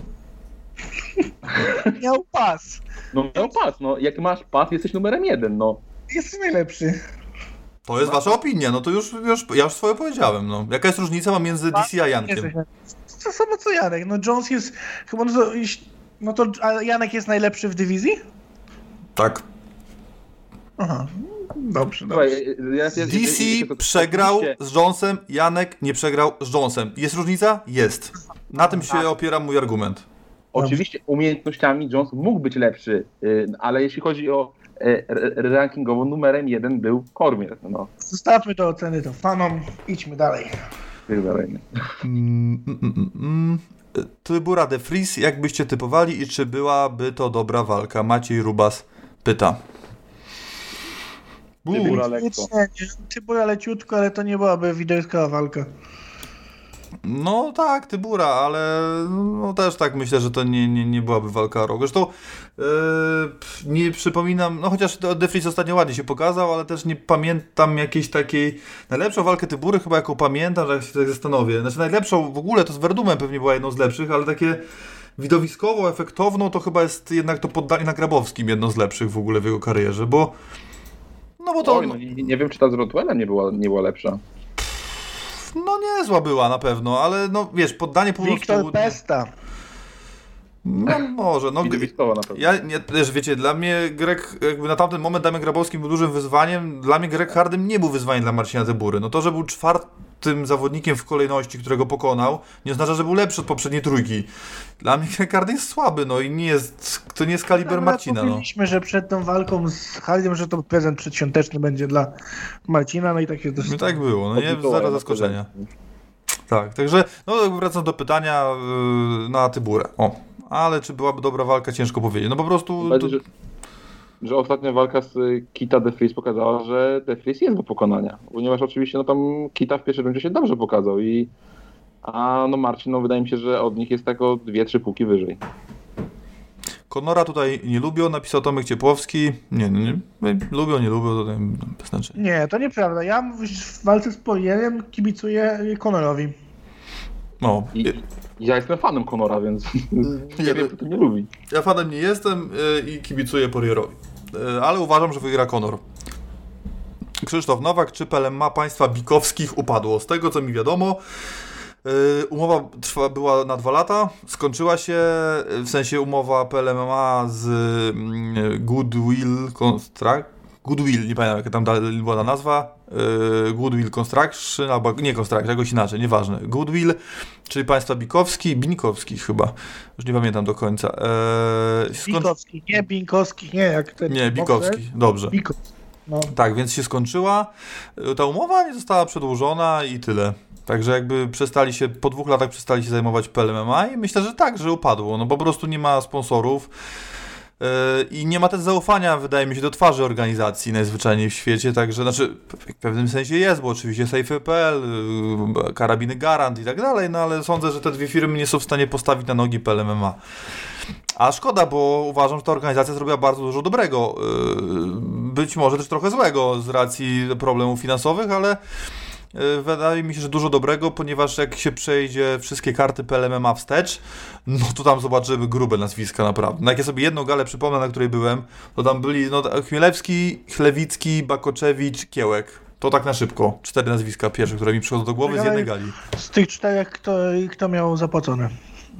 Miał pas. No miał pas, no. Jak masz pas, jesteś numerem 1, no. Jesteś najlepszy. To jest wasza opinia, no to ja już swoje powiedziałem, no. Jaka jest różnica między DC a Jankiem? To samo co Janek, no Jones jest chyba, no to a Janek jest najlepszy w dywizji? Tak. Aha, dobrze. DC przegrał z Jonesem, Janek nie przegrał z Jonesem. Jest różnica? Jest. Na tym się opiera mój argument. Oczywiście umiejętnościami Jones mógł być lepszy, ale jeśli chodzi o rankingowo, numerem 1 był Cormier. No. Zostawmy do oceny to fanom, idźmy dalej. Tybura de Vries, jak byście typowali i czy byłaby to dobra walka? Maciej Rubas pyta. Tybura leciutko, ale to nie byłaby widowiskowa walka. No tak, Tybura, ale no też tak myślę, że to nie byłaby walka o rok. Zresztą nie przypominam, no chociaż De Vries ostatnio ładnie się pokazał, ale też nie pamiętam jakiejś takiej... Najlepszą walkę Tybury chyba jaką pamiętam, że jak się tak zastanowię. Znaczy najlepszą w ogóle to z Verdumem pewnie była jedną z lepszych, ale takie widowiskowo, efektowną to chyba jest jednak to poddanie na Grabowskim jedną z lepszych w ogóle w jego karierze, bo... No bo to... Oj, no, nie wiem, czy ta z Rottweilem nie była lepsza. No niezła była na pewno, ale no wiesz, poddanie Wiktor Pesta. No może, no wiesz, wiecie, dla mnie Greg, jakby na tamten moment Damian Grabowski był dużym wyzwaniem, dla mnie Greg Hardym nie był wyzwaniem dla Marcina Tybury. No to, że był 4. zawodnikiem w kolejności, którego pokonał, nie oznacza, że był lepszy od poprzedniej trójki. Dla mnie Greg Hardy jest słaby, no i to nie jest kaliber Marcina. Mówiliśmy, że przed tą walką z Hardym, że to prezent przedświąteczny będzie dla Marcina, no i tak się też... No tak było, no nie, zero zaskoczenia. Tak, także, no jakby wracając do pytania na Tyburę. O, ale czy byłaby dobra walka, ciężko powiedzieć. No po prostu... Że ostatnia walka z Kita De Vries pokazała, że De Vries jest do pokonania. Ponieważ oczywiście no tam Kita w pierwszej rundzie się dobrze pokazał a no Marcin, no wydaje mi się, że od nich jest tak o 2-3 półki wyżej. Conora tutaj nie lubią, napisał Tomek Ciepłowski. Nie, lubią, nie lubią, to bez znaczenia. Nie, to nieprawda. Ja w walce z Poirierem kibicuję Conorowi. No. Ja jestem fanem Conora, więc nie wiem, kto to nie lubi. Ja fanem nie jestem i kibicuję Poirierowi. Ale uważam, że wygra Conor. Krzysztof Nowak, czy PLMA państwa bikowskich upadło? Z tego, co mi wiadomo, umowa była na 2 lata, skończyła się, w sensie umowa PLMA z Goodwill Construct. Goodwill, nie pamiętam jaka tam była ta nazwa. Goodwill Construction, albo nie Construction, jakoś inaczej, nieważne. Goodwill, czyli państwa Binkowskich chyba. Już nie pamiętam do końca. Binkowskich, nie, jak ten. Nie, Bikowski, dobrze. No. Tak, więc się skończyła. Ta umowa nie została przedłużona i tyle. Także jakby po 2 latach przestali się zajmować PLMA i myślę, że tak, że upadło. No po prostu nie ma sponsorów. I nie ma też zaufania, wydaje mi się, do twarzy organizacji najzwyczajniej w świecie, także, znaczy, w pewnym sensie jest, bo oczywiście Safe.pl, Karabiny Garant i tak dalej, no ale sądzę, że te 2 firmy nie są w stanie postawić na nogi PLMA. A szkoda, bo uważam, że ta organizacja zrobiła bardzo dużo dobrego, być może też trochę złego z racji problemów finansowych, ale wydaje mi się, że dużo dobrego, ponieważ jak się przejdzie wszystkie karty PLMA wstecz, no to tam zobaczymy grube nazwiska naprawdę. No jak ja sobie jedną galę przypomnę, na której byłem, to tam byli Chmielewski, Chlewicki, Bakoczewicz, Kiełek. To tak na szybko. 4 nazwiska pierwsze, które mi przychodzą do głowy z jednej gali. Z tych 4 kto miał zapłacone?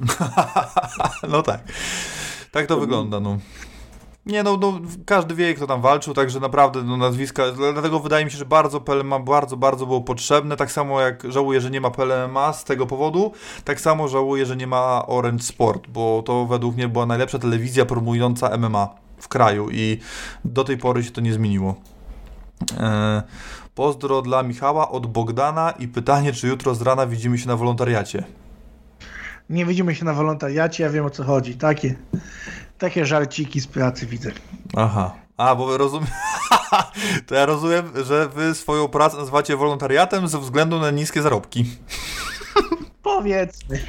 No tak. Tak to wygląda, no. Nie, no każdy wie, kto tam walczył, także naprawdę nazwiska, dlatego wydaje mi się, że PLMA bardzo było potrzebne, tak samo jak żałuję, że nie ma PLMA z tego powodu, tak samo żałuję, że nie ma Orange Sport, bo to według mnie była najlepsza telewizja promująca MMA w kraju i do tej pory się to nie zmieniło. Pozdro dla Michała od Bogdana i pytanie, czy jutro z rana widzimy się na wolontariacie? Nie widzimy się na wolontariacie, ja wiem, o co chodzi. Takie żarciki z pracy widzę. Aha. Bo rozumiem. To ja rozumiem, że wy swoją pracę nazywacie wolontariatem ze względu na niskie zarobki. Powiedzmy.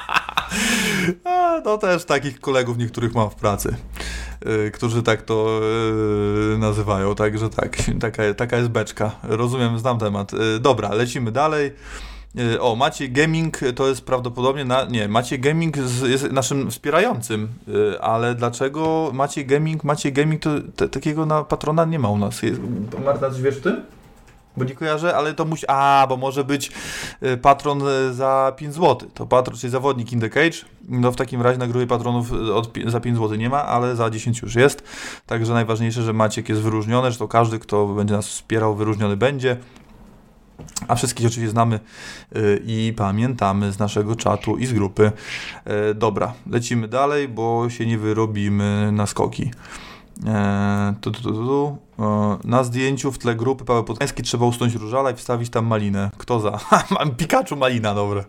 No też takich kolegów niektórych mam w pracy, którzy tak to nazywają, także tak, taka jest beczka. Rozumiem, znam temat. Dobra, lecimy dalej. Maciej Gaming to jest prawdopodobnie Maciej Gaming jest naszym wspierającym, ale dlaczego Maciej Gaming to takiego na patrona nie ma u nas. Marta, coś wiesz w tym? Bo nie kojarzę, ale to musi... bo może być patron za 5 zł. To patron, czyli zawodnik in the cage. No w takim razie na grupie patronów za 5 zł nie ma, ale za 10 już jest. Także najważniejsze, że Maciek jest wyróżniony, że to każdy, kto będzie nas wspierał, wyróżniony będzie. A wszystkich oczywiście znamy i pamiętamy z naszego czatu i z grupy. Dobra, lecimy dalej, bo się nie wyrobimy na skoki. Na zdjęciu w tle grupy Paweł Podlański trzeba usunąć Różala i wstawić tam Malinę. Kto za? Mam Pikachu Malina, dobre.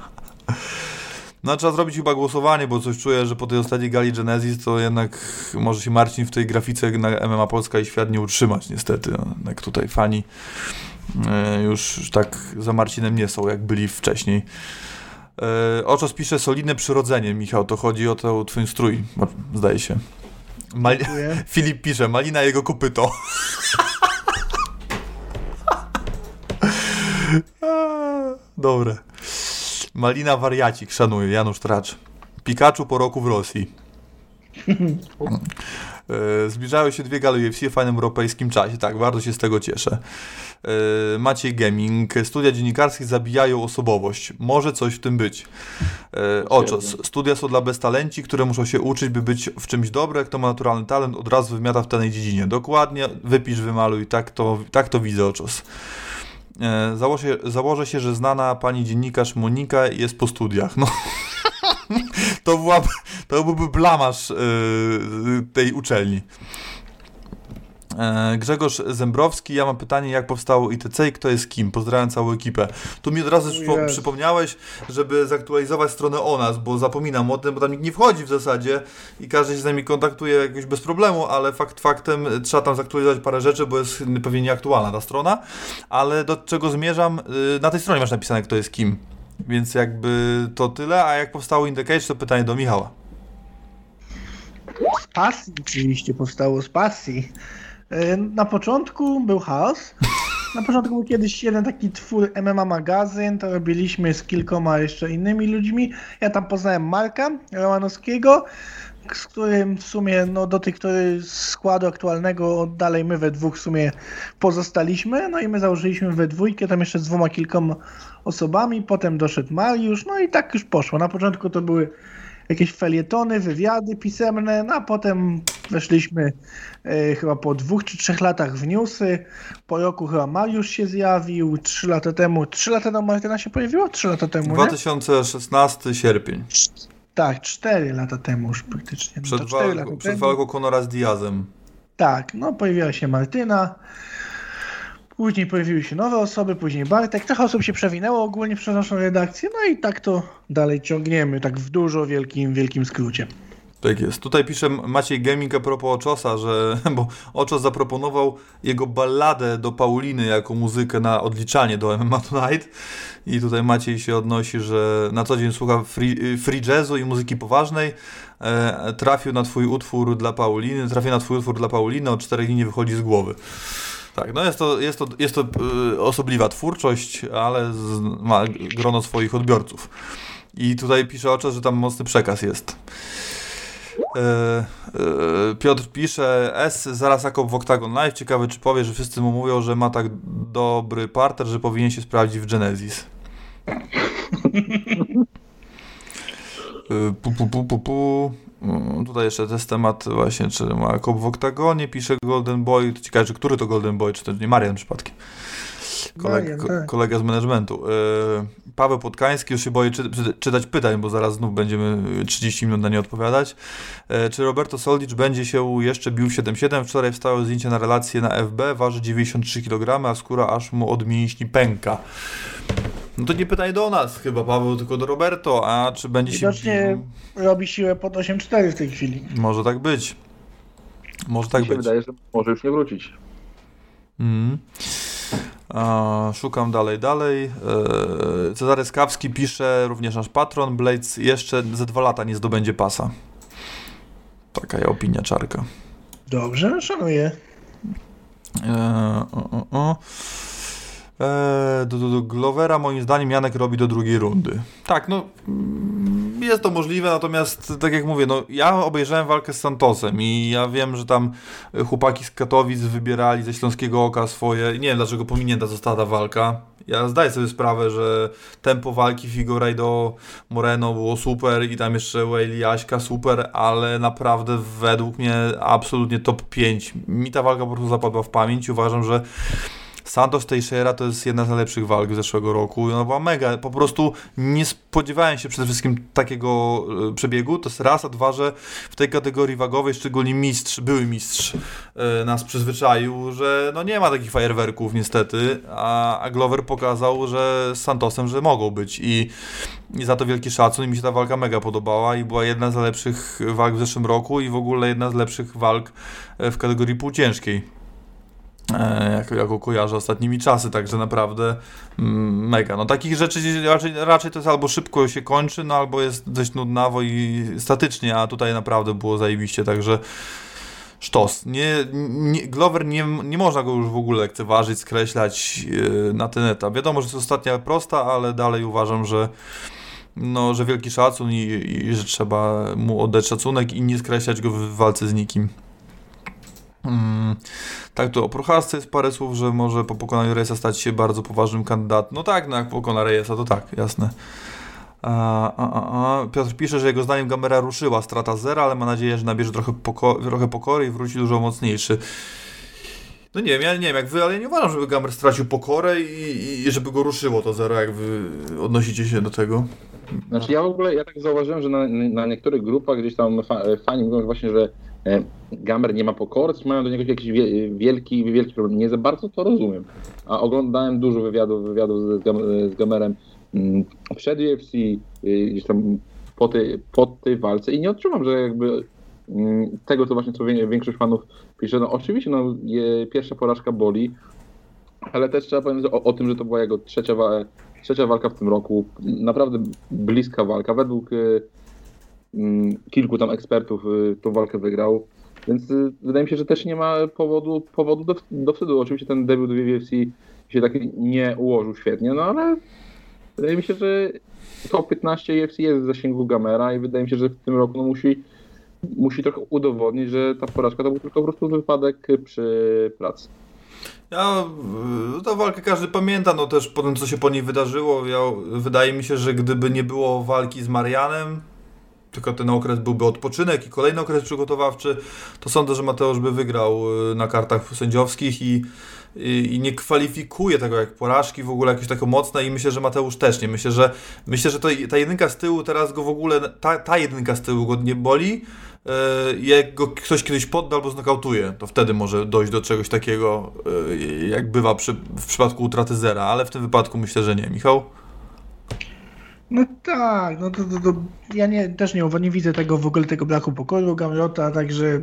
No trzeba zrobić chyba głosowanie, bo coś czuję, że po tej ostatniej gali Genesis to jednak może się Marcin w tej grafice na MMA Polska i Świat nie utrzymać niestety. No, jak tutaj fani już tak za Marcinem nie są, jak byli wcześniej. Oczos pisze solidne przyrodzenie, Michał, to chodzi o ten twój strój, zdaje się. Filip pisze, Malina jego kopyto. Dobre. Malina wariacik, szanuję, Janusz Tracz. Pikachu po roku w Rosji. Zbliżały się 2 gale UFC w fajnym europejskim czasie. Tak, bardzo się z tego cieszę. Maciej Gaming. Studia dziennikarskie zabijają osobowość. Może coś w tym być. Oczos. Studia są dla beztalenci, które muszą się uczyć, by być w czymś dobre. Kto ma naturalny talent, od razu wymiata w danej dziedzinie. Dokładnie. Wypisz, wymaluj. Tak to widzę, Oczos. Założę się, że znana pani dziennikarz Monika jest po studiach. No. To byłby blamaż tej uczelni. Grzegorz Zembrowski, ja mam pytanie, jak powstało ITC i kto jest kim? Pozdrawiam całą ekipę. Tu mi od razu przypomniałeś, żeby zaktualizować stronę o nas, bo zapominam o tym, bo tam nikt nie wchodzi w zasadzie i każdy się z nami kontaktuje jakoś bez problemu, ale faktem trzeba tam zaktualizować parę rzeczy, bo jest pewnie nieaktualna ta strona, ale do czego zmierzam, na tej stronie masz napisane, kto jest kim. Więc jakby to tyle, a jak powstało In The Cage, to pytanie do Michała. pasji, oczywiście powstało z pasji. Na początku był chaos. Na początku był kiedyś jeden taki twór MMA magazyn, to robiliśmy z kilkoma jeszcze innymi ludźmi. Ja tam poznałem Marka Romanowskiego, z którym w sumie do tych składu aktualnego dalej my we dwóch w sumie pozostaliśmy. No i my założyliśmy we dwójkę, tam jeszcze z kilkoma osobami, potem doszedł Mariusz, no i tak już poszło. Na początku to były jakieś felietony, wywiady pisemne, no a potem weszliśmy chyba po 2 czy 3 latach w newsy. Po roku chyba Mariusz się zjawił, 3 lata temu Martyna się pojawiła? 3 lata temu, 2016 sierpień. Tak, 4 lata temu już praktycznie. Przed walką Conora z Diazem. Tak, pojawiła się Martyna. Później pojawiły się nowe osoby, później Bartek. Trochę osób się przewinęło ogólnie przez naszą redakcję, no i tak to dalej ciągniemy, tak w dużo wielkim skrócie. Tak jest. Tutaj pisze Maciej Gaming a propos Oczosa, bo Oczos zaproponował jego balladę do Pauliny jako muzykę na odliczanie do MMA Tonight i tutaj Maciej się odnosi, że na co dzień słucha free jazzu i muzyki poważnej. Trafił na twój utwór dla Pauliny, od 4 dni nie wychodzi z głowy. Tak, no jest to osobliwa twórczość, ale ma grono swoich odbiorców. I tutaj pisze Oczos, że tam mocny przekaz jest. Piotr pisze, zaraz Jakob w Octagon Live. Ciekawe, czy powie, że wszyscy mu mówią, że ma tak dobry parter, że powinien się sprawdzić w Genesis. Tutaj jeszcze jest temat właśnie, czy ma Jakob w Octagonie, pisze Golden Boy. To ciekawe, czy który to Golden Boy, czy to nie Marian przypadkiem. Kolega z managementu. Paweł Podkański, już się boję czytać pytań, bo zaraz znów będziemy 30 minut na nie odpowiadać. Czy Roberto Soldic będzie się jeszcze bił w 7-7? Wczoraj wstało zdjęcie na relację na FB, waży 93 kg, a skóra aż mu od mięśni pęka. No to nie pytanie do nas chyba, Paweł, tylko do Roberto, a czy będzie się bił? Widocznie robi siłę pod 8-4 w tej chwili. Może tak być. Może tak być. Wydaje, że może już nie wrócić. Szukam dalej. Cezary Skawski pisze, również nasz patron, Blades jeszcze ze 2 lata nie zdobędzie pasa. Taka ja opinia Czarka. Dobrze, szanuję. Do Glovera moim zdaniem Janek robi do drugiej rundy. Tak, jest to możliwe, natomiast tak jak mówię, ja obejrzałem walkę z Santosem i ja wiem, że tam chłopaki z Katowic wybierali ze Śląskiego Oka swoje, nie wiem dlaczego pominięta została ta walka. Ja zdaję sobie sprawę, że tempo walki Figueiredo Moreno było super i tam jeszcze Weili Jaśka super, ale naprawdę według mnie absolutnie top 5. Mi ta walka po prostu zapadła w pamięć. Uważam, że Santos Teixeira to jest jedna z najlepszych walk z zeszłego roku. Ona była mega. Po prostu nie spodziewałem się przede wszystkim takiego przebiegu. To jest raz, a dwa, że w tej kategorii wagowej, szczególnie były mistrz nas przyzwyczaił, że nie ma takich fajerwerków niestety, a Glover pokazał, że z Santosem, że mogą być i za to wielki szacun i mi się ta walka mega podobała i była jedna z najlepszych walk w zeszłym roku i w ogóle jedna z lepszych walk w kategorii półciężkiej. Jako kojarzę ostatnimi czasy, także naprawdę mega. Takich rzeczy raczej to jest albo szybko się kończy, albo jest dość nudnawo i statycznie, a tutaj naprawdę było zajebiście, także sztos. Glover nie można go już w ogóle lekceważyć, skreślać na ten etap. Wiadomo, że jest ostatnia prosta, ale dalej uważam, że wielki szacun i że trzeba mu oddać szacunek i nie skreślać go w walce z nikim. Tak, to o Prochasce jest parę słów, że może po pokonaniu Reyesa stać się bardzo poważnym kandydatem. Jak pokona Reyesa, to tak, jasne. Piotr pisze, że jego zdaniem Gamera ruszyła strata 0, ale ma nadzieję, że nabierze trochę pokory i wróci dużo mocniejszy. Nie wiem, ja nie wiem jak wy, ale ja nie uważam, żeby Gamer stracił pokorę i żeby go ruszyło to 0, jak wy odnosicie się do tego. Znaczy ja tak zauważyłem, że na niektórych grupach gdzieś tam fani mówią właśnie, że Gamer nie ma pokory, czy mają do niego jakiś wielki problem. Nie za bardzo to rozumiem. A oglądałem dużo wywiadów z Gamerem przed UFC, gdzieś tam po tej walce i nie odczuwam, że jakby tego, co większość fanów pisze. Oczywiście pierwsza porażka boli, ale też trzeba powiedzieć o tym, że to była jego trzecia walka w tym roku. Naprawdę bliska walka. kilku tam ekspertów tą walkę wygrał, więc wydaje mi się, że też nie ma powodu do wstydu. Oczywiście ten debiut w UFC się tak nie ułożył świetnie, no ale wydaje mi się, że top 15 UFC jest w zasięgu Gamera i wydaje mi się, że w tym roku no, musi trochę udowodnić, że ta porażka to był tylko po prostu wypadek przy pracy. Ja tę walkę każdy pamięta, no też po tym, co się po niej wydarzyło. Wydaje mi się, że gdyby nie było walki z Marianem, tylko ten okres byłby odpoczynek i kolejny okres przygotowawczy, to sądzę, że Mateusz by wygrał na kartach sędziowskich i nie kwalifikuje tego jak porażki w ogóle jakieś takie mocne i myślę, że Mateusz też nie. Myślę, że ta jedynka z tyłu teraz go w ogóle, ta jedynka z tyłu go nie boli. Jak go ktoś kiedyś podda albo znokautuje, to wtedy może dojść do czegoś takiego, jak bywa w przypadku utraty zera, ale w tym wypadku myślę, że nie. Michał? No tak, no to ja też nie widzę tego w ogóle, tego braku pokoju Gamrota, także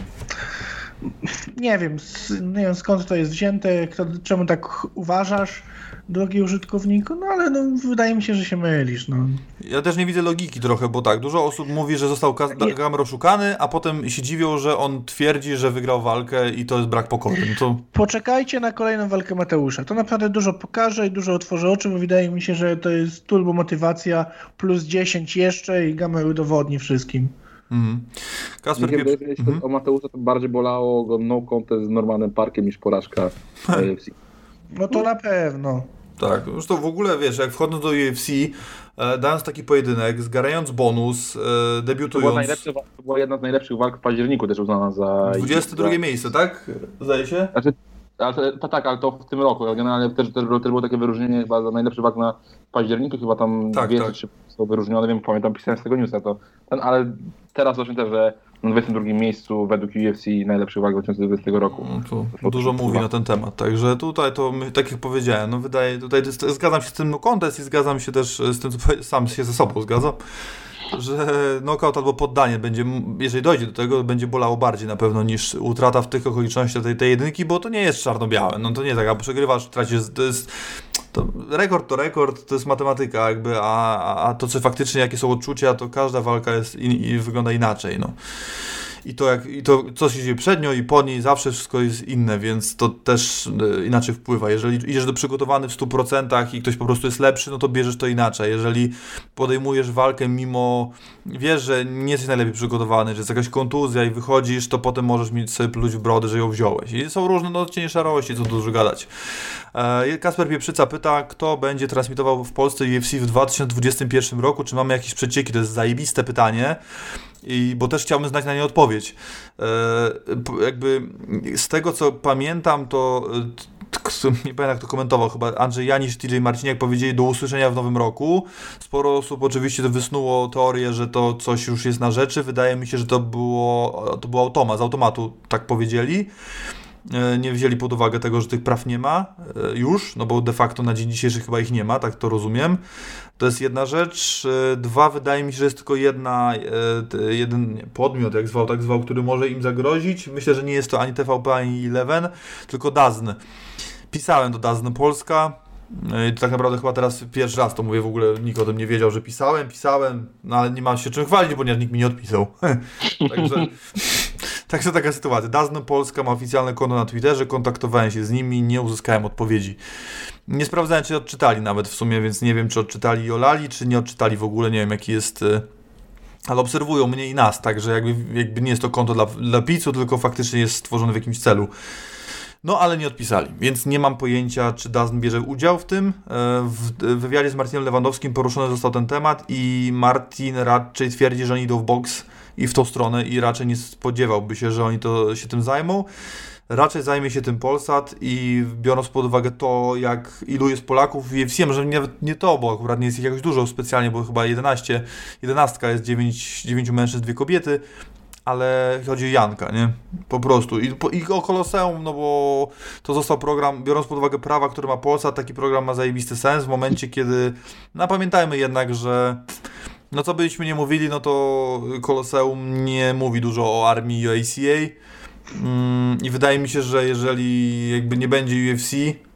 nie wiem skąd to jest wzięte, czemu tak uważasz, drogi użytkowniku, no ale no, wydaje mi się, że się mylisz. No. Ja też nie widzę logiki trochę, bo tak, dużo osób mówi, że został Gamer oszukany, a potem się dziwią, że on twierdzi, że wygrał walkę i to jest brak pokory. No to... Poczekajcie na kolejną walkę Mateusza. To naprawdę dużo pokaże i dużo otworzy oczy, bo wydaje mi się, że to jest turbo motywacja plus 10 jeszcze i Gamer udowodni wszystkim. Kasper Jeśli o Mateusza, to bardziej bolało go no contest z Normanem Parkiem niż porażka UFC. No to na pewno. Tak, zresztą w ogóle wiesz, jak wchodząc do UFC, dając taki pojedynek, zgarając bonus, debiutując... To była jedna z najlepszych walk w październiku też uznana za... 22 miejsce, tak? Zdaje się? Znaczy, ale to w tym roku. Generalnie też było takie wyróżnienie chyba za najlepszy walk na październiku, chyba tam dwie czy trzy są wyróżnione, wiem, pamiętam, pisałem z tego newsa, ale teraz właśnie też, że na 22 miejscu według UFC najlepszych walk 2020 roku. To dużo mówi na ten temat, także tutaj to, tak jak powiedziałem, no tutaj zgadzam się z tym contest i zgadzam się też z tym, co sam się ze sobą zgadzam, że knockout albo poddanie będzie, jeżeli dojdzie do tego, będzie bolało bardziej na pewno niż utrata w tych okolicznościach tej jedynki, bo to nie jest czarno-białe, no to nie tak, a przegrywasz, tracisz, rekord, to jest matematyka jakby, a to co faktycznie, jakie są odczucia, to każda walka jest i wygląda inaczej, no. I to, co się dzieje przed nią i po niej, zawsze wszystko jest inne, więc to też inaczej wpływa. Jeżeli idziesz przygotowany w 100% i ktoś po prostu jest lepszy, no to bierzesz to inaczej. Jeżeli podejmujesz walkę wiesz, że nie jesteś najlepiej przygotowany, że jest jakaś kontuzja i wychodzisz, to potem możesz mieć sobie pluć w brodę, że ją wziąłeś. I są różne odcienie szarości, co dużo gadać. Kasper Pieprzyca pyta, kto będzie transmitował w Polsce UFC w 2021 roku, czy mamy jakieś przecieki? To jest zajebiste pytanie. Bo też chciałbym znać na nie odpowiedź. Jakby z tego, co pamiętam, to nie pamiętam, jak to komentował, chyba Andrzej Janisz, TJ Marciniak powiedzieli do usłyszenia w nowym roku. Sporo osób oczywiście wysnuło teorię, że to coś już jest na rzeczy. Wydaje mi się, że to było z automatu tak powiedzieli. Nie wzięli pod uwagę tego, że tych praw nie ma już, no bo de facto na dzień dzisiejszy chyba ich nie ma, tak to rozumiem. To jest jedna rzecz. Dwa, wydaje mi się, że jest tylko jeden podmiot, tak zwał, który może im zagrozić. Myślę, że nie jest to ani TVP, ani Eleven, tylko DAZN. Pisałem do DAZN Polska. I to tak naprawdę chyba teraz pierwszy raz to mówię, w ogóle nikt o tym nie wiedział, że pisałem, no ale nie mam się czym chwalić, ponieważ nikt mi nie odpisał. Także taka sytuacja. DAZN Polska ma oficjalne konto na Twitterze, kontaktowałem się z nimi, nie uzyskałem odpowiedzi. Nie sprawdzałem, czy odczytali nawet w sumie, więc nie wiem, czy odczytali i olali, czy nie odczytali w ogóle, nie wiem jaki jest... Ale obserwują mnie i nas, także jakby nie jest to konto dla picu, tylko faktycznie jest stworzone w jakimś celu. No, ale nie odpisali, więc nie mam pojęcia, czy DAZN bierze udział w tym. W wywiadzie z Martinem Lewandowskim poruszony został ten temat i Martin raczej twierdzi, że oni idą w boks i w tą stronę i raczej nie spodziewałby się, że oni się tym zajmą. Raczej zajmie się tym Polsat i biorąc pod uwagę to, ilu jest Polaków w UFC, może nawet nie to, bo akurat nie jest ich jakoś dużo specjalnie, bo chyba 11 jest 9 mężczyzn, 2 kobiety, ale chodzi o Janka, nie? Po prostu. I o Koloseum, no bo to został program, biorąc pod uwagę prawa, które ma Polsat, taki program ma zajebisty sens w momencie, kiedy, no pamiętajmy jednak, że no co byśmy nie mówili, no to Koloseum nie mówi dużo o armii i o ACA i wydaje mi się, że jeżeli jakby nie będzie UFC,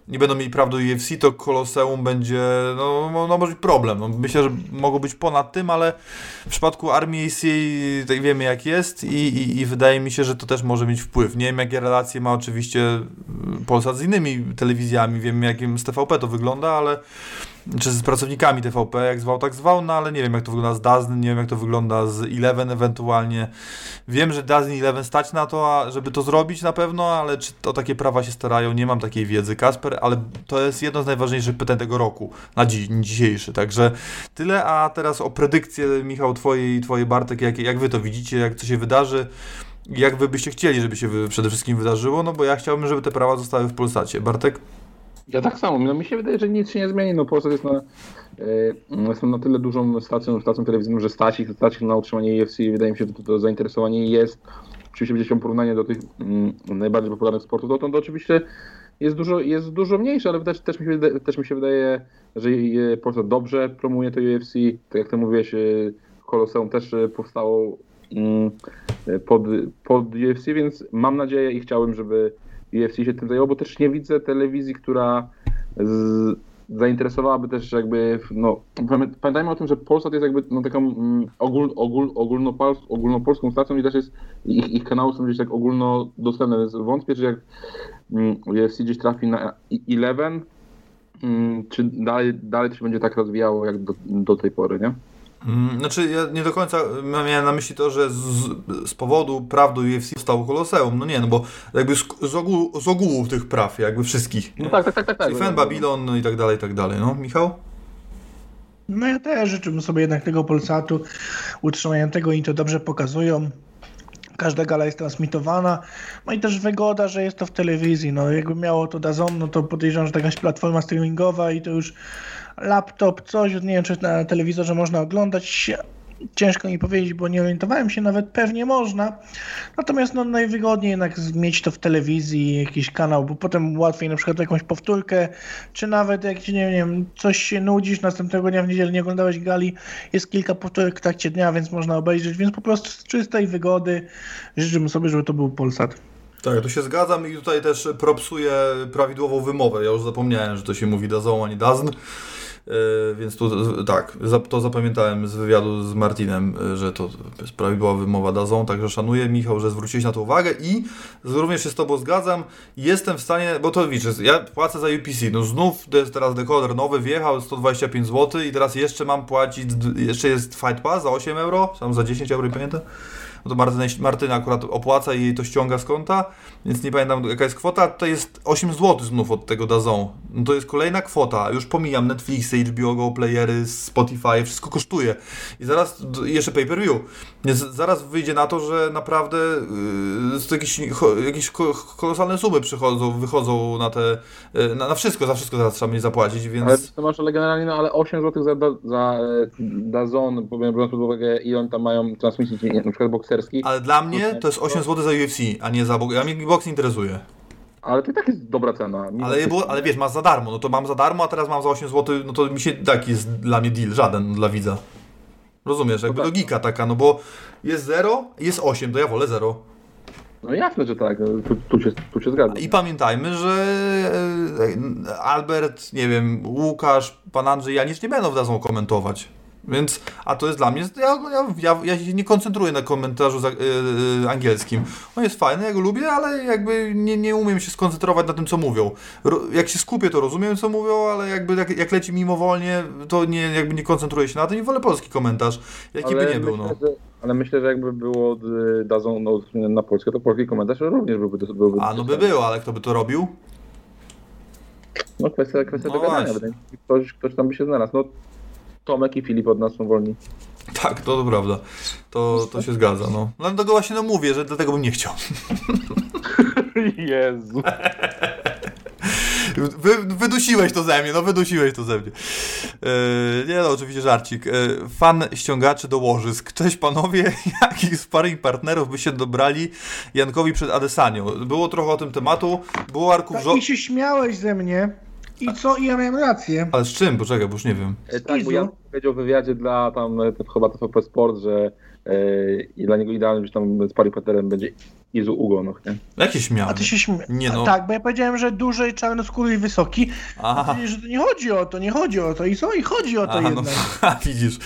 nie będą mieli praw do UFC, to Koloseum będzie, no może być problem. No, myślę, że mogą być ponad tym, ale w przypadku Armii ACA tak wiemy jak jest i wydaje mi się, że to też może mieć wpływ. Nie wiem, jakie relacje ma oczywiście Polsat z innymi telewizjami, wiem jakim z TVP to wygląda, ale czy z pracownikami TVP, jak zwał, tak zwał, no ale nie wiem jak to wygląda z DAZN, nie wiem jak to wygląda z Eleven ewentualnie. Wiem, że DAZN i Eleven stać na to, żeby to zrobić na pewno, ale czy o takie prawa się starają, nie mam takiej wiedzy, Kasper, ale to jest jedno z najważniejszych pytań tego roku, na dzisiejszy, także tyle, a teraz o predykcję, Michał, twojej Bartek, jak wy to widzicie, jak to się wydarzy, jak wy byście chcieli, żeby się przede wszystkim wydarzyło, no bo ja chciałbym, żeby te prawa zostały w Polsacie. Bartek? Ja tak samo, no mi się wydaje, że nic się nie zmieni, no Polsat jest na tyle dużą stacją telewizyjną, że stać ich na utrzymanie UFC, wydaje mi się, że to zainteresowanie jest. Oczywiście będzie się porównanie do tych najbardziej popularnych sportów, to oczywiście jest dużo mniejsze, ale też mi się wydaje, że Polsat dobrze promuje to UFC, tak jak ty mówiłeś, Koloseum też powstało pod UFC, więc mam nadzieję i chciałbym, żeby UFC się tym zajęło, bo też nie widzę telewizji, która zainteresowałaby też jakby, no pamiętajmy o tym, że Polsat jest jakby taką ogólnopolską stacją i też jest, ich kanały są gdzieś tak ogólnodostępne, więc wątpię, że jak UFC gdzieś trafi na Eleven, czy dalej to się będzie tak rozwijało jak do tej pory, nie? Znaczy, ja nie do końca miałem na myśli to, że z powodu praw do UFC stało Koloseum. No nie, no bo jakby z ogółu tych praw, jakby wszystkich. No tak. Czyli Fan Babylon i tak dalej, no. Michał? No ja też życzyłbym sobie jednak tego Polsatu, utrzymania tego i to dobrze pokazują. Każda gala jest transmitowana, no i też wygoda, że jest to w telewizji, no jakby miało to DAZN, no to podejrzewam, że to jakaś platforma streamingowa i to już laptop, coś, nie wiem czy na telewizorze można oglądać, ciężko mi powiedzieć, bo nie orientowałem się, nawet pewnie można, natomiast no najwygodniej jednak mieć to w telewizji, jakiś kanał, bo potem łatwiej na przykład jakąś powtórkę, czy nawet jak nie wiem, coś się nudzisz, następnego dnia w niedzielę nie oglądałeś gali, jest kilka powtórek w trakcie dnia, więc można obejrzeć, więc po prostu z czystej wygody życzę sobie, żeby to był Polsat. Tak, tu się zgadzam i tutaj też propsuję prawidłową wymowę, ja już zapomniałem, że to się mówi DAZN, a nie DAZN. Więc tu tak, to zapamiętałem z wywiadu z Martinem, że to jest prawidłowa wymowa DAZN, także szanuję, Michał, że zwróciłeś na to uwagę i również się z tobą zgadzam, jestem w stanie, bo to widzisz, ja płacę za UPC, no znów to jest teraz dekoder nowy, wjechał 125 zł i teraz jeszcze mam płacić, jeszcze jest Fight Pass za 8 euro, tam za 10 euro, nie pamiętam. No to Martyna akurat opłaca i jej to ściąga z konta, więc nie pamiętam jaka jest kwota, to jest 8 zł znów od tego DAZN. No to jest kolejna kwota, już pomijam Netflixy, HBO Go, playery, Spotify, wszystko kosztuje. I zaraz, jeszcze pay-per-view, więc zaraz wyjdzie na to, że naprawdę jakieś kolosalne sumy wychodzą na te, na wszystko, za wszystko zaraz trzeba będzie zapłacić, więc... Ale to masz, ale generalnie, ale 8 zł za DAZN, biorąc pod uwagę ile oni tam mają transmisji, na przykład bokserski. Ale dla mnie to jest 8 zł za UFC, a nie za boks. Ja mnie boks interesuje. Ale to i tak jest dobra cena. Ale wiesz, masz za darmo, no to mam za darmo, a teraz mam za 8 zł, no to mi się taki jest dla mnie deal, żaden dla widza. Rozumiesz, jakby logika taka, no bo jest 0 i jest 8, to ja wolę 0. No jasne, że tak, tu się zgadzam. I pamiętajmy, że Albert, nie wiem, Łukasz, pan Andrzej, ja nic nie będą w DAZN komentować. Więc, a to jest dla mnie, ja się nie koncentruję na komentarzu angielskim. On jest fajny, ja go lubię, ale jakby nie umiem się skoncentrować na tym, co mówią. Jak się skupię, to rozumiem, co mówią, ale jakby jak leci mimowolnie, to nie koncentruję się na tym i wolę polski komentarz, jaki by nie był. Ale myślę, że jakby było DAZN na Polskę, to polski komentarz również byłby. A no by było, ale kto by to robił? No kwestia dogadania, ktoś tam by się znalazł. No, Tomek i Filip od nas są wolni. Tak, to prawda. To się zgadza, no. No dlatego właśnie mówię, że dlatego bym nie chciał. Jezu. Wydusiłeś to ze mnie. Nie no, oczywiście żarcik. Fan ściągaczy do łożysk. Cześć panowie, jakich sparring partnerów by się dobrali Jankowi przed Adesanią? Było trochę o tym tematu. Było Arków... I się śmiałeś ze mnie. I co? I ja miałem rację. Ale z czym? Poczekaj, bo już nie wiem. Tak, bo Jan powiedział w wywiadzie dla tam chyba TVP Sport, że i dla niego idealnym, że tam sparring partnerem będzie Izu ugonach, nie? Jakie śmiany? A ty się Nie no. Tak, bo ja powiedziałem, że duży, czarnoskóry i wysoki. Aha. A powiedzieli, że to nie chodzi o to. I co? I chodzi o to Aha, jednak. no, widzisz.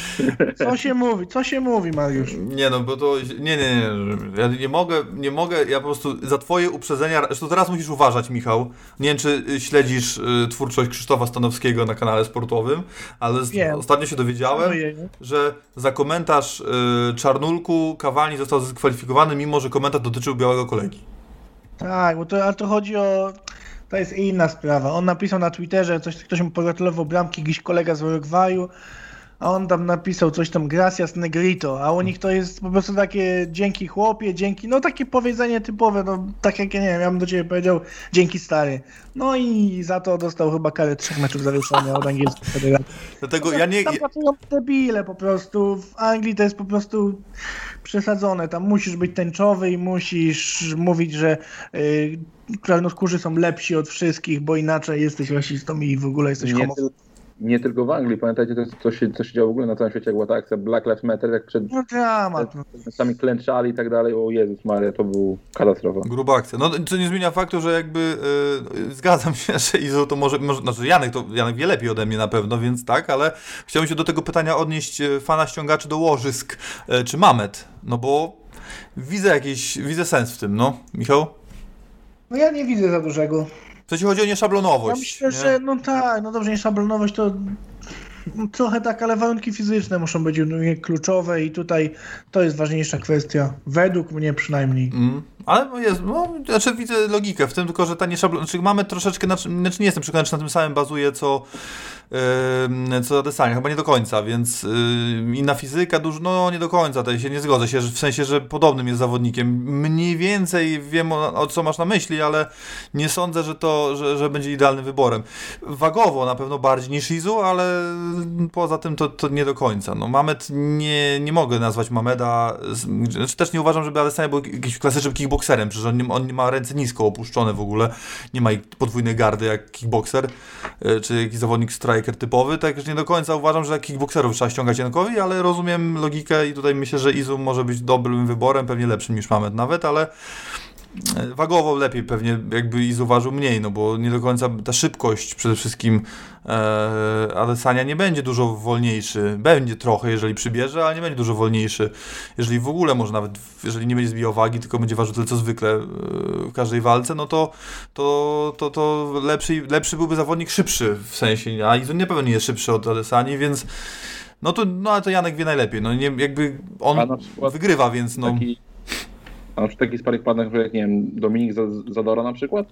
Co się mówi, Mariusz? Nie no, bo to... Nie. Ja nie mogę, ja po prostu za twoje uprzedzenia... Zresztą teraz musisz uważać, Michał. Nie wiem, czy śledzisz twórczość Krzysztofa Stanowskiego na kanale sportowym, ale ostatnio się dowiedziałem, że za komentarz Czarnulku Cavani został dyskwalifikowany, mimo że komentarz dotyczył białego kolegi. Tak, bo to chodzi o... To jest inna sprawa. On napisał na Twitterze, ktoś mu pogratulował bramki, jakiś kolega z Urugwaju, a on tam napisał coś tam gracias negrito, a u nich to jest po prostu takie dzięki chłopie, dzięki, no takie powiedzenie typowe, no tak jak ja nie wiem, ja bym do ciebie powiedział dzięki stary. No i za to dostał chyba karę 3 meczów zawieszenia od angielskiej federacji. Dlatego ja nie... Tam pracują debile po prostu, w Anglii to jest po prostu przesadzone, tam musisz być tęczowy i musisz mówić, że czarnoskórzy są lepsi od wszystkich, bo inaczej jesteś rasistą i w ogóle jesteś homofobem. Nie tylko w Anglii, pamiętajcie, co się działo w ogóle na całym świecie, jak była ta akcja Black Lives Matter, jak No dramat. sami klęczali i tak dalej, o Jezus Maria, to był katastrofa. Gruba akcja. No, co nie zmienia faktu, że jakby zgadzam się, że Izu to może znaczy Janek wie lepiej ode mnie na pewno, więc tak, ale chciałbym się do tego pytania odnieść fana ściągaczy do łożysk, czy Mamet, no bo widzę sens w tym, no. Michał? No ja nie widzę za dużego. W sensie chodzi o nieszablonowość. Ja myślę, że no tak, no dobrze, nieszablonowość to trochę tak, ale warunki fizyczne muszą być kluczowe i tutaj to jest ważniejsza kwestia, według mnie przynajmniej. Ale jest, znaczy widzę logikę w tym, tylko że ta nieszablonowość, znaczy mamy troszeczkę, znaczy nie jestem przekonany, czy na tym samym bazuje co Adesanya, chyba nie do końca, więc inna fizyka, no nie do końca, to się nie zgodzę się, w sensie, że podobnym jest zawodnikiem. Mniej więcej wiem o co masz na myśli, ale nie sądzę, że będzie idealnym wyborem. Wagowo na pewno bardziej niż Izu, ale poza tym to nie do końca. No, Mamed nie mogę nazwać Mameda, znaczy też nie uważam, żeby Adesanya był jakimś klasycznym kickboxerem, przecież on nie ma ręce nisko opuszczone w ogóle, nie ma podwójnej gardy jak kickboxer, czy jakiś zawodnik striker typowy, tak nie do końca uważam, że kickboxerów trzeba ściągać Jankowi, ale rozumiem logikę i tutaj myślę, że Izu może być dobrym wyborem, pewnie lepszym niż Mamed nawet, ale wagowo lepiej pewnie jakby Izu ważył mniej, no bo nie do końca ta szybkość przede wszystkim Adesanya nie będzie dużo wolniejszy, będzie trochę, jeżeli przybierze, ale nie będzie dużo wolniejszy, jeżeli w ogóle może nawet, jeżeli nie będzie zbijał wagi, tylko będzie ważył tyle co zwykle w każdej walce, no to lepszy byłby zawodnik szybszy w sensie, a Izu na pewno nie jest szybszy od Adesanii, więc ale to Janek wie najlepiej, no nie, jakby on wygrywa, więc no. A przy takich sparych partnerach, jak nie wiem, Dominik Zadora na przykład?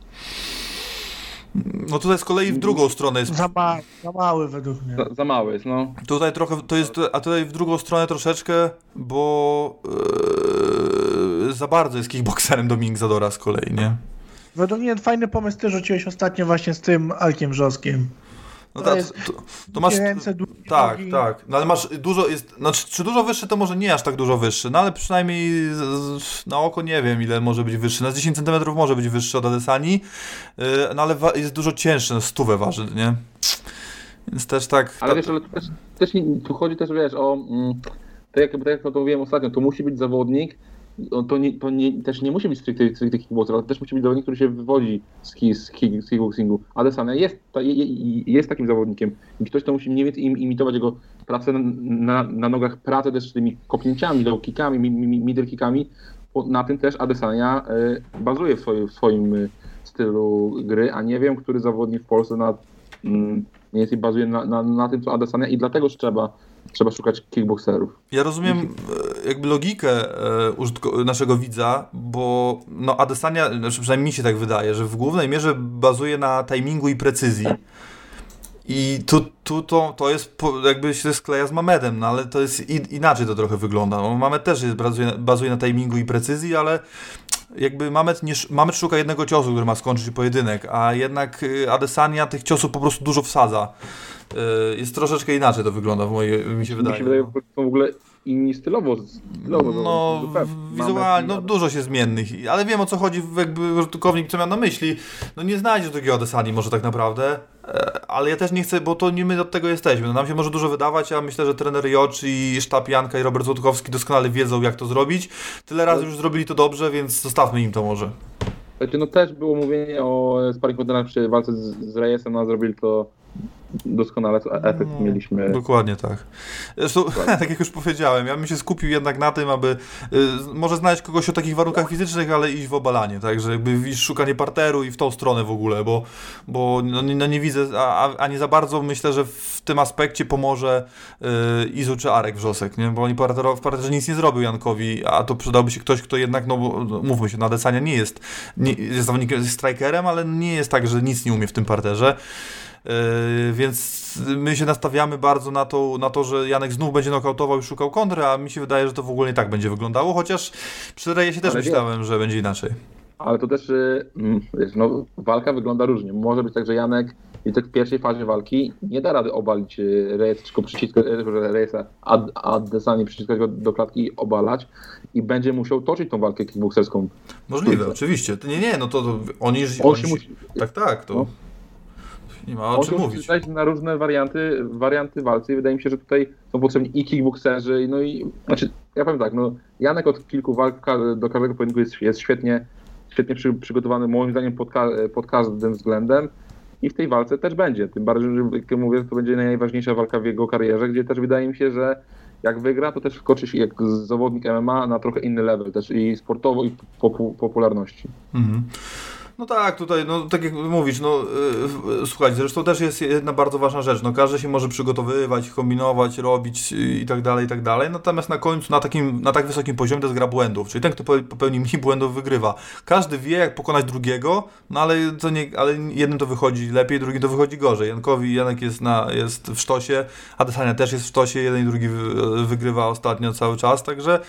No tutaj z kolei w drugą stronę jest... Za mały według mnie. Za mały jest, no. Tutaj trochę, to jest, a tutaj w drugą stronę troszeczkę, bo za bardzo jest kickboxerem Dominik Zadora z kolei, nie? Według mnie fajny pomysł ty rzuciłeś ostatnio właśnie z tym Alkiem Wrzoskiem. No to masz... Ręce, tak. No ale masz dużo, czy dużo wyższy, to może nie aż tak dużo wyższy, no ale przynajmniej na oko nie wiem, ile może być wyższy. Na 10 cm może być wyższy od Adesanii, no ale jest dużo cięższy, no 100 waży, nie? Więc też tak... Ale wiesz, ale tu chodzi też, wiesz, o... Tak jak to mówiłem ostatnio, to musi być zawodnik, też nie musi być stricte kickboxer, ale też musi być zawodnik, który się wywodzi z kickboxingu. Adesanya jest takim zawodnikiem i ktoś to musi mniej więcej imitować jego pracę na nogach, pracę też z tymi kopnięciami, low kickami, middle kickami. Na tym też Adesanya bazuje w swoim stylu gry, a nie wiem, który zawodnik w Polsce mniej więcej bazuje na tym, co Adesanya i dlatego trzeba szukać kickboxerów. Ja rozumiem jakby logikę naszego widza, bo Adesanya, znaczy przynajmniej mi się tak wydaje, że w głównej mierze bazuje na timingu i precyzji. I to jest jakby się skleja z Mamedem, no ale to jest inaczej to trochę wygląda. No, Mamed też bazuje na timingu i precyzji, ale jakby Mamed szuka jednego ciosu, który ma skończyć pojedynek, a jednak Adesanya tych ciosów po prostu dużo wsadza. jest troszeczkę inaczej to wygląda, mi się wydaje. Mi się wydaje, że są w ogóle inni stylowo no, zupełnie. wizualnie, no dużo się zmiennych, ale wiem o co chodzi, jakby użytkownik co miał na myśli. No nie znajdzie takiego Adesani może tak naprawdę, ale ja też nie chcę, bo to nie my od tego jesteśmy. No, nam się może dużo wydawać, a myślę, że trener Jocz i sztab Janka i Robert Złotkowski doskonale wiedzą, jak to zrobić. Tyle razy już zrobili to dobrze, więc zostawmy im to może. Znaczy, no też było mówienie o sparring partnerach przy walce z Reyesem, no zrobili to doskonale, co efekt mieliśmy. Dokładnie tak. Zresztą, tak jak już powiedziałem, ja bym się skupił jednak na tym, aby może znaleźć kogoś o takich warunkach fizycznych, ale iść w obalanie, tak, że jakby szukanie parteru i w tą stronę w ogóle, bo nie widzę, a nie za bardzo myślę, że w tym aspekcie pomoże Izu czy Arek Wrzosek, nie? Bo oni w parterze nic nie zrobił Jankowi, a to przydałby się ktoś, kto jednak, no bo mówmy się, Adesanya jest zawodnikiem, jest strikerem, ale nie jest tak, że nic nie umie w tym parterze. Więc my się nastawiamy bardzo na to, że Janek znów będzie nokautował i szukał kontry, a mi się wydaje, że to w ogóle nie tak będzie wyglądało, chociaż przy Reyesie też myślałem, że będzie inaczej. Ale to też no, walka wygląda różnie. Może być tak, że Janek i tak w pierwszej fazie walki nie da rady obalić Reyesa, tylko przyciskać Reyesa, Adesani przyciskać go do klatki i obalać i będzie musiał toczyć tą walkę kickbokserską. Możliwe, oczywiście. Nie, no to oni się musi... Tak, to... No. Nie ma o czym mówić. Na różne warianty walki. Wydaje mi się, że tutaj są potrzebni i kickbokserzy, no i znaczy, ja powiem tak, no Janek od kilku walk do każdego pojedynku jest świetnie przygotowany, moim zdaniem pod każdym względem i w tej walce też będzie. Tym bardziej, że jak mówię, to będzie najważniejsza walka w jego karierze, gdzie też wydaje mi się, że jak wygra, to też wskoczy się jak zawodnik MMA na trochę inny level też i sportowo i popularności. Mhm. No tak, tutaj, no tak jak mówisz, no słuchajcie, zresztą też jest jedna bardzo ważna rzecz, no każdy się może przygotowywać, kombinować, robić i tak dalej, natomiast na końcu na tak wysokim poziomie to jest gra błędów, czyli ten, kto popełni mniej błędów, wygrywa. Każdy wie, jak pokonać drugiego, no ale jednym to wychodzi lepiej, drugim to wychodzi gorzej. Janek jest w sztosie, Adesanya też jest w sztosie, jeden i drugi wygrywa ostatnio cały czas, także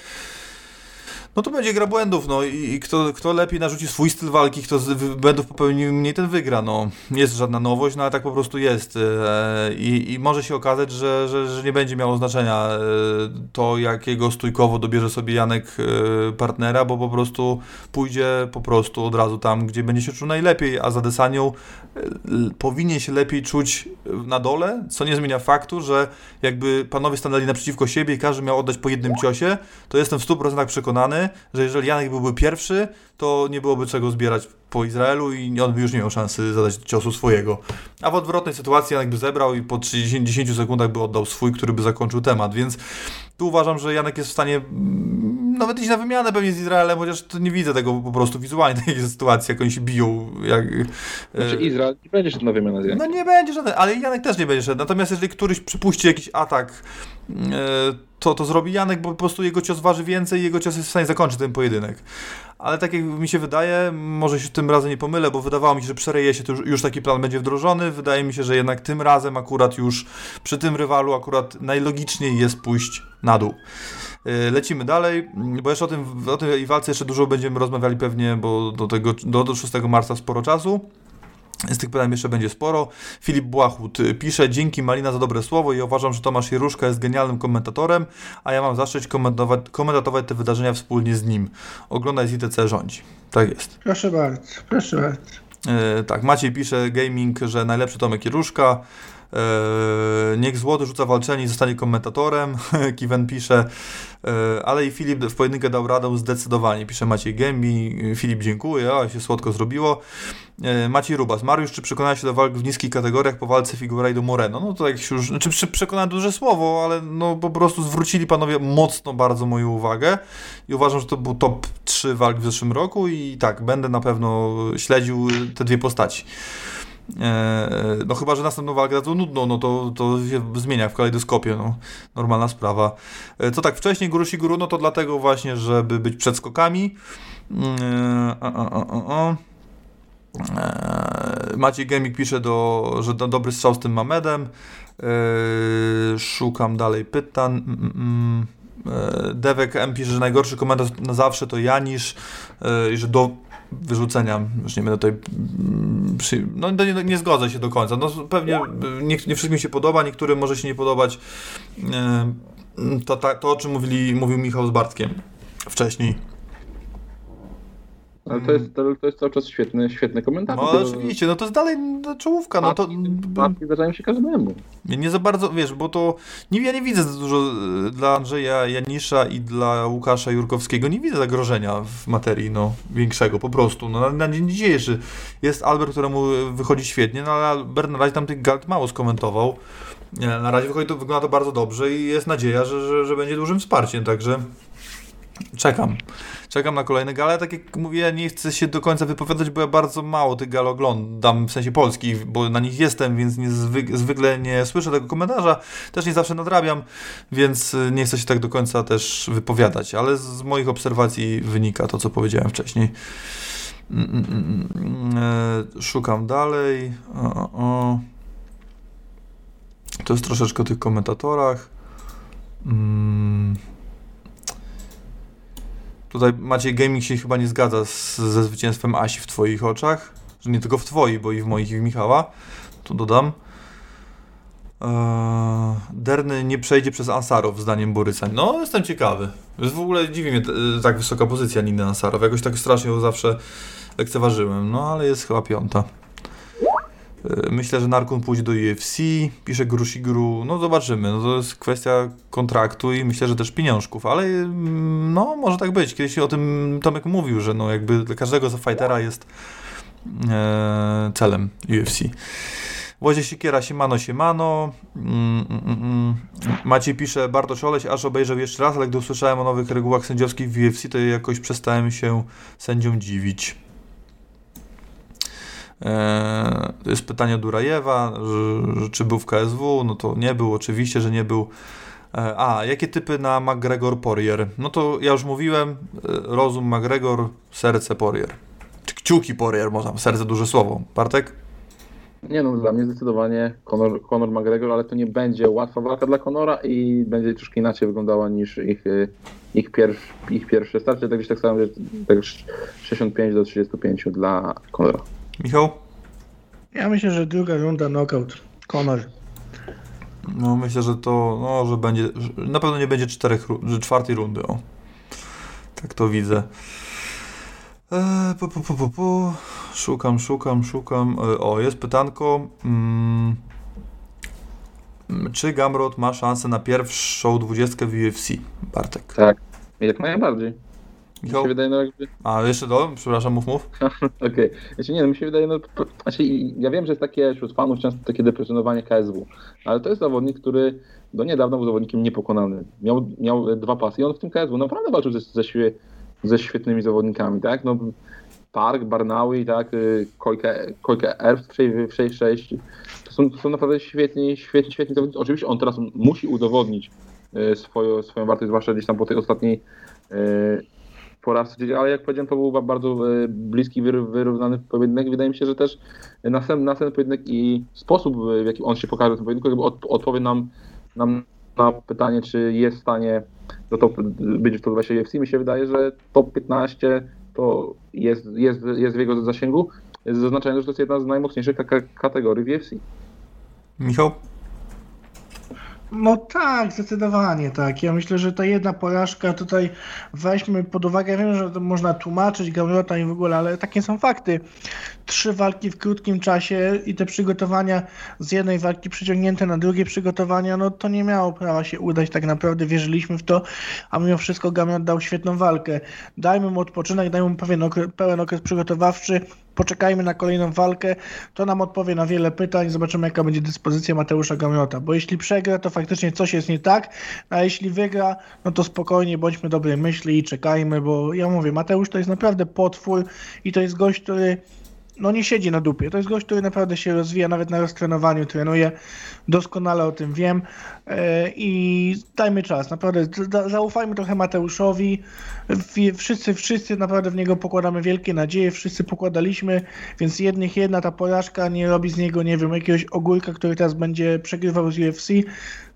no to będzie gra błędów, no i kto lepiej narzuci swój styl walki, kto błędów popełnił mniej, ten wygra, no. Nie jest żadna nowość, no ale tak po prostu jest. I może się okazać, że nie będzie miało znaczenia to, jakiego stójkowo dobierze sobie Janek partnera, bo po prostu pójdzie od razu tam, gdzie będzie się czuł najlepiej, a za Adesanią powinien się lepiej czuć na dole, co nie zmienia faktu, że jakby panowie stanęli naprzeciwko siebie i każdy miał oddać po jednym ciosie, to jestem w 100% przekonany, że jeżeli Janek byłby pierwszy, to nie byłoby czego zbierać po Izraelu i on by już nie miał szansy zadać ciosu swojego. A w odwrotnej sytuacji Janek by zebrał i po 10 sekundach by oddał swój, który by zakończył temat, więc tu uważam, że Janek jest w stanie nawet iść na wymianę pewnie z Izraelem, chociaż to nie widzę tego po prostu wizualnie, takiej sytuacji, jak oni się biją. Znaczy Izrael nie będzie szedł na wymianę z Jankiem. No nie będzie żaden, ale Janek też nie będzie szedł. Natomiast jeżeli któryś przypuści jakiś atak, to zrobi Janek, bo po prostu jego cios waży więcej i jego cios jest w stanie zakończyć ten pojedynek. Ale tak jak mi się wydaje, może się tym razem nie pomylę, bo wydawało mi się, że przy Reyesie to już taki plan będzie wdrożony. Wydaje mi się, że jednak tym razem akurat już przy tym rywalu akurat najlogiczniej jest pójść na dół. Lecimy dalej, bo jeszcze o tej walce jeszcze dużo będziemy rozmawiali pewnie, bo do 6 marca sporo czasu. Z tych pytań jeszcze będzie sporo. Filip Błachut pisze: dzięki Malina za dobre słowo i uważam, że Tomasz Jeruszka jest genialnym komentatorem, a ja mam zaszczyt komentować te wydarzenia wspólnie z nim. Oglądaj z ITC rządzi. Tak jest. Proszę bardzo. Tak, Maciej pisze gaming, że najlepszy Tomek Jeruszka. Niech Złoty rzuca walczenie i zostanie komentatorem. Kiwen pisze, ale i Filip w pojedynkę dał radę zdecydowanie, pisze Maciej Gębi. Filip, dziękuję, się słodko zrobiło. Maciej Rubas: Mariusz, czy przekonałeś się do walk w niskich kategoriach po walce Figueiredo Moreno? No to jakieś już, czy przekonałem duże słowo, ale no po prostu zwrócili panowie mocno bardzo moją uwagę i uważam, że to był top 3 walk w zeszłym roku i tak, będę na pewno śledził te dwie postaci. No chyba, że następną walkę za to nudno, no to się zmienia w kalejdoskopie, no normalna sprawa. Co tak wcześniej Guru, no to dlatego właśnie, żeby być przed skokami. Maciej Gemik pisze, że dobry strzał z tym Mamedem. Szukam dalej pytań. Dewek M pisze, że najgorszy komentarz na zawsze to Janisz i że wyrzucenia. Już nie będę tutaj... nie zgodzę się do końca. No pewnie nie wszystkim się podoba, niektórym może się nie podobać to o czym mówił Michał z Bartkiem wcześniej. Ale to jest cały czas świetny komentarz. No oczywiście, no to jest dalej czołówka. No to zdarzają się każdemu. Nie za bardzo, wiesz, bo to ja nie widzę za dużo dla Andrzeja Janisza i dla Łukasza Jurkowskiego, nie widzę zagrożenia w materii, większego, po prostu. Na dzień dzisiejszy jest Albert, któremu wychodzi świetnie, ale Albert na razie tam tych galt mało skomentował. Na razie wygląda to bardzo dobrze i jest nadzieja, że będzie dużym wsparciem, także Czekam na kolejne gale. Tak jak mówię, nie chcę się do końca wypowiadać, bo ja bardzo mało tych gal oglądam, w sensie polskich, bo na nich jestem, więc zwykle nie słyszę tego komentarza. Też nie zawsze nadrabiam, więc nie chcę się tak do końca też wypowiadać. Ale z moich obserwacji wynika to, co powiedziałem wcześniej. Szukam dalej. To jest troszeczkę o tych komentatorach. Tutaj Maciej Gaming się chyba nie zgadza ze zwycięstwem Asi w twoich oczach. Że nie tylko w twoich, bo i w moich, i w Michała. Tu dodam. Derny nie przejdzie przez Ansarow, zdaniem Borysa. No, jestem ciekawy. W ogóle dziwi mnie tak wysoka pozycja Niny Ansarow. Jakoś tak strasznie ją zawsze lekceważyłem. No, ale jest chyba 5. Myślę, że Narkun pójdzie do UFC, pisze Grusigru, no zobaczymy, to jest kwestia kontraktu i myślę, że też pieniążków, ale może tak być. Kiedyś o tym Tomek mówił, że jakby dla każdego fightera jest celem UFC. Włodzie Siekiera, siemano. Maciej pisze, Bartosz Oleś, aż obejrzał jeszcze raz, ale gdy usłyszałem o nowych regułach sędziowskich w UFC, to jakoś przestałem się sędziom dziwić. To jest pytanie od Durajewa, czy był w KSW, no to nie był, oczywiście, że nie był. Jakie typy na McGregor-Poirier? No to ja już mówiłem, rozum McGregor, serce Poirier. Czy kciuki Poirier, można, serce duże słowo. Bartek? Nie dla mnie zdecydowanie Conor McGregor, ale to nie będzie łatwa walka dla Conora i będzie troszkę inaczej wyglądała niż ich pierwsze starcie, tak gdzieś tak samo, tak 65-35 dla Conora. Michał? Ja myślę, że druga runda knockout. Conor. No myślę, że to, że będzie, na pewno nie będzie czwartej rundy, Tak to widzę. Szukam. Jest pytanko. Czy Gamrot ma szansę na pierwszą 20 w UFC? Bartek. Tak, jak najbardziej. Michał? Mi się wydaje, jeszcze przepraszam, mów. Okej. Mi się wydaje, ja wiem, że jest takie wśród fanów często takie deprecjonowanie KSW, ale to jest zawodnik, który do niedawna był zawodnikiem niepokonany. Miał 2 pasy i on w tym KSW naprawdę walczył ze świetnymi zawodnikami, tak? Park, Barnawi, tak? Kojkę Erb w 6-6. To są naprawdę świetni zawodnicy. Oczywiście on teraz musi udowodnić swoją wartość, zwłaszcza gdzieś tam po tej ostatniej porażce, ale jak powiedziałem, to był bardzo bliski, wyrównany pojedynek. Wydaje mi się, że też następny pojedynek i sposób, w jaki on się pokaże w tym pojedynku, jakby odpowie nam na pytanie, czy jest w stanie być w top 20 UFC. Mi się wydaje, że top 15 to jest w jego zasięgu, zaznaczając, że to jest jedna z najmocniejszych kategorii w UFC. Michał? No tak, zdecydowanie tak. Ja myślę, że ta jedna porażka tutaj weźmy pod uwagę, ja wiem, że to można tłumaczyć Gamrota i w ogóle, ale takie są fakty. 3 walki w krótkim czasie i te przygotowania z jednej walki przeciągnięte na drugie przygotowania, no to nie miało prawa się udać, tak naprawdę wierzyliśmy w to, a mimo wszystko Gamrot dał świetną walkę. Dajmy mu odpoczynek, dajmy mu pełen okres przygotowawczy, poczekajmy na kolejną walkę, to nam odpowie na wiele pytań, zobaczymy jaka będzie dyspozycja Mateusza Gamrota, bo jeśli przegra, to faktycznie coś jest nie tak, a jeśli wygra, no to spokojnie, bądźmy dobrej myśli i czekajmy, bo ja mówię, Mateusz to jest naprawdę potwór i to jest gość, który nie siedzi na dupie. To jest gość, który naprawdę się rozwija, nawet na roztrenowaniu trenuje. Doskonale o tym wiem. I dajmy czas. Naprawdę zaufajmy trochę Mateuszowi. Wszyscy naprawdę w niego pokładamy wielkie nadzieje. Wszyscy pokładaliśmy, więc jedna ta porażka nie robi z niego, nie wiem, jakiegoś ogórka, który teraz będzie przegrywał z UFC.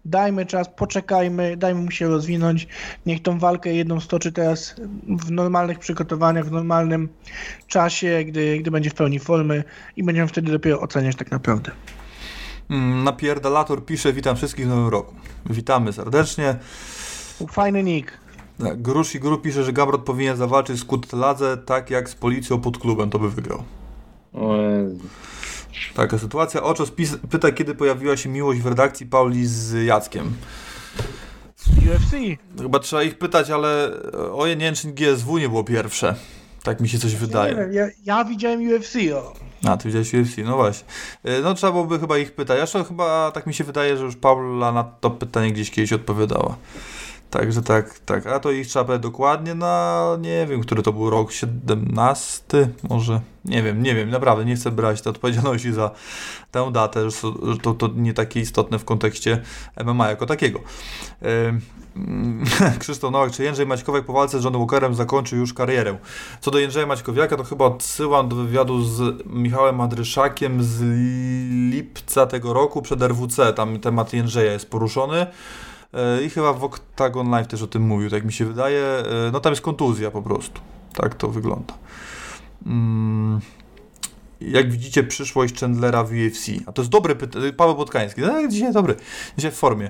dajmy czas, poczekajmy, dajmy mu się rozwinąć, niech tą walkę jedną stoczy teraz w normalnych przygotowaniach, w normalnym czasie, gdy będzie w pełni formy i będziemy wtedy dopiero oceniać tak naprawdę. Napierdalator pisze, witam wszystkich w nowym roku. Witamy serdecznie. Fajny nick. Grusz i Gru pisze, że Gamrot powinien zawalczyć z Kutladze tak jak z Policją pod klubem, to by wygrał. O Jezu. Taka sytuacja. Oczos pyta, kiedy pojawiła się miłość w redakcji Pauli z Jackiem. UFC. Chyba trzeba ich pytać, ale nie wiem, czy GSW nie było pierwsze. Tak mi się coś wydaje. Nie wiem, ja widziałem UFC, o. A, ty widziałeś UFC, no właśnie. No trzeba byłoby chyba ich pytać. Zresztą chyba tak mi się wydaje, że już Paula na to pytanie gdzieś kiedyś odpowiadała. Także tak. A to ich trzeba powiedzieć dokładnie na, nie wiem, który to był rok, 17 może? Nie wiem, naprawdę nie chcę brać tej odpowiedzialności za tę datę, że to nie takie istotne w kontekście MMA jako takiego. Krzysztof Nowak, czy Jędrzej Maćkowiak po walce z Johnem Walkerem zakończył już karierę? Co do Jędrzeja Maćkowiaka, to chyba odsyłam do wywiadu z Michałem Madryszakiem z lipca tego roku przed RWC, tam temat Jędrzeja jest poruszony. I chyba w Octagon Live też o tym mówił, tak mi się wydaje. No tam jest kontuzja po prostu. Tak to wygląda. Jak widzicie przyszłość Chandlera w UFC? A to jest dobre pytanie. Paweł Podkański. Dzisiaj dobry. Dzisiaj w formie.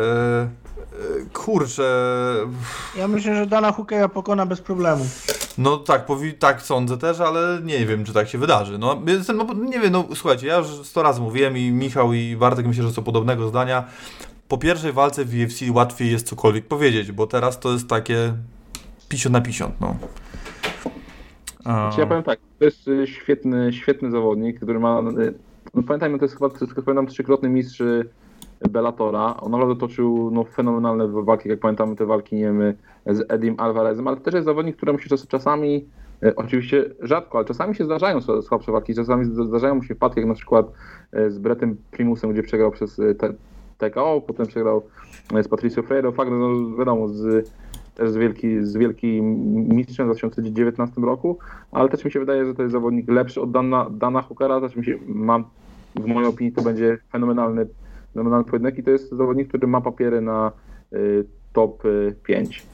Kurczę. Ja myślę, że Dana Hookera pokona bez problemu. No tak, tak sądzę też, ale nie wiem, czy tak się wydarzy. Nie wiem, słuchajcie, ja już 100 razy mówiłem i Michał i Bartek myślę, że są podobnego zdania. Po pierwszej walce w UFC łatwiej jest cokolwiek powiedzieć, bo teraz to jest takie 50 na 50, no. Ja powiem tak, to jest świetny zawodnik, który ma, no pamiętajmy, to jest chyba, pamiętam, trzykrotny mistrz Bellatora. On naprawdę toczył fenomenalne walki, jak pamiętamy te walki, nie wiem, z Edim Alvarezem, ale to też jest zawodnik, któremu się czasami, oczywiście rzadko, ale czasami się zdarzają słabsze walki, czasami zdarzają mu się wpadki, jak na przykład z Brettem Primusem, gdzie przegrał przez TKO, potem przegrał z Patricio Freire, fakt, no wiadomo, też z wielkim mistrzem w 2019 roku, ale też mi się wydaje, że to jest zawodnik lepszy od Dana Hookera, też w mojej opinii to będzie fenomenalny pojedynek i to jest zawodnik, który ma papiery na top 5.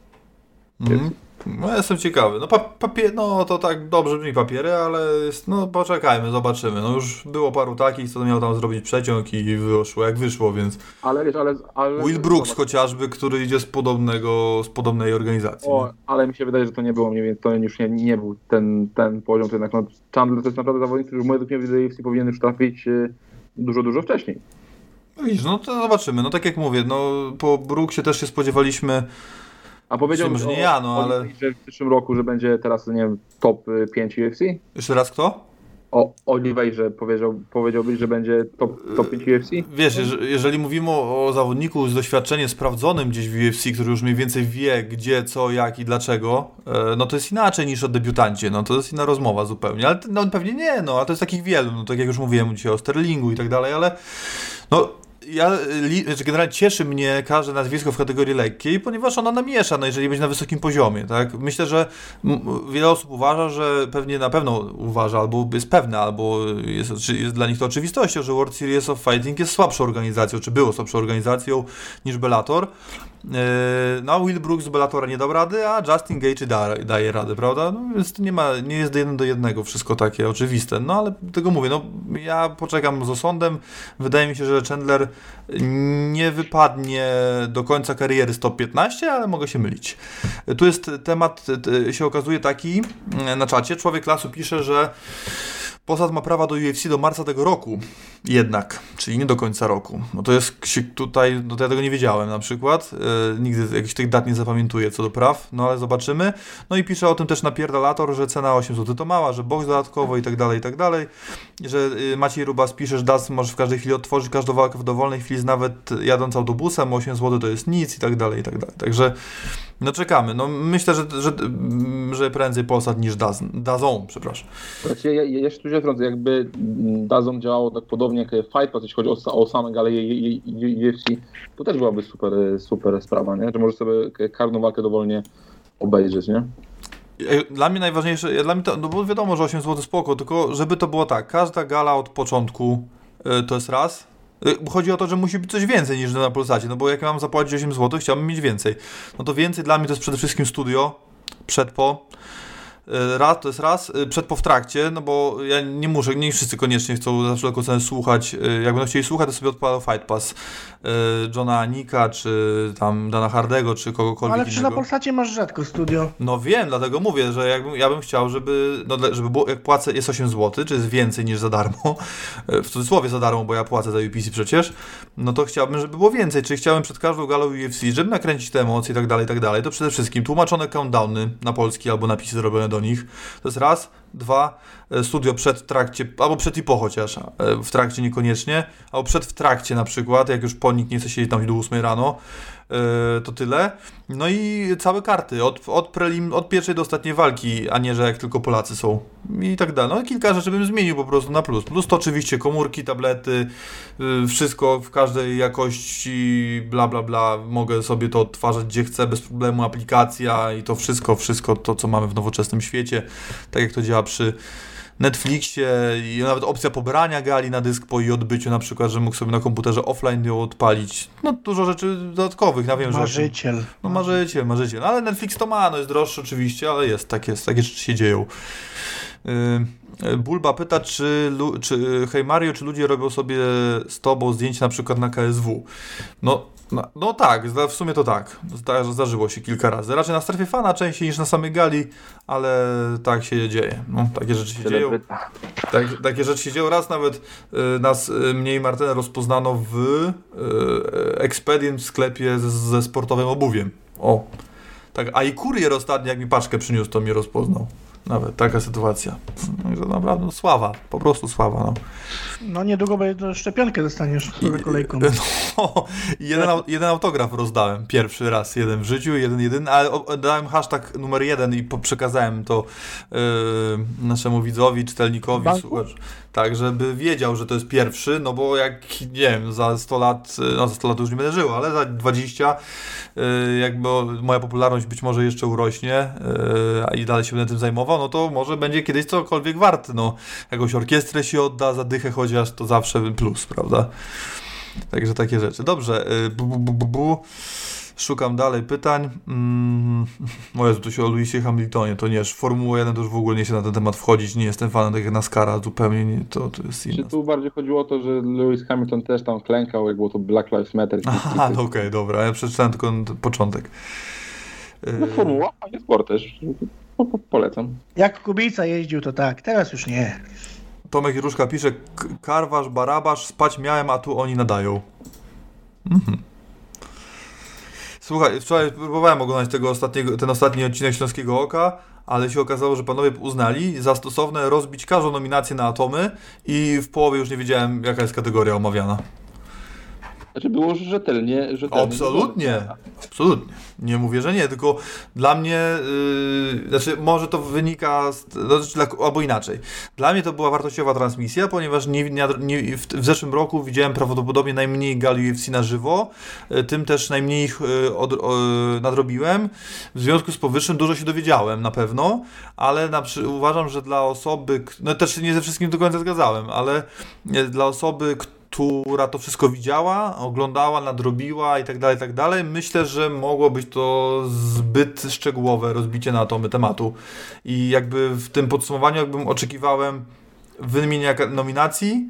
No ja jestem ciekawy. No to tak dobrze brzmi papiery, ale poczekajmy, zobaczymy. No już było paru takich, co miał tam zrobić przeciąg i wyszło jak wyszło, więc... Ale Will Brooks chociażby, który idzie z podobnej organizacji. Ale mi się wydaje, że to nie było mniej więcej, to już nie był ten poziom, to jednak Chandler to jest naprawdę zawodnik, który w mojej opinii w UFC powinien już trafić dużo wcześniej. Widzisz, no to zobaczymy. No tak jak mówię, po Brooksie też się spodziewaliśmy. A powiedział może nie ja, ale... że w przyszłym roku, że będzie teraz, nie wiem, top 5 UFC? Jeszcze raz kto? O Oliveirze powiedziałbyś, że będzie top 5 UFC? Wiesz, jeżeli mówimy o zawodniku z doświadczeniem sprawdzonym gdzieś w UFC, który już mniej więcej wie gdzie, co, jak i dlaczego, no to jest inaczej niż o debiutancie, no to jest inna rozmowa zupełnie, ale pewnie nie, a to jest takich wielu, tak jak już mówiłem dzisiaj o Sterlingu i tak dalej, ale generalnie cieszy mnie każde nazwisko w kategorii lekkiej, ponieważ ona namiesza, jeżeli będzie na wysokim poziomie, tak? Myślę, że wiele osób uważa, że na pewno uważa, albo jest pewne, albo jest dla nich to oczywistością, że World Series of Fighting jest słabszą organizacją, czy było słabszą organizacją niż Bellator. Will Brooks z Bellatora nie dał rady, a Justin Gaethje daje radę, prawda? Więc to nie jest 1-1 wszystko takie oczywiste, ale tego mówię, ja poczekam z osądem, wydaje mi się, że Chandler nie wypadnie do końca kariery z top 15, ale mogę się mylić. Tu jest temat, się okazuje taki na czacie, człowiek lasu pisze, że Posad ma prawa do UFC do marca tego roku jednak, czyli nie do końca roku. To jest tutaj, ja tego nie wiedziałem na przykład, nigdy jakichś tych dat nie zapamiętuję co do praw, ale zobaczymy. I pisze o tym też Napierdalator, że cena 8 zł to mała, że boks dodatkowo i tak dalej, że Maciej Rubas pisze, że DAS może w każdej chwili otworzyć każdą walkę w dowolnej chwili, nawet jadąc autobusem, 8 zł to jest nic i tak dalej. Także czekamy. Myślę, że prędzej Posad niż DAZN, przepraszam. Ja się tu wtrącę, jakby DAZN działało tak podobnie jak Fight Pass, jeśli chodzi o same gale UFC, to też byłaby super sprawa, nie? Że możesz sobie każdą walkę dowolnie obejrzeć, nie? Dla mnie najważniejsze, bo wiadomo, że 8 zł spoko, tylko żeby to było tak, każda gala od początku to jest raz, Chodzi o to, że musi być coś więcej niż na Polsacie, no bo jak ja mam zapłacić 8 zł, chciałbym mieć więcej. No to więcej dla mnie to jest przede wszystkim studio, to jest raz, w trakcie, no bo ja nie muszę, nie wszyscy koniecznie chcą za wszelką cenę słuchać, jak będą chcieli słuchać, to sobie odpalą Fight Pass Johna Nika, czy tam Dana Hardego, czy kogokolwiek Ale przecież innego. na Polsacie masz rzadko studio. No wiem, dlatego mówię, że ja bym chciał, żeby było, jak płacę, jest 8 zł, czy jest więcej niż za darmo, w cudzysłowie za darmo, bo ja płacę za UPC przecież, no to chciałbym, żeby było więcej, czyli chciałbym przed każdą galą UFC, żeby nakręcić te emocje i tak dalej, to przede wszystkim tłumaczone countdowny na polski albo napisy zrobione do nich, to jest raz, dwa, studio przed, w trakcie, albo przed i po chociaż, w trakcie niekoniecznie, albo w trakcie na przykład, jak już po nikt nie chce siedzieć tam do 8 rano, to tyle. No i całe karty, od pierwszej do ostatniej walki, a nie, że jak tylko Polacy są i tak dalej. No kilka rzeczy bym zmienił po prostu na plus. Plus to oczywiście komórki, tablety, wszystko w każdej jakości, bla bla bla, mogę sobie to odtwarzać gdzie chcę, bez problemu, aplikacja i to wszystko to, co mamy w nowoczesnym świecie, tak jak to działa przy Netflixie i nawet opcja pobrania gali na dysk po jej odbyciu, na przykład, że mógł sobie na komputerze offline ją odpalić. No dużo rzeczy dodatkowych, ja wiem, że... Marzyciel. No marzyciel. No ale Netflix to ma, no jest droższy oczywiście, ale jest, takie rzeczy się dzieją. Bulba pyta, czy hej Mario, czy ludzie robią sobie z tobą zdjęcia na przykład na KSW? No tak, w sumie to tak. Zdarzyło się kilka razy. Raczej na strefie fana częściej niż na samej gali, ale tak się dzieje. No, takie rzeczy się dzieją. Takie rzeczy się dzieją. Raz nawet nas, mnie i Martynę rozpoznano w Expedient w sklepie ze sportowym obuwiem. O, tak. A i kurier ostatnio, jak mi paczkę przyniósł, to mnie rozpoznał. Nawet taka sytuacja. No, naprawdę sława, po prostu sława. No niedługo szczepionkę dostaniesz kolejką. No, jeden autograf rozdałem, pierwszy raz, jeden w życiu, jeden, ale dałem hashtag numer 1 i przekazałem to naszemu widzowi, czytelnikowi, tak, żeby wiedział, że to jest pierwszy, no bo jak, nie wiem, za 100 lat, no za 100 lat już nie będę żył, ale za 20 jakby moja popularność być może jeszcze urośnie i dalej się będę tym zajmował, no to może będzie kiedyś cokolwiek wart, no jakąś orkiestrę się odda za dychę chociaż, to zawsze plus, prawda? Także takie rzeczy. Dobrze, szukam dalej pytań. O Jezu, to się o Lewisie Hamiltonie, to nie, Formuła 1 to już w ogóle nie się na ten temat wchodzić, nie jestem fanem takiego NASCARa, zupełnie nie, to jest inna. Czy tu bardziej chodziło o to, że Lewis Hamilton też tam klękał, jak było to Black Lives Matter. Aha, no okej, dobra, ja przeczytałem tylko początek. No Formuła, a nie sport też, polecam. Jak Kubica jeździł, to tak, teraz już nie. Tomek Jeruszka pisze, Karwasz, Barabasz, spać miałem, a tu oni nadają. Słuchaj, wczoraj próbowałem oglądać ten ostatni odcinek Śląskiego Oka, ale się okazało, że panowie uznali za stosowne rozbić każdą nominację na atomy i w połowie już nie wiedziałem, jaka jest kategoria omawiana. Znaczy było rzetelnie. Absolutnie. Nie mówię, że nie, tylko dla mnie, znaczy może to wynika, albo inaczej. Dla mnie to była wartościowa transmisja, ponieważ w zeszłym roku widziałem prawdopodobnie najmniej gali UFC na żywo, tym też najmniej ich nadrobiłem. W związku z powyższym dużo się dowiedziałem na pewno, ale uważam, że dla osoby, no też nie ze wszystkim do końca zgadzałem, ale dla osoby, która to wszystko widziała, oglądała, nadrobiła i tak dalej, myślę, że mogło być to zbyt szczegółowe rozbicie na atomy tematu. I jakby w tym podsumowaniu jakbym oczekiwałem wymienienia nominacji,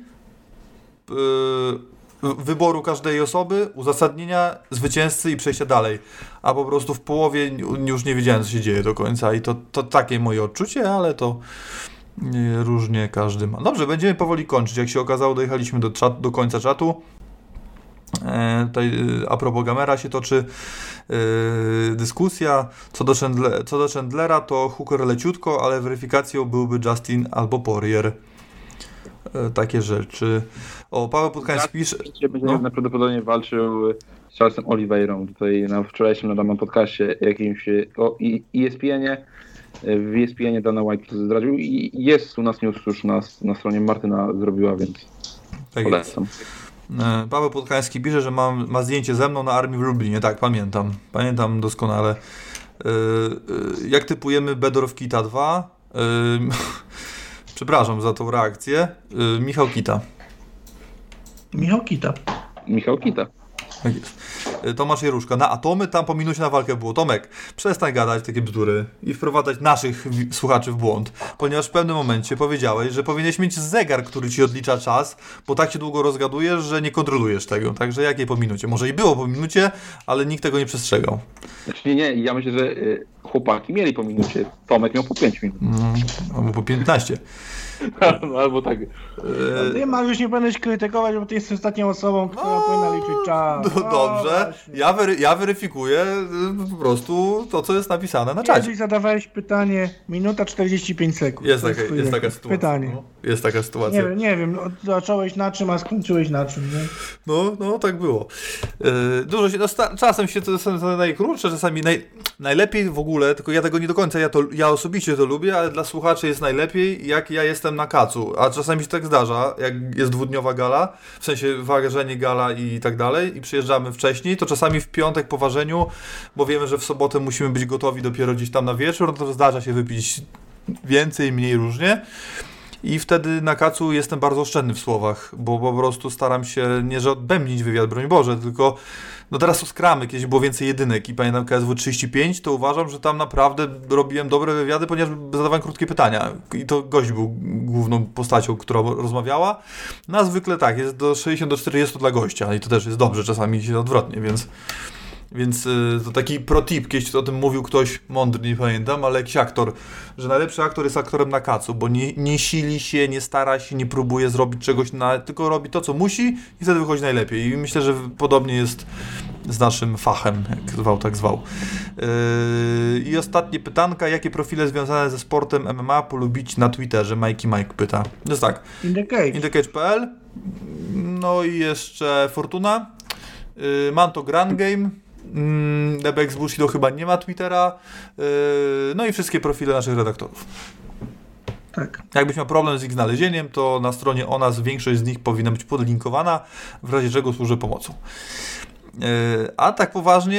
wyboru każdej osoby, uzasadnienia, zwycięzcy i przejścia dalej. A po prostu w połowie już nie wiedziałem, co się dzieje do końca i to takie moje odczucie, ale to różnie każdy ma. Dobrze, będziemy powoli kończyć. Jak się okazało, dojechaliśmy do końca czatu. Tutaj a propos Gamera się toczy dyskusja. Co do Chandlera, to Hooker leciutko, ale weryfikacją byłby Justin albo Poirier. Takie rzeczy. O, Paweł Podkański pisze... Będzie najprawdopodobniej walczył z Charlesem Oliveirą. Tutaj na wczorajszym podcaście jakimś o ESPN-ie. W ESPN-ie Dana White zdradził i jest u nas news już na stronie Martyna zrobiła, więc tak polecam. Paweł Podkański pisze, że ma zdjęcie ze mną na Armii w Lublinie. Tak, pamiętam doskonale. Jak typujemy Bedorf Kita 2? Przepraszam za tą reakcję. Michał Kita. Michał Kita. Michał Kita. Tak jest. Tomasz Jeruszka. Na atomy tam po minucie na walkę było. Tomek, przestań gadać takie bzdury i wprowadzać naszych słuchaczy w błąd, ponieważ w pewnym momencie powiedziałeś, że powinieneś mieć zegar, który ci odlicza czas, bo tak się długo rozgadujesz, że nie kontrolujesz tego. Także jakie po minucie? Może i było po minucie, ale nikt tego nie przestrzegał. Znaczy nie, ja myślę, że chłopaki mieli po minucie. Tomek miał po 5 minut. Albo po 15. Albo tak. Ty, Mariusz, nie powinieneś krytykować, bo ty jesteś ostatnią osobą, która powinna liczyć czas. No, dobrze, ja weryfikuję po prostu to, co jest napisane na czacie. Kiedyś zadawałeś pytanie, minuta 45 sekund. Jest taka sytuacja. Pytanie. No, jest taka sytuacja. Nie wiem, zacząłeś na czym, a skończyłeś na czym, nie? No, tak było. Dużo się, czasem się to najkrótsze, czasami najlepiej w ogóle, tylko ja tego nie do końca, ja osobiście to lubię, ale dla słuchaczy jest najlepiej, jak ja jestem na kacu, a czasami się tak zdarza, jak jest dwudniowa gala, w sensie ważenie gala i tak dalej, i przyjeżdżamy wcześniej, to czasami w piątek po ważeniu, bo wiemy, że w sobotę musimy być gotowi dopiero gdzieś tam na wieczór, no to zdarza się wypić więcej, mniej różnie. I wtedy na kacu jestem bardzo oszczędny w słowach, bo po prostu staram się nie że odbębnić wywiad, broń Boże, tylko no teraz uskramy, kiedyś było więcej jedynek i pamiętam KSW 35, to uważam, że tam naprawdę robiłem dobre wywiady, ponieważ zadawałem krótkie pytania i to gość był główną postacią, która rozmawiała. No a zwykle tak, jest do 60 do 40 dla gościa i to też jest dobrze, czasami się odwrotnie, więc to taki pro-tip, kiedyś o tym mówił ktoś mądry, nie pamiętam, ale jakiś aktor, że najlepszy aktor jest aktorem na kacu, bo nie sili się, nie stara się, nie próbuje zrobić czegoś, tylko robi to, co musi i wtedy wychodzi najlepiej. I myślę, że podobnie jest z naszym fachem, jak zwał, tak zwał. I ostatnie pytanka, jakie profile związane ze sportem MMA polubić na Twitterze? Mikey Mike pyta. To jest tak. InTheCage.pl, no i jeszcze Fortuna, Manto Grand Game, Debex Bushido chyba nie ma Twittera, no i wszystkie profile naszych redaktorów. Tak. Jakbyś miał problem z ich znalezieniem, to na stronie o nas większość z nich powinna być podlinkowana, w razie czego służę pomocą. A tak poważnie,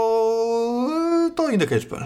to InTheCage.pl.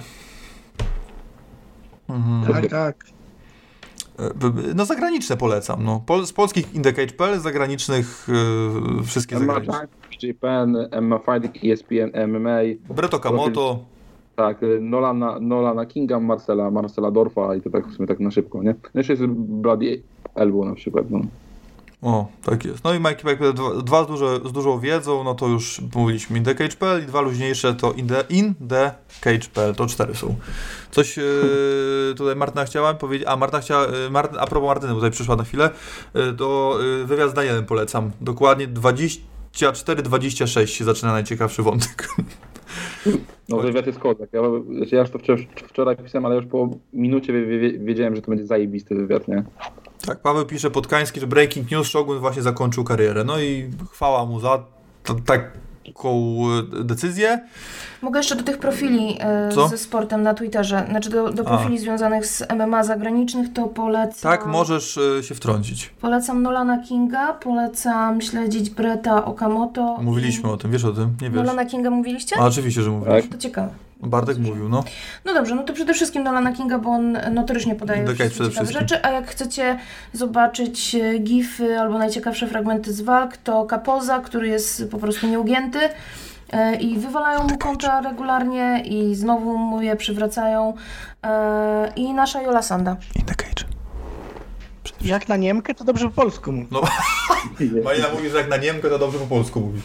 Tak. No zagraniczne polecam. No. Z polskich InTheCage.pl, z zagranicznych wszystkie zagraniczne. JPN, MMA Fighting, ESPN, MMA. Brett Okamoto. Tak, Nolana Kinga, Marcela Dorfa i to tak w sumie tak na szybko, nie? No jeszcze jest Bloody Elbow na przykład, no. O, tak jest. No i Mikey Mike, dwa z dużą wiedzą, no to już mówiliśmy InTheCage.pl i dwa luźniejsze to InTheCage.pl, to 4 są. Coś tutaj Martyna chciała powiedzieć, a propos Martyny, bo tutaj przyszła na chwilę, to wywiad z Danielem polecam. Dokładnie 24-26 się zaczyna najciekawszy wątek. No wywiad jest kozak. Ja już to wczoraj pisałem, ale już po minucie wiedziałem, że to będzie zajebisty wywiad, nie? Tak, Paweł pisze Podkański, że Breaking News, Shogun właśnie zakończył karierę. No i chwała mu za taką decyzję. Mogę jeszcze do tych profili ze sportem na Twitterze, znaczy do profili związanych z MMA zagranicznych, to polecam... Tak, możesz się wtrącić. Polecam Nolana Kinga, polecam śledzić Bretta Okamoto. Mówiliśmy o tym, wiesz o tym? Nie wiesz. Nolana Kinga mówiliście? A, oczywiście, że mówiliśmy. To ciekawe. Bartek mówił, no. No dobrze, no to przede wszystkim Nolana Kinga, bo on notorycznie podaje ciekawe rzeczy, a jak chcecie zobaczyć gify albo najciekawsze fragmenty z walk, to Kapoza, który jest po prostu nieugięty i wywalają mu konta regularnie i znowu mu je przywracają i nasza Jola Sanda. InTheCage. Jak na Niemkę, to dobrze po polsku mówi. No, Marina mówi, że jak na Niemkę, to dobrze po polsku mówisz.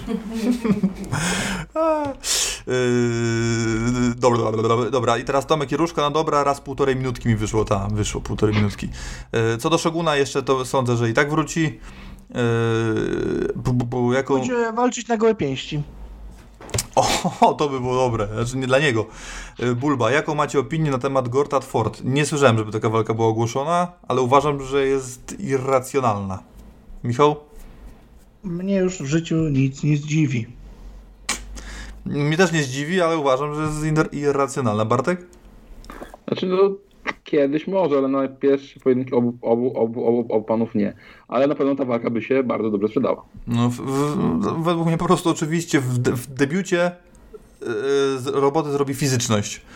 Dobra, i teraz Tomek Jeruszka, no dobra, raz 1,5 minutki mi wyszło 1,5 minutki. Co do Shoguna jeszcze, to sądzę, że i tak wróci. Będzie walczyć na gołe pięści. O, to by było dobre, znaczy nie dla niego. Bulba, jaką macie opinię na temat Gortat Ford? Nie słyszałem, żeby taka walka była ogłoszona, ale uważam, że jest irracjonalna. Michał? Mnie już w życiu nic nie zdziwi. Mnie też nie zdziwi, ale uważam, że jest irracjonalna. Bartek? Znaczy, no kiedyś może, ale na pierwszy pojedynek obu panów nie. Ale na pewno ta walka by się bardzo dobrze sprzedała. No, według mnie po prostu oczywiście w debiucie robotę zrobi fizyczność.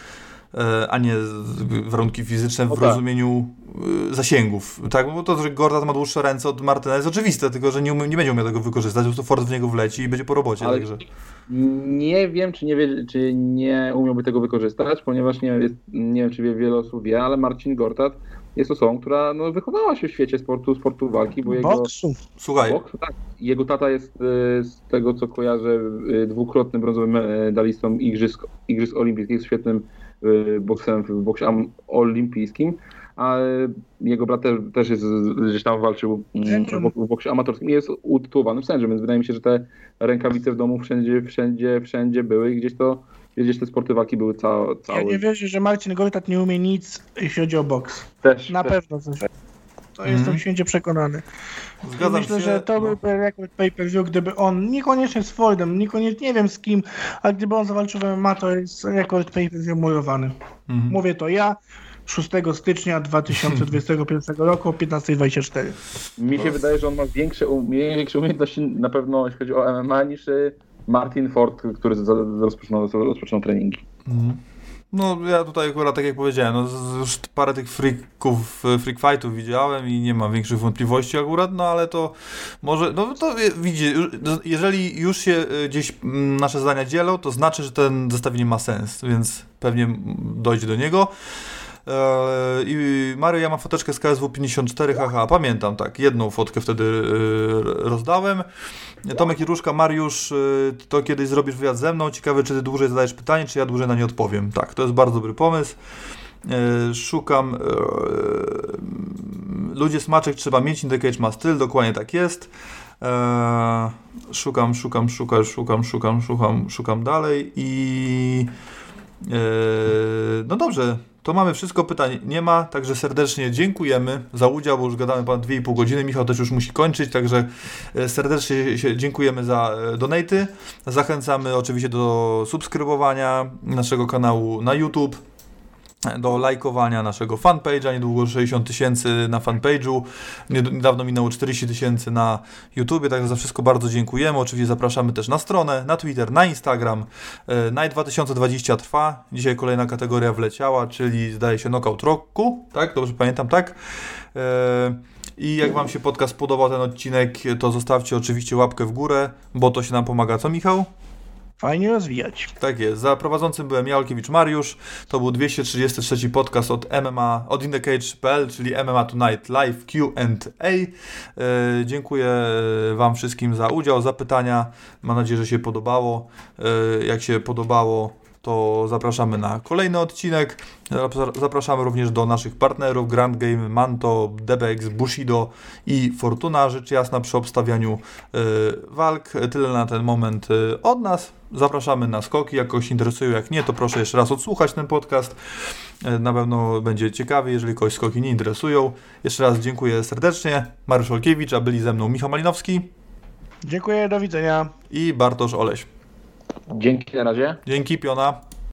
a nie warunki fizyczne w rozumieniu zasięgów. Tak? Bo to, że Gortat ma dłuższe ręce od Martyna jest oczywiste, tylko że nie będzie umiał tego wykorzystać, po prostu Ford w niego wleci i będzie po robocie. Ale także. Nie wiem, czy nie umiałby tego wykorzystać, ponieważ nie wiem, czy wiele osób wie, ale Marcin Gortat jest osobą, która wychowała się w świecie sportu walki, bo Boksu. Słuchaj. Tak, jego tata jest, z tego co kojarzę, dwukrotnym brązowym medalistą Igrzysk Olimpijskich, jest świetnym boksem w boksie olimpijskim, a jego brat też jest, gdzieś tam walczył w boksie amatorskim i jest utytułowanym sędzią, więc wydaje mi się, że te rękawice w domu wszędzie były i gdzieś te sporty walki były całe. Ja nie wierzę, że Marcin Gortat nie umie nic, jeśli chodzi o boks. Na pewno coś. To jestem święcie przekonany. Zgadzam myślę, się, że to byłby rekord pay-per-view, gdyby on, niekoniecznie z Fordem, nie wiem z kim, ale gdyby on zawalczył w MMA, to jest rekord pay-per-view murowany. Mówię to ja, 6 stycznia 2021 roku o 15:24. Mi się wydaje, że on ma większe umiejętności na pewno, jeśli chodzi o MMA, niż Martin Ford, który rozpoczynał treningi. No ja tutaj akurat, tak jak powiedziałem, już parę tych freak fightów widziałem i nie mam większych wątpliwości akurat, no ale to może, no to widzicie, jeżeli już się gdzieś nasze zdania dzielą, to znaczy, że ten zestawienie ma sens, więc pewnie dojdzie do niego. I Mario, ja mam foteczkę z KSW 54, haha, pamiętam, tak, jedną fotkę wtedy rozdałem. Tomek Iruszka, Mariusz, to kiedyś zrobisz wywiad ze mną, ciekawe, czy ty dłużej zadajesz pytanie, czy ja dłużej na nie odpowiem. Tak, to jest bardzo dobry pomysł. Szukam, ludzie smaczek trzeba mieć, In The Cage ma styl, dokładnie tak jest. Szukam dalej i no dobrze. To mamy wszystko, pytań nie ma, także serdecznie dziękujemy za udział, bo już gadamy ponad 2,5 godziny. Michał też już musi kończyć, także serdecznie się dziękujemy za donaty. Zachęcamy oczywiście do subskrybowania naszego kanału na YouTube, do lajkowania naszego fanpage'a, niedługo 60 000 na fanpage'u, niedawno minęło 40 000 na YouTubie, także za wszystko bardzo dziękujemy. Oczywiście zapraszamy też na stronę, na Twitter, na Instagram. Night 2020 trwa, dzisiaj kolejna kategoria wleciała, czyli zdaje się Knockout Roku, tak? Dobrze pamiętam, tak? I jak wam się podcast podobał, ten odcinek, to zostawcie oczywiście łapkę w górę, bo to się nam pomaga. Co, Michał? Fajnie rozwijać. Tak jest. Za prowadzącym byłem ja, Olkiewicz Mariusz. To był 233 podcast od MMA, od InTheCage.pl, czyli MMA Tonight Live Q&A. Dziękuję wam wszystkim za udział, za pytania. Mam nadzieję, że się podobało. Jak się podobało, to zapraszamy na kolejny odcinek. Zapraszamy również do naszych partnerów Grand Game, Manto, DBX, Bushido i Fortuna. Rzecz jasna przy obstawianiu walk. Tyle na ten moment od nas. Zapraszamy na skoki, jak kogoś interesują, jak nie, to proszę jeszcze raz odsłuchać ten podcast. Na pewno będzie ciekawy, jeżeli kogoś skoki nie interesują. Jeszcze raz dziękuję serdecznie. Mariusz Olkiewicz, a byli ze mną Michał Malinowski. Dziękuję, do widzenia. I Bartosz Oleś. Dzięki, na razie. Dzięki, piona.